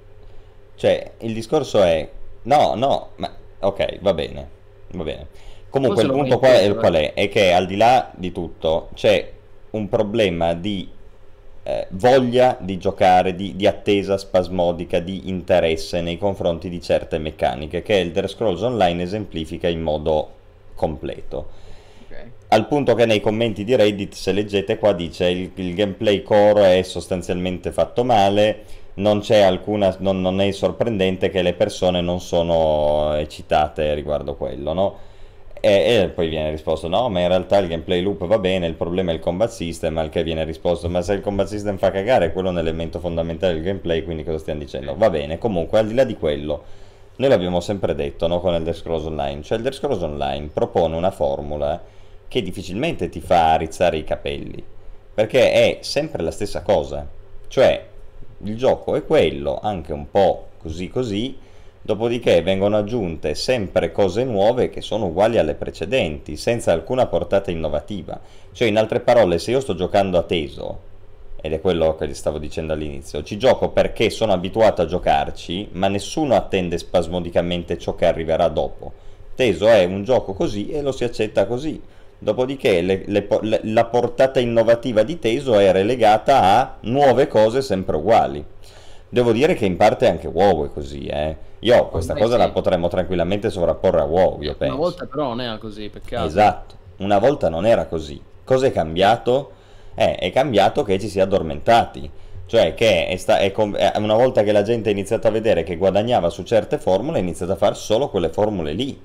Cioè, il discorso è... No, no, ma... Ok, va bene, va bene. Comunque Forse il l'ho punto qua è, inteso, qual è? È che al di là di tutto c'è un problema di eh, voglia di giocare, di, di attesa spasmodica, di interesse nei confronti di certe meccaniche che Elder Scrolls Online esemplifica in modo completo. Ok. Al punto che nei commenti di Reddit, se leggete qua, dice il, il gameplay core è sostanzialmente fatto male, non c'è alcuna, non, non è sorprendente che le persone non sono eccitate riguardo quello, no? E, e poi viene risposto no, ma in realtà il gameplay loop va bene, il problema è il combat system, al che viene risposto ma se il combat system fa cagare, quello è un elemento fondamentale del gameplay, quindi cosa stiamo dicendo? Va bene, comunque al di là di quello, noi l'abbiamo sempre detto, no, con Elder Scrolls Online, cioè Elder Scrolls Online propone una formula che difficilmente ti fa rizzare i capelli, perché è sempre la stessa cosa, cioè il gioco è quello, anche un po' così così, dopodiché vengono aggiunte sempre cose nuove che sono uguali alle precedenti, senza alcuna portata innovativa. Cioè, in altre parole, se io sto giocando a Teso, ed è quello che gli stavo dicendo all'inizio, ci gioco perché sono abituato a giocarci, ma nessuno attende spasmodicamente ciò che arriverà dopo. Teso è un gioco così e lo si accetta così. Dopodiché le, le, le, la portata innovativa di Teso è relegata a nuove cose sempre uguali. Devo dire che in parte anche WoW è così, eh. Io questa Beh, cosa sì. la potremmo tranquillamente sovrapporre a WoW, io Una penso. volta però non era così, peccato. Esatto, una volta non era così. Cosa è cambiato? Eh, è cambiato che ci si è addormentati. Cioè che è sta- è com- è una volta che la gente ha iniziato a vedere che guadagnava su certe formule, ha iniziato a fare solo quelle formule lì.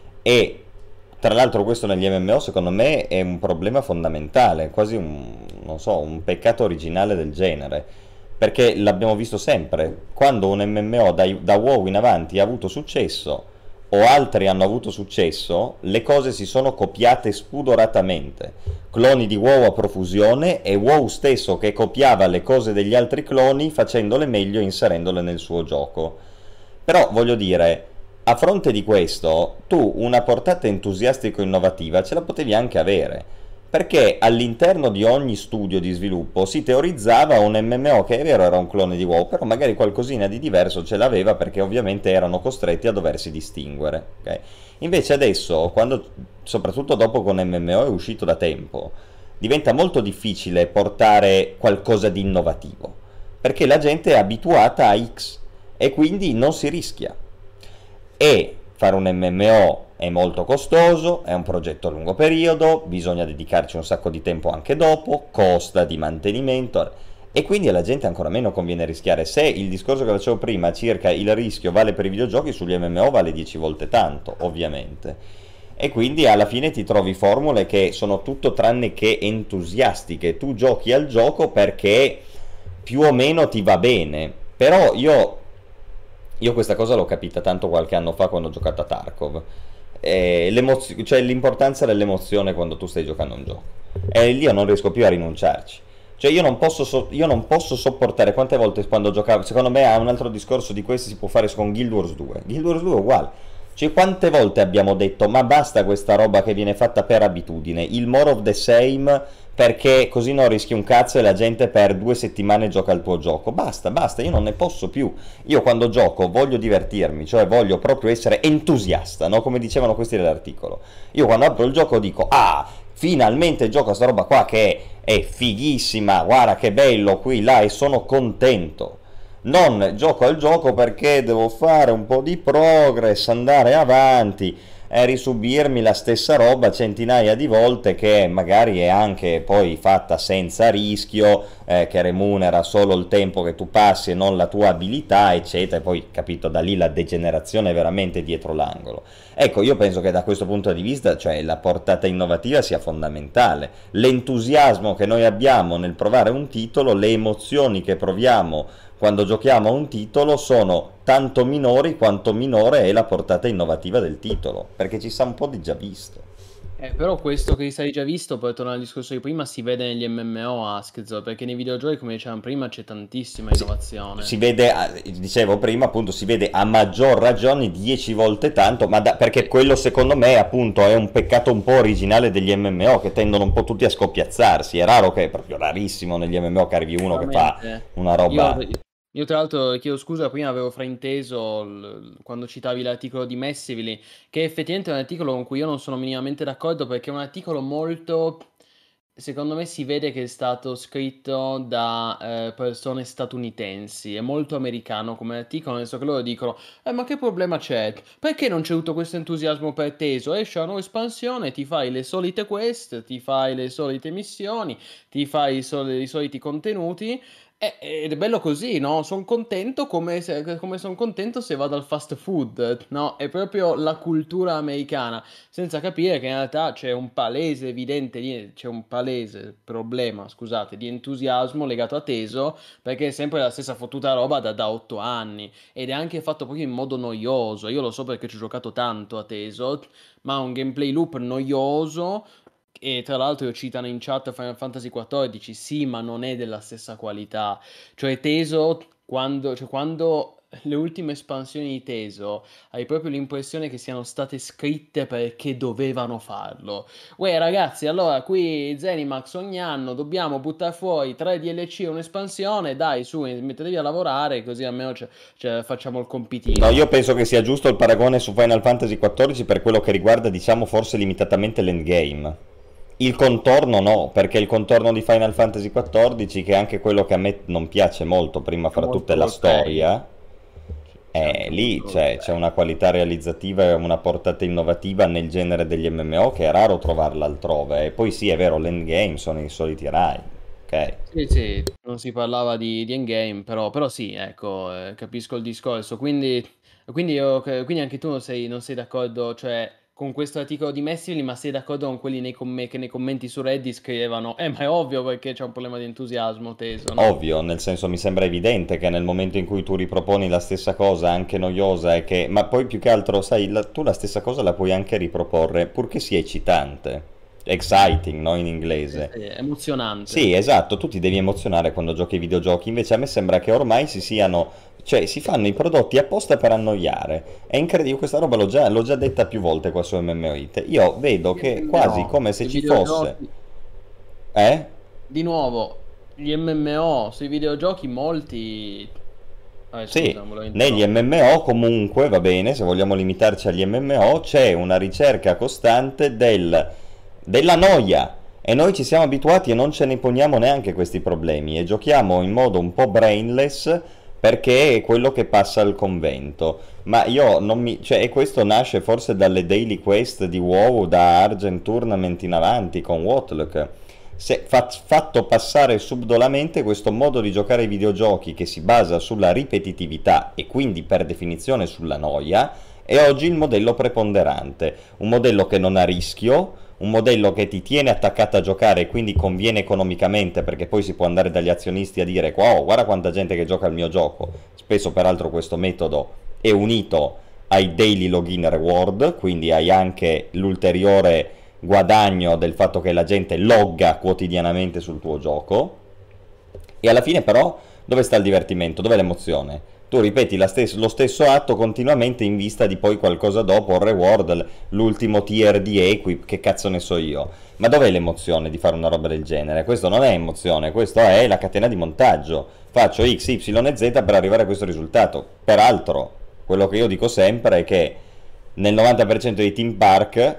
E tra l'altro questo negli M M O secondo me è un problema fondamentale, quasi un, non so, un peccato originale del genere. Perché l'abbiamo visto sempre, quando un M M O da, da WoW in avanti ha avuto successo o altri hanno avuto successo, le cose si sono copiate spudoratamente. Cloni di WoW a profusione e WoW stesso che copiava le cose degli altri cloni facendole meglio e inserendole nel suo gioco. Però voglio dire, a fronte di questo, tu una portata entusiastico-innovativa ce la potevi anche avere. Perché all'interno di ogni studio di sviluppo si teorizzava un M M O che è vero era un clone di WoW, però magari qualcosina di diverso ce l'aveva perché ovviamente erano costretti a doversi distinguere. Okay? Invece adesso, quando, soprattutto dopo con M M O è uscito da tempo, diventa molto difficile portare qualcosa di innovativo, perché la gente è abituata a X e quindi non si rischia. E fare un M M O è molto costoso, è un progetto a lungo periodo, bisogna dedicarci un sacco di tempo anche dopo, costa di mantenimento E quindi alla gente ancora meno conviene rischiare. Se il discorso che facevo prima circa il rischio vale per i videogiochi, sugli M M O vale dieci volte tanto, ovviamente. E quindi alla fine ti trovi formule che sono tutto tranne che entusiastiche. Tu giochi al gioco perché più o meno ti va bene. Però io, io questa cosa l'ho capita tanto qualche anno fa quando ho giocato a Tarkov. Eh, cioè l'importanza dell'emozione quando tu stai giocando a un gioco. E lì io non riesco più a rinunciarci. Cioè io non posso, so- io non posso sopportare quante volte quando giocavo, secondo me ha un altro discorso di questo si può fare con Guild Wars due. Guild Wars due è uguale. Cioè quante volte abbiamo detto ma basta questa roba che viene fatta per abitudine, il more of the same, perché così non rischi un cazzo e la gente per due settimane gioca il tuo gioco. Basta, basta, io non ne posso più. Io quando gioco voglio divertirmi, cioè voglio proprio essere entusiasta, no? Come dicevano questi dell'articolo. Io quando apro il gioco dico ah, finalmente gioco a sta roba qua che è fighissima, guarda che bello qui, là, e sono contento. Non gioco al gioco perché devo fare un po' di progress, andare avanti e risubirmi la stessa roba centinaia di volte, che magari è anche poi fatta senza rischio, eh, che remunera solo il tempo che tu passi e non la tua abilità, eccetera. E poi, capito, da lì la degenerazione è veramente dietro l'angolo. Ecco, io penso che da questo punto di vista, cioè la portata innovativa sia fondamentale. L'entusiasmo che noi abbiamo nel provare un titolo, le emozioni che proviamo quando giochiamo a un titolo sono tanto minori quanto minore è la portata innovativa del titolo, perché ci sa un po' di già visto. Eh, però questo che sai già visto, per tornare al discorso di prima, si vede negli M M O, Askzo, perché nei videogiochi, come dicevamo prima, c'è tantissima innovazione. Si, si vede, dicevo prima, appunto, si vede a maggior ragione dieci volte tanto, ma da, perché quello secondo me appunto è un peccato un po' originale degli M M O, che tendono un po' tutti a scoppiazzarsi. È raro che, è proprio rarissimo negli M M O che arrivi uno che fa una roba... Io... Io tra l'altro chiedo scusa, prima avevo frainteso l- quando citavi l'articolo di Massively, che effettivamente è un articolo con cui io non sono minimamente d'accordo, perché è un articolo molto, secondo me si vede che è stato scritto da eh, persone statunitensi, è molto americano come articolo, nel senso che loro dicono eh, ma che problema c'è? Perché non c'è tutto questo entusiasmo per Teso? Esce una nuova espansione, ti fai le solite quest, ti fai le solite missioni, ti fai i, sol- i soliti contenuti. Ed è bello così, no? Sono contento come, se, come sono contento se vado al fast food, no? È proprio la cultura americana, senza capire che in realtà c'è un palese evidente, di, c'è un palese problema, scusate, di entusiasmo legato a Teso, perché è sempre la stessa fottuta roba da, da otto anni, ed è anche fatto proprio in modo noioso. Io lo so perché ci ho giocato tanto a Teso, ma un gameplay loop noioso. E tra l'altro citano in chat Final Fantasy quattordici, sì, ma non è della stessa qualità. Cioè Teso, quando, cioè, quando le ultime espansioni di Teso, hai proprio l'impressione che siano state scritte perché dovevano farlo. Uè ragazzi, allora qui Zenimax ogni anno dobbiamo buttare fuori tre D L C e un'espansione, dai su, mettetevi a lavorare così almeno c- c- facciamo il compitino. No, io penso che sia giusto il paragone su Final Fantasy quattordici per quello che riguarda, diciamo, forse limitatamente l'endgame. Il contorno no, perché il contorno di Final Fantasy quattordici, che è anche quello che a me non piace molto, prima fra Molto tutte la roleplay. storia, è lì c'è, c'è una qualità realizzativa e una portata innovativa nel genere degli M M O che è raro trovarla altrove. E poi sì, è vero, l'endgame sono i soliti Rai, ok? Sì, sì, non si parlava di, di endgame, però, però sì, ecco, eh, capisco il discorso. Quindi, quindi, io- quindi anche tu non sei, non sei d'accordo, cioè, con questo articolo di Massively, ma sei d'accordo con quelli nei comm- che nei commenti su Reddit scrivevano, eh, ma è ovvio perché c'è un problema di entusiasmo teso, no? Ovvio, nel senso mi sembra evidente che nel momento in cui tu riproponi la stessa cosa, anche noiosa, e che... ma poi più che altro, sai, la- tu la stessa cosa la puoi anche riproporre, purché sia eccitante. Exciting, no? In inglese. Sì, è emozionante. Sì, esatto, tu ti devi emozionare quando giochi ai videogiochi, invece a me sembra che ormai si siano, cioè si fanno i prodotti apposta per annoiare. È incredibile, questa roba l'ho già, l'ho già detta più volte qua su M M O It. Io vedo che quasi No, come se i ci videogiochi- fosse... Eh? Di nuovo, gli M M O sui videogiochi molti... Vabbè, Sì, scusa, volevo negli interrompere. M M O comunque, va bene, se vogliamo limitarci agli M M O, c'è una ricerca costante del, della noia. E noi ci siamo abituati e non ce ne poniamo neanche questi problemi e giochiamo in modo un po' brainless perché è quello che passa al convento. Ma io non mi... cioè, e questo nasce forse dalle daily quest di WoW, da Argent Tournament in avanti con Watlock. se, fa- fatto passare subdolamente questo modo di giocare ai videogiochi che si basa sulla ripetitività e quindi per definizione sulla noia, è oggi il modello preponderante, un modello che non ha rischio, un modello che ti tiene attaccato a giocare e quindi conviene economicamente, perché poi si può andare dagli azionisti a dire wow, guarda quanta gente che gioca al mio gioco. Spesso peraltro questo metodo è unito ai daily login reward, quindi hai anche l'ulteriore guadagno del fatto che la gente logga quotidianamente sul tuo gioco. E alla fine però dove sta il divertimento? Dov'è l'emozione? Tu ripeti la stes- lo stesso atto continuamente in vista di poi qualcosa dopo, il reward, l'ultimo tier di equip, che cazzo ne so io. Ma dov'è l'emozione di fare una roba del genere? Questo non è emozione, questo è la catena di montaggio. Faccio X, Y e Z per arrivare a questo risultato. Peraltro, quello che io dico sempre è che nel novanta per cento dei team park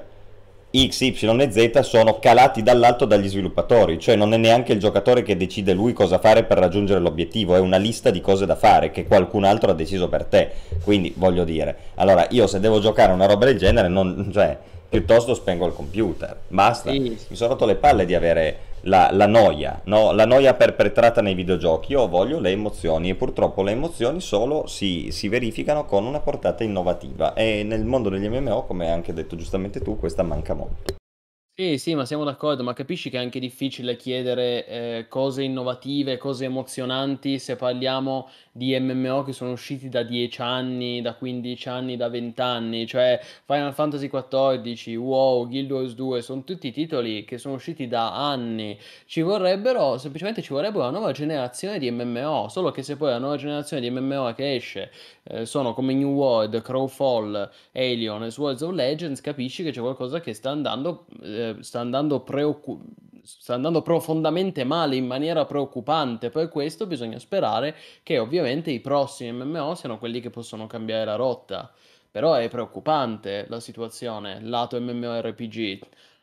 X, Y e Z sono calati dall'alto dagli sviluppatori, cioè non è neanche il giocatore che decide lui cosa fare per raggiungere l'obiettivo, è una lista di cose da fare che qualcun altro ha deciso per te. Quindi voglio dire, allora io se devo giocare una roba del genere, non, cioè, piuttosto spengo il computer, basta. Sì. Mi sono rotto le palle di avere la, la noia, no? La noia perpetrata nei videogiochi. Io voglio le emozioni e purtroppo le emozioni solo si, si verificano con una portata innovativa e nel mondo degli M M O, come hai anche detto giustamente tu, questa manca molto. Sì, sì, ma siamo d'accordo, ma capisci che è anche difficile chiedere eh, cose innovative, cose emozionanti se parliamo di M M O che sono usciti da dieci anni, da quindici anni, da venti anni, cioè Final Fantasy quattordici, WoW, Guild Wars due, sono tutti titoli che sono usciti da anni. Ci vorrebbero, semplicemente ci vorrebbe una nuova generazione di M M O, solo che se poi la nuova generazione di M M O che esce eh, sono come New World, Crowfall, Alien e Swords of Legends, capisci che c'è qualcosa che sta andando, eh, sta andando preoccu- sta andando profondamente male, in maniera preoccupante. Per questo bisogna sperare che ovviamente i prossimi M M O siano quelli che possono cambiare la rotta. Però è preoccupante la situazione, lato MMORPG.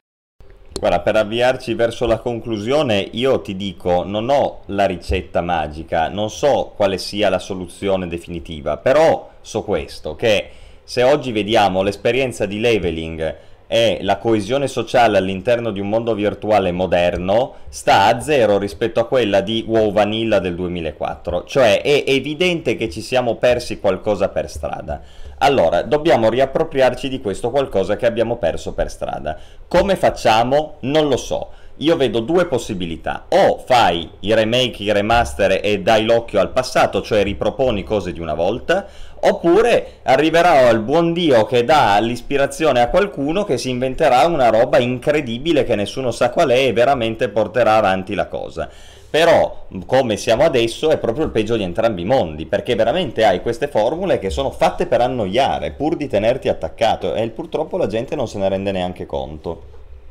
Guarda, per avviarci verso la conclusione, io ti dico, non ho la ricetta magica, non so quale sia la soluzione definitiva, però so questo, che se oggi vediamo l'esperienza di leveling e la coesione sociale all'interno di un mondo virtuale moderno, sta a zero rispetto a quella di WoW Vanilla del duemilaquattro, cioè è evidente che ci siamo persi qualcosa per strada. Allora, dobbiamo riappropriarci di questo qualcosa che abbiamo perso per strada. Come facciamo? Non lo so. Io vedo due possibilità: o fai i remake, i remaster e dai l'occhio al passato, cioè riproponi cose di una volta, oppure arriverà il buon Dio che dà l'ispirazione a qualcuno che si inventerà una roba incredibile che nessuno sa qual è e veramente porterà avanti la cosa. Però, come siamo adesso, è proprio il peggio di entrambi i mondi, perché veramente hai queste formule che sono fatte per annoiare, pur di tenerti attaccato, e purtroppo la gente non se ne rende neanche conto.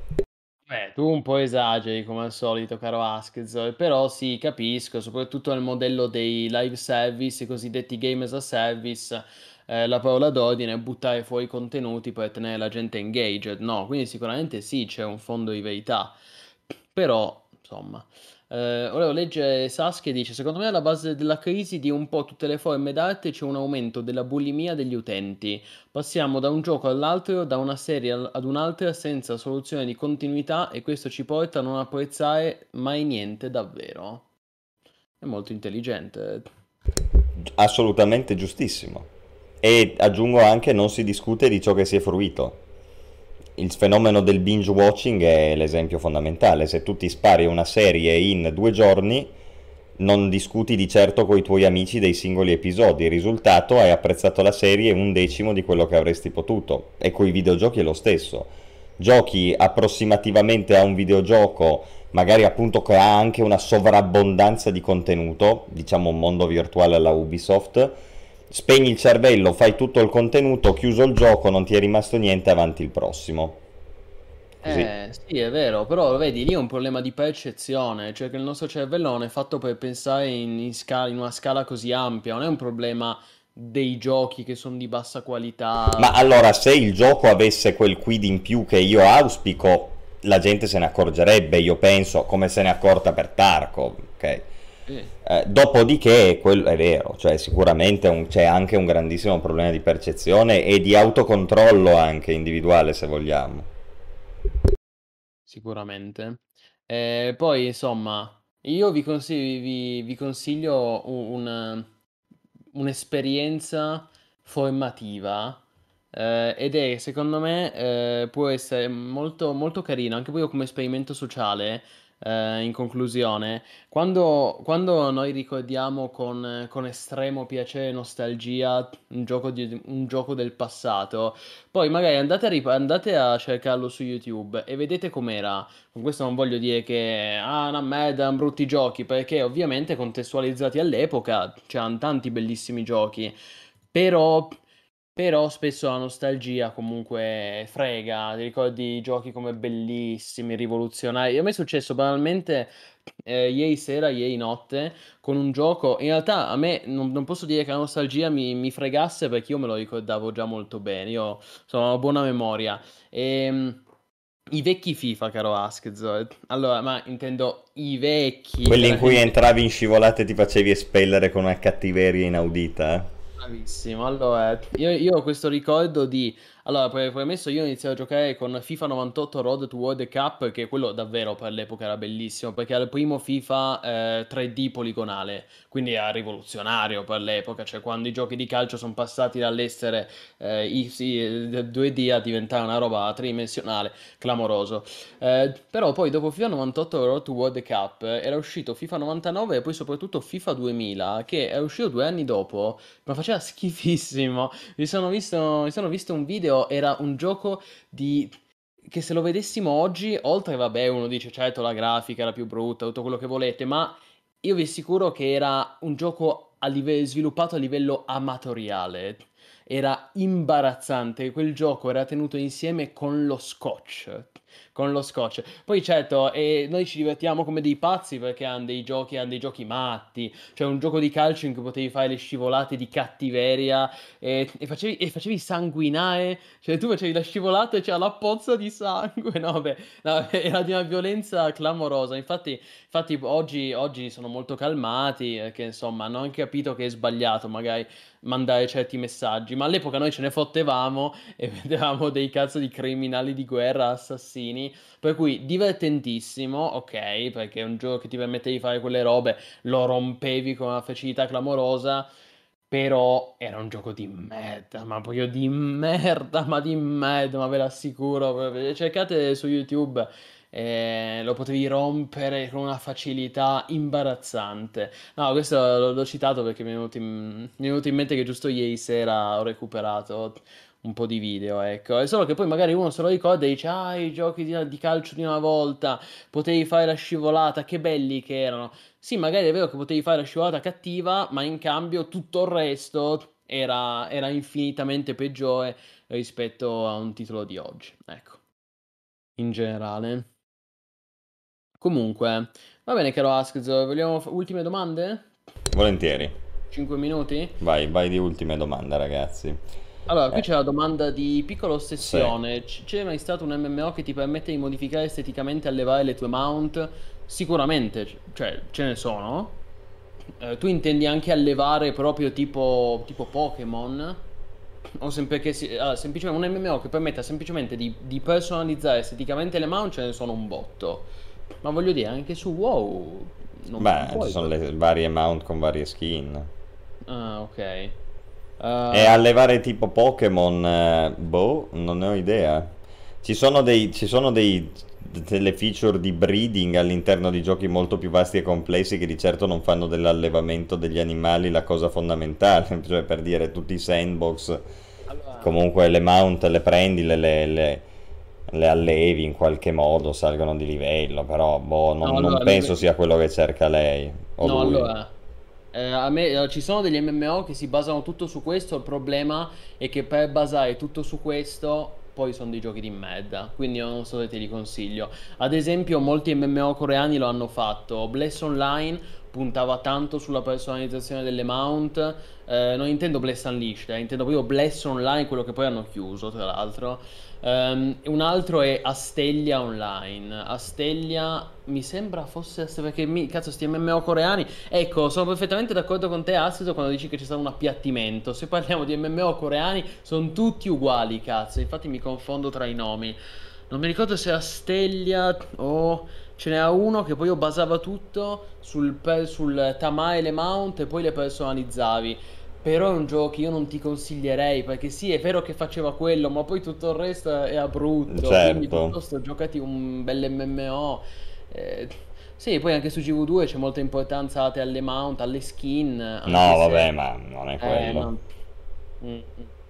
Beh, tu un po' esageri come al solito, caro Askez, però sì, capisco, soprattutto nel modello dei live service, i cosiddetti game as a service, eh, la parola d'ordine è buttare fuori contenuti per tenere la gente engaged, no? Quindi sicuramente sì, c'è un fondo di verità, però, insomma... Eh, volevo leggere Sas che dice: secondo me alla base della crisi di un po' tutte le forme d'arte c'è un aumento della bulimia degli utenti. Passiamo da un gioco all'altro, da una serie al- ad un'altra senza soluzione di continuità e questo ci porta a non apprezzare mai niente davvero. È molto intelligente. Assolutamente giustissimo. E aggiungo anche, non si discute di ciò che si è fruito. Il fenomeno del binge watching è l'esempio fondamentale. Se tu ti spari una serie in due giorni, non discuti di certo con i tuoi amici dei singoli episodi. Il risultato, hai apprezzato la serie un decimo di quello che avresti potuto. E coi videogiochi è lo stesso. Giochi approssimativamente a un videogioco, magari appunto che ha anche una sovrabbondanza di contenuto, diciamo un mondo virtuale alla Ubisoft. Spegni il cervello, fai tutto il contenuto, chiuso il gioco, non ti è rimasto niente, avanti il prossimo. Così. Eh, sì, è vero, però vedi, lì è un problema di percezione, cioè che il nostro cervello non è fatto per pensare in, in scala- in una scala così ampia, non è un problema dei giochi che sono di bassa qualità. Ma allora, se il gioco avesse quel quid in più che io auspico, la gente se ne accorgerebbe, io penso, come se ne è accorta per Tarkov, ok? Sì. Eh, dopodiché, quello è vero, cioè sicuramente un- c'è anche un grandissimo problema di percezione e di autocontrollo anche individuale, se vogliamo. Sicuramente. Eh, poi, insomma, io vi consiglio, vi, vi consiglio un- un- un'esperienza formativa, eh, ed è, secondo me, eh, può essere molto, molto carino, anche poi come esperimento sociale, eh, in conclusione. Quando, quando noi ricordiamo con, con estremo piacere e nostalgia un gioco, di- un gioco del passato, poi magari andate a, rip- andate a cercarlo su YouTube e vedete com'era. Con questo non voglio dire che ah, una merda, erano brutti giochi, perché ovviamente contestualizzati all'epoca c'erano tanti bellissimi giochi, però, però spesso la nostalgia comunque frega, ti ricordi giochi come bellissimi, rivoluzionari. A me è successo banalmente eh, ieri sera, ieri notte, con un gioco. In realtà a me non, non posso dire che la nostalgia mi, mi fregasse perché io me lo ricordavo già molto bene, io sono una buona memoria. Ehm, I vecchi FIFA, caro Askzo. Allora, ma intendo i vecchi, Quelli in cui veramente. entravi in scivolate e ti facevi espellere con una cattiveria inaudita, eh? Bravissimo, allora io, io ho questo ricordo di, allora pre- premesso io iniziai a giocare con FIFA novantotto Road to World Cup, che quello davvero per l'epoca era bellissimo, perché era il primo FIFA eh, tre D poligonale, quindi era rivoluzionario per l'epoca, cioè quando i giochi di calcio sono passati dall'essere eh, i- sì, eh, due D a diventare una roba tridimensionale, clamoroso. Eh, però poi dopo FIFA novantotto Road to World Cup eh, era uscito FIFA novantanove e poi soprattutto FIFA duemila, che è uscito due anni dopo, ma faceva schifissimo. Mi sono visto, mi sono visto un video, era un gioco di... che se lo vedessimo oggi, oltre, vabbè, uno dice, certo, la grafica era più brutta, tutto quello che volete, ma io vi assicuro che era un gioco a live- sviluppato a livello amatoriale. Era imbarazzante, quel gioco era tenuto insieme con lo scotch. Con lo scotch. Poi certo, eh, noi ci divertiamo come dei pazzi perché hanno dei giochi, hanno dei giochi matti. Cioè un gioco di calcio in cui potevi fare le scivolate di cattiveria e, e facevi, e facevi sanguinare. Cioè tu facevi la scivolata e c'era la pozza di sangue. No, vabbè, no, vabbè, era di una violenza clamorosa. Infatti, infatti oggi, oggi sono molto calmati, perché insomma hanno anche capito che è sbagliato magari mandare certi messaggi. Ma all'epoca noi ce ne fottevamo e vedevamo dei cazzo di criminali di guerra, assassini. Per cui divertentissimo, ok, perché è un gioco che ti permette di fare quelle robe, lo rompevi con una facilità clamorosa, però era un gioco di merda, ma proprio di merda, ma di merda, ma ve l'assicuro. proprio. Cercate su YouTube, eh, lo potevi rompere con una facilità imbarazzante. No, questo l'ho l'ho citato perché mi è venuto in, mi è venuto in mente che giusto ieri sera ho recuperato un po' di video, ecco. È solo che poi magari uno se lo ricorda e dice, ah, i giochi di, di calcio di una volta, potevi fare la scivolata, che belli che erano. Sì, magari è vero che potevi fare la scivolata cattiva, ma in cambio tutto il resto era, era infinitamente peggiore rispetto a un titolo di oggi, ecco, in generale. Comunque, va bene, caro Askz, vogliamo f- ultime domande? Volentieri. cinque minuti? Vai, vai di ultime domande, ragazzi. Allora, qui Eh, c'è la domanda di piccola sì. ossessione. C- C'è mai stato un M M O che ti permette di modificare esteticamente e allevare le tue mount? Sicuramente, c- cioè, ce ne sono. Eh, tu intendi anche allevare proprio tipo, tipo Pokémon? O sem- perché si- ah, semplicemente un M M O che permetta semplicemente di, di personalizzare esteticamente le mount, ce ne sono un botto. Ma voglio dire, anche su WoW non, non Beh, ci puoi. sono le varie mount con varie skin. Ah, ok. E Eh, allevare tipo Pokémon, eh, boh, non ne ho idea. Ci sono dei, ci sono dei, delle feature di breeding all'interno di giochi molto più vasti e complessi che di certo non fanno dell'allevamento degli animali la cosa fondamentale. Cioè, per dire, tutti i sandbox, allora, comunque le mount le prendi, le, le- le- le allevi in qualche modo, salgono di livello, però boh, no, non, non allora, mi- penso sia quello che cerca lei o no, lui. allora, eh, a me, eh, ci sono degli M M O che si basano tutto su questo, il problema è che per basare tutto su questo poi sono dei giochi di merda, quindi io non so se te li consiglio. Ad esempio, molti M M O coreani lo hanno fatto. Bless Online puntava tanto sulla personalizzazione delle mount, eh, non intendo Bless Unleashed, eh, intendo proprio Bless Online, quello che poi hanno chiuso, tra l'altro. Ehm, un altro è Astelia Online. Astelia mi sembra fosse perché mi, cazzo, sti M M O coreani. Ecco, sono perfettamente d'accordo con te, Assiso, quando dici che c'è stato un appiattimento. Se parliamo di M M O coreani, sono tutti uguali, cazzo. Infatti mi confondo tra i nomi. Non mi ricordo se Astelia o ce n'era uno che poi io basava tutto sul, pe- sul Tamae e le mount e poi le personalizzavi. Però è un gioco che io non ti consiglierei perché sì, è vero che faceva quello, ma poi tutto il resto era brutto. Quindi Certo. piuttosto giocati un bel M M O. Eh, sì, poi anche su G V due c'è molta importanza date alle mount, alle skin, anche No, se... vabbè, ma non è Eh, quello. no. Mm, mm.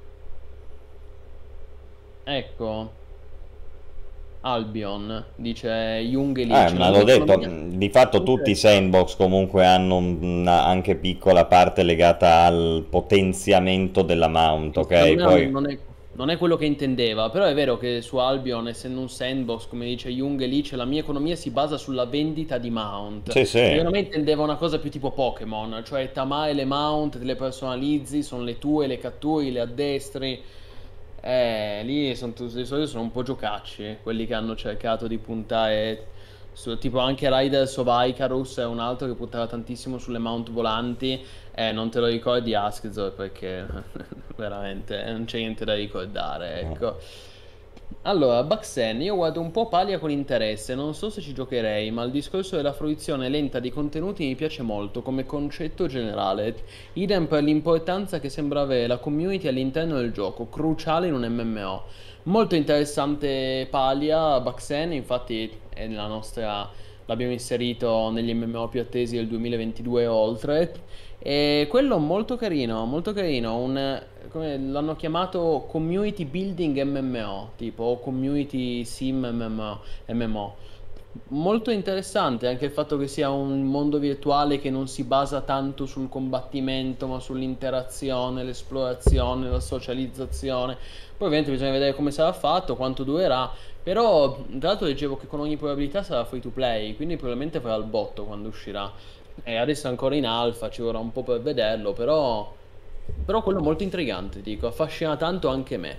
Ecco, Albion, dice Jung e Eh, Leach, la ma mia l'ho detto, economia... mh, di fatto tutti i sandbox comunque hanno una anche piccola parte legata al potenziamento della mount, Sì, secondo ok? me non, Poi, non è, non è quello che intendeva, però è vero che su Albion, essendo un sandbox, come dice Jung e Leach, la mia economia si basa sulla vendita di mount. sì, sì. Secondo me intendeva una cosa più tipo Pokémon, cioè tamai le mount, te le personalizzi, sono le tue, le catturi, le addestri. Eh, lì sono, tu- di solito sono un po' giocacci, quelli che hanno cercato di puntare su, tipo anche Riders of Icarus è un altro che puntava tantissimo sulle mount volanti. Eh, non te lo ricordi Askzor perché veramente non c'è niente da ricordare, ecco. Allora, Baxen, io guardo un po' Palia con interesse, non so se ci giocherei, ma il discorso della fruizione lenta di contenuti mi piace molto come concetto generale. Idem per l'importanza che sembra avere la community all'interno del gioco, cruciale in un M M O. Molto interessante Palia, Baxen, infatti è nella nostra... l'abbiamo inserito negli M M O più attesi del duemilaventidue e oltre. E quello molto carino, molto carino, un, come l'hanno chiamato community building M M O, tipo o community sim M M O, M M O. Molto interessante anche il fatto che sia un mondo virtuale che non si basa tanto sul combattimento, ma sull'interazione, l'esplorazione, la socializzazione. Poi ovviamente bisogna vedere come sarà fatto, quanto durerà, però tra l'altro leggevo che con ogni probabilità sarà free to play, quindi probabilmente farà il botto quando uscirà. E adesso è ancora in alfa, ci vorrà un po' per vederlo, però, però quello è molto intrigante, dico, affascina tanto anche me.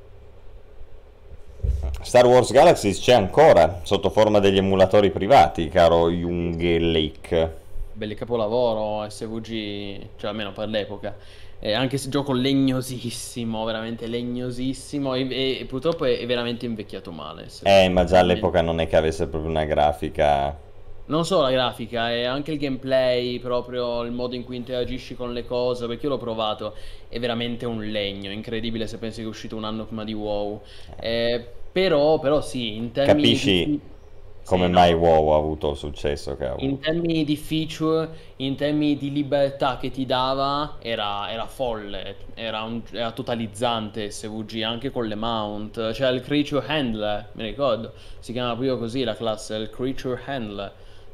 Star Wars Galaxies c'è ancora, sotto forma degli emulatori privati, caro Jung e Lake. Belli capolavoro, S V G, cioè almeno per l'epoca. E anche se gioco legnosissimo, veramente legnosissimo, e, e purtroppo è, è veramente invecchiato male. Eh, S V G, ma già veramente. all'epoca non è che avesse proprio una grafica. Non solo la grafica, è anche il gameplay, proprio il modo in cui interagisci con le cose, perché io l'ho provato, è veramente un legno, incredibile se pensi che è uscito un anno prima di WoW. Eh, però, però sì, in termini Capisci di... come Sì, mai no. WoW ha avuto il successo che ha In avuto. termini di feature, in termini di libertà che ti dava, era, era folle, era, un- era totalizzante S V G, anche con le mount. C'era il Creature Handler, mi ricordo, si chiama proprio così la classe, il Creature Handler.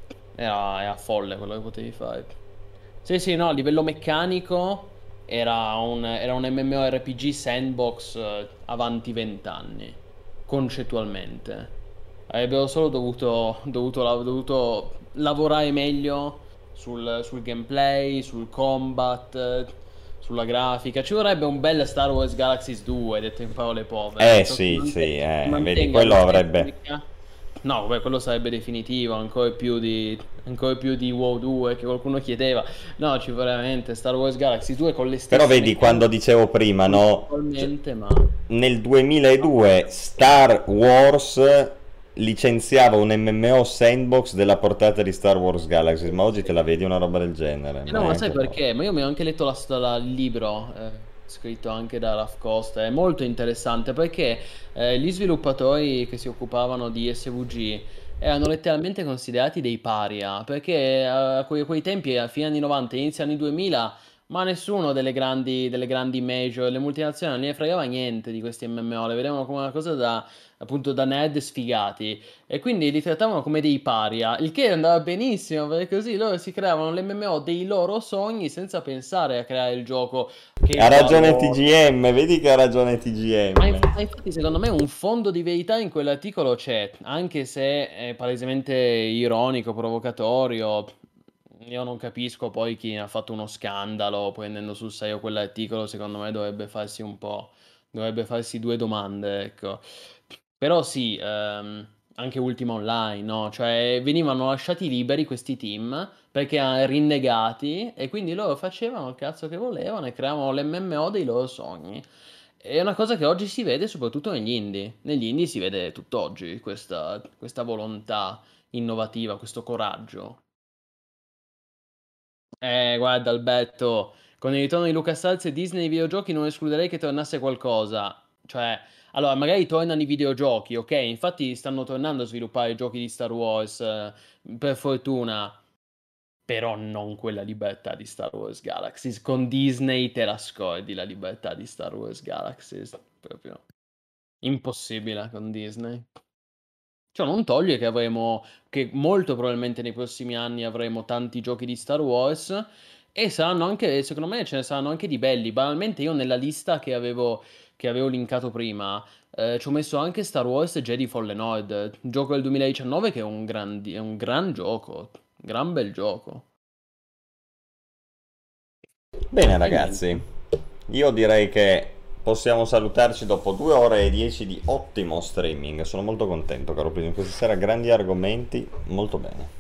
Era, era folle quello che potevi fare. Sì, sì, no, a livello meccanico era un, era un MMORPG sandbox eh, avanti vent'anni, concettualmente. Avrebbero solo dovuto, dovuto, la- dovuto lavorare meglio sul, sul gameplay, sul combat, eh, sulla grafica. Ci vorrebbe un bel Star Wars Galaxies due, detto in parole povere. Eh Ecco, che sì, sì, mante- che eh, vedi, mantenga quello l'estetica. avrebbe. No, beh, quello sarebbe definitivo, ancora più di, ancora più di WoW due che qualcuno chiedeva. No, ci vorrebbe veramente Star Wars Galaxy due con le Però stesse vedi, quando meccaniche dicevo prima, no? Cioè, concettualmente, ma... nel duemiladue Star Wars licenziava un M M O sandbox della portata di Star Wars Galaxies, ma oggi te la vedi una roba del genere? Eh Ma no, ma neanche sai un po'. perché? Ma io mi ho anche letto la storia, il libro, eh, scritto anche da Raf Costa, è molto interessante perché eh, gli sviluppatori che si occupavano di S V G erano letteralmente considerati dei paria, perché eh, a quei, quei tempi, a fine anni novanta, inizio anni duemila, ma nessuno delle grandi, delle grandi major, le multinazionali non ne fregava niente di questi M M O, le vedevano come una cosa da, appunto, da nerd sfigati. E quindi li trattavano come dei paria, il che andava benissimo, perché così loro si creavano l'M M O dei loro sogni senza pensare a creare il gioco che Ha va ragione loro. T G M, vedi che ha ragione Ma T G M. inf- ma infatti secondo me un fondo di verità in quell'articolo c'è, anche se è palesemente ironico, provocatorio. Io non capisco poi chi ha fatto uno scandalo prendendo sul serio quell'articolo, secondo me dovrebbe farsi un po', dovrebbe farsi due domande, ecco. Però sì, ehm, anche Ultima Online, no? Cioè venivano lasciati liberi questi team perché erano rinnegati e quindi loro facevano il cazzo che volevano e creavano l'M M O dei loro sogni. È una cosa che oggi si vede soprattutto negli indie. Negli indie si vede tutt'oggi questa, questa volontà innovativa, questo coraggio. Eh, guarda Alberto, con il ritorno di LucasArts e Disney nei videogiochi non escluderei che tornasse qualcosa. Cioè, allora, magari tornano i videogiochi, ok? Infatti stanno tornando a sviluppare giochi di Star Wars, eh, per fortuna. Però non quella libertà di Star Wars Galaxies. Con Disney te la scordi la libertà di Star Wars Galaxies. Proprio impossibile con Disney. Cioè, non toglie che avremo, che molto probabilmente nei prossimi anni avremo tanti giochi di Star Wars e saranno anche, secondo me, ce ne saranno anche di belli. Banalmente io nella lista che avevo, che avevo linkato prima, eh, ci ho messo anche Star Wars Jedi Fallen Order, un gioco del duemiladiciannove che è un gran, è un gran gioco, gran bel gioco. Bene E ragazzi, io direi che possiamo salutarci dopo due ore e dieci di ottimo streaming. Sono molto contento, caro Prism. Questa sera grandi argomenti, molto bene.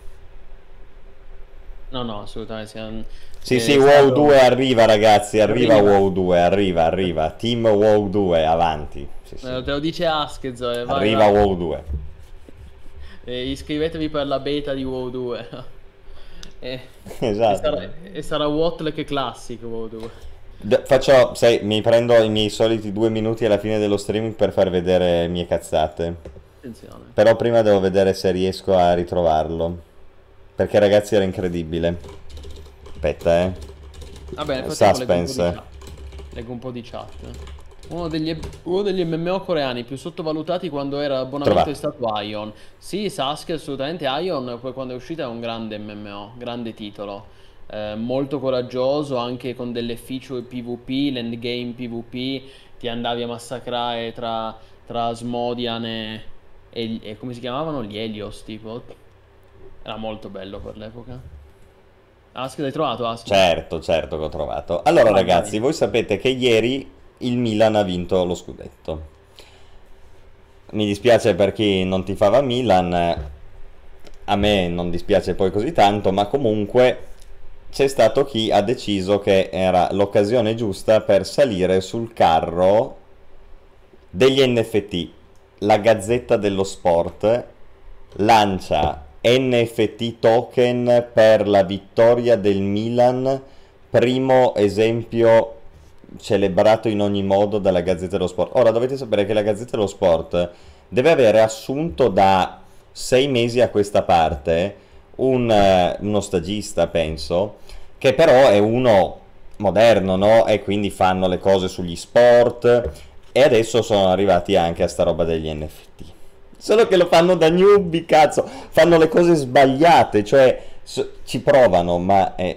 No, no, assolutamente. Siamo, Sì, è sì, stato- WoW due arriva ragazzi, arriva Arriva. WoW due, arriva, arriva. Team WoW due, avanti. Sì, sì. Eh, te lo dice Askez, eh, vai, Arriva vai. WoW due. Eh, iscrivetevi per la beta di WoW due. E, e Esatto. sarà, e sarà Watlek Classic WoW due. D- Faccio, sai, mi prendo i miei soliti due minuti alla fine dello streaming per far vedere mie cazzate. Attenzione. Però prima devo vedere se riesco a ritrovarlo. Perché ragazzi era incredibile. Aspetta, eh. Va bene, nel frattempo leggo un po' di Suspense. chat. Leggo un po' di chat. Uno degli, uno degli M M O coreani più sottovalutati quando era abbonamento Trovato. è stato Ion. Sì, Sasuke assolutamente. Ion poi quando è uscita è un grande M M O, grande titolo. Eh, molto coraggioso anche con delle feature PvP, l'endgame PvP, ti andavi a massacrare tra, tra Asmodian e, e, e come si chiamavano? Gli Helios tipo. Era molto bello per l'epoca. Ask, l'hai trovato Ask? Certo, certo che ho trovato. Allora Vai, ragazzi, vai. voi sapete che ieri il Milan ha vinto lo scudetto. Mi dispiace per chi non tifava Milan, a me non dispiace poi così tanto, ma comunque c'è stato chi ha deciso che era l'occasione giusta per salire sul carro degli N F T. La Gazzetta dello Sport lancia N F T token per la vittoria del Milan, primo esempio celebrato in ogni modo dalla Gazzetta dello Sport. Ora dovete sapere che la Gazzetta dello Sport deve avere assunto da sei mesi a questa parte un, eh, uno stagista, penso, che però è uno moderno, no? E quindi fanno le cose sugli sport e adesso sono arrivati anche a sta roba degli N F T. Solo che lo fanno da newbie, cazzo, fanno le cose sbagliate, cioè so- ci provano, ma è...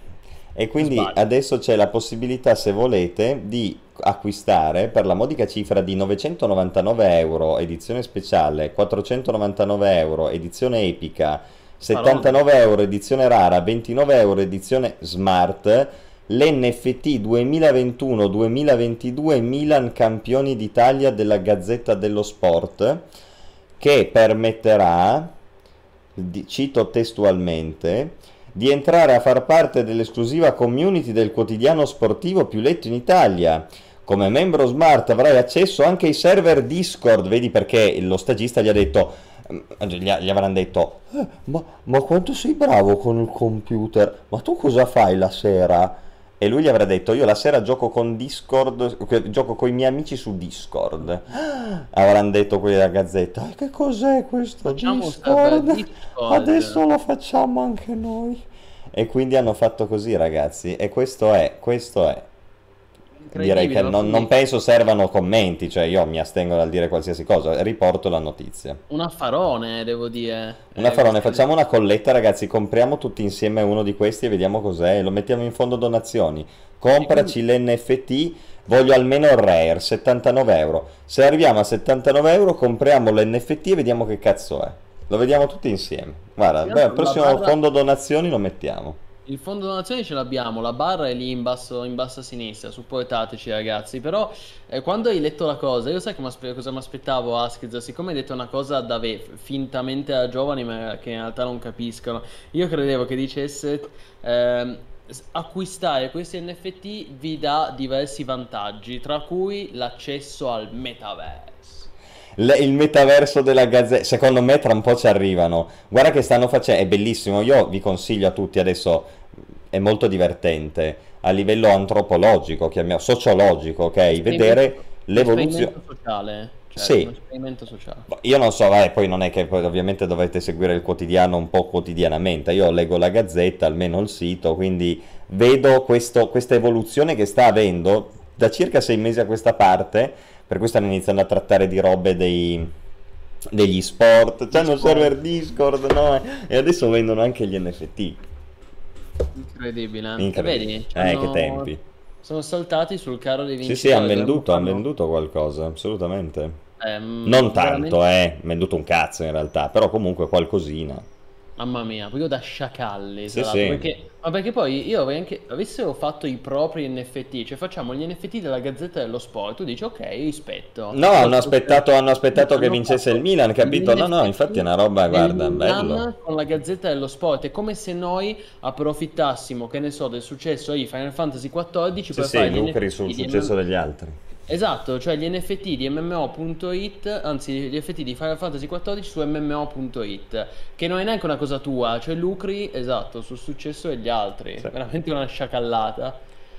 E quindi Sbaglio. adesso c'è la possibilità, se volete, di acquistare per la modica cifra di novecentonovantanove euro edizione speciale, quattrocentonovantanove euro edizione epica, settantanove euro edizione rara, ventinove euro edizione smart, l'N F T duemilaventuno duemilaventidue Milan campioni d'Italia della Gazzetta dello Sport, che permetterà, di- cito testualmente, di entrare a far parte dell'esclusiva community del quotidiano sportivo più letto in Italia. Come membro smart avrai accesso anche ai server Discord, vedi perché lo stagista gli ha detto, gli, gli avranno detto, "Eh, ma, ma quanto sei bravo con il computer, ma tu cosa fai la sera? E lui gli avrà detto, io la sera gioco con Discord, gioco con i miei amici su Discord. Avranno detto quelli della Gazzetta, "Eh, che cos'è questo Facciamo un server Discord? Discord." Adesso lo facciamo anche noi. E quindi hanno fatto così ragazzi, e questo è, questo è. Direi che Incredibile, non, quindi non penso servano commenti, cioè io mi astengo dal dire qualsiasi cosa, riporto la notizia. un affarone, devo dire. Un Eh, affarone, questo- facciamo una colletta ragazzi, compriamo tutti insieme uno di questi e vediamo cos'è, lo mettiamo in fondo donazioni, compraci l'N F T, voglio almeno il rare, settantanove euro, se arriviamo a settantanove euro compriamo l'N F T e vediamo che cazzo è, lo vediamo tutti insieme, guarda, Sì, beh, al la prossimo barra- fondo donazioni lo mettiamo. Il fondo donazioni ce l'abbiamo, la barra è lì in basso, in basso a sinistra, supportateci ragazzi, però eh, quando hai letto la cosa, io sai che m'aspe- cosa mi aspettavo Askiz, siccome hai detto una cosa da ve- fintamente da giovani ma che in realtà non capiscono, io credevo che dicesse ehm, s- acquistare questi N F T vi dà diversi vantaggi, tra cui l'accesso al metaverse. l- il metaverso della Gazzetta, secondo me tra un po' ci arrivano. Guarda che stanno facendo, è bellissimo, io vi consiglio a tutti adesso, è molto divertente a livello antropologico, chiamiamo sociologico, ok? Vedere l'evoluzione. L'esperimento sociale, cioè Sì. un esperimento sociale. Io non so, vabbè, poi non è che poi ovviamente dovete seguire il quotidiano un po' quotidianamente, io leggo la Gazzetta, almeno il sito, quindi vedo questo, questa evoluzione che sta avendo da circa sei mesi a questa parte, per cui stanno iniziando a trattare di robe dei, degli sport, c'hanno il server Discord, no? E adesso vendono anche gli N F T. Incredibile. E Incredibile. vedi, Eh, che hanno- tempi. sono saltati sul carro dei Sì, vincitori. sì, hanno dovremmo venduto, hanno farlo- venduto qualcosa, assolutamente. ehm, Non tanto, veramente- eh, venduto un cazzo in realtà, però comunque qualcosina. Mamma mia, proprio da sciacalli, Sì, esatto, sì. perché, ma perché poi io avrei anche, avessero fatto i propri N F T, cioè facciamo gli N F T della Gazzetta dello Sport, tu dici ok, rispetto. No, hanno aspettato, hanno aspettato che Hanno vincesse fatto il Milan, capito? No, no, gli infatti è una roba, del guarda, Milan bello. con la Gazzetta dello Sport, è come se noi approfittassimo, che ne so, del successo di Final Fantasy quattordici Sì, per sì, fare gli lucri N F T sul di successo degli altri. Esatto, cioè gli N F T di M M O punto it, anzi gli N F T di Final Fantasy quattordici su M M O punto it, che non è neanche una cosa tua, cioè lucri, esatto, sul successo degli altri, Sì. veramente una sciacallata.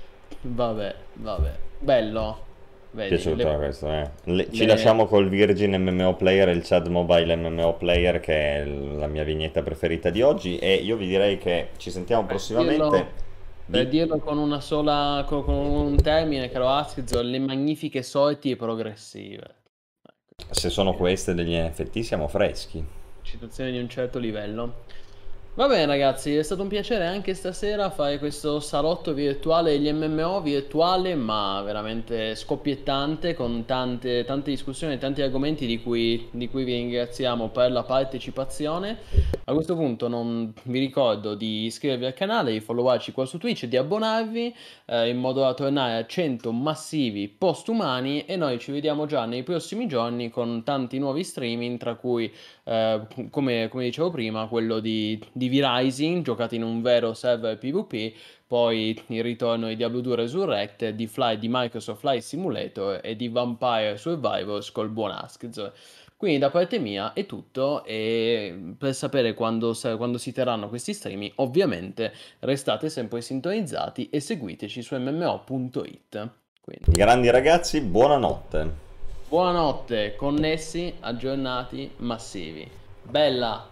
Vabbè, vabbè, bello, vedi, Piaciuto le- questo, eh. Le- ci le- lasciamo col Virgin M M O Player e il Chad Mobile M M O Player, che è la mia vignetta preferita di oggi, e io vi direi che ci sentiamo prossimamente. dirlo- Per Di- dirlo con una sola, con, con un termine, caro Askizo, le magnifiche sorti progressive. Ecco, Se sono queste degli N F T siamo freschi. citazioni di un certo livello. Va bene ragazzi, è stato un piacere anche stasera fare questo salotto virtuale degli M M O, virtuale ma veramente scoppiettante, con tante, tante discussioni e tanti argomenti di cui, di cui vi ringraziamo per la partecipazione. A questo punto non vi ricordo di iscrivervi al canale, di followarci qua su Twitch e di abbonarvi eh, in modo da tornare a cento massivi postumani, e noi ci vediamo già nei prossimi giorni con tanti nuovi streaming, tra cui eh, come, come dicevo prima, quello di, di V-Rising giocato in un vero server PvP, poi il ritorno di Diablo due Resurrected, di, Fly, di Microsoft Flight Simulator e di Vampire Survivors col buon Askz. Quindi da parte mia è tutto, e per sapere quando, sa- quando si terranno questi streaming, ovviamente restate sempre sintonizzati e seguiteci su M M O punto it. Quindi Grandi ragazzi, buonanotte. buonanotte, connessi, aggiornati, massivi. Bella!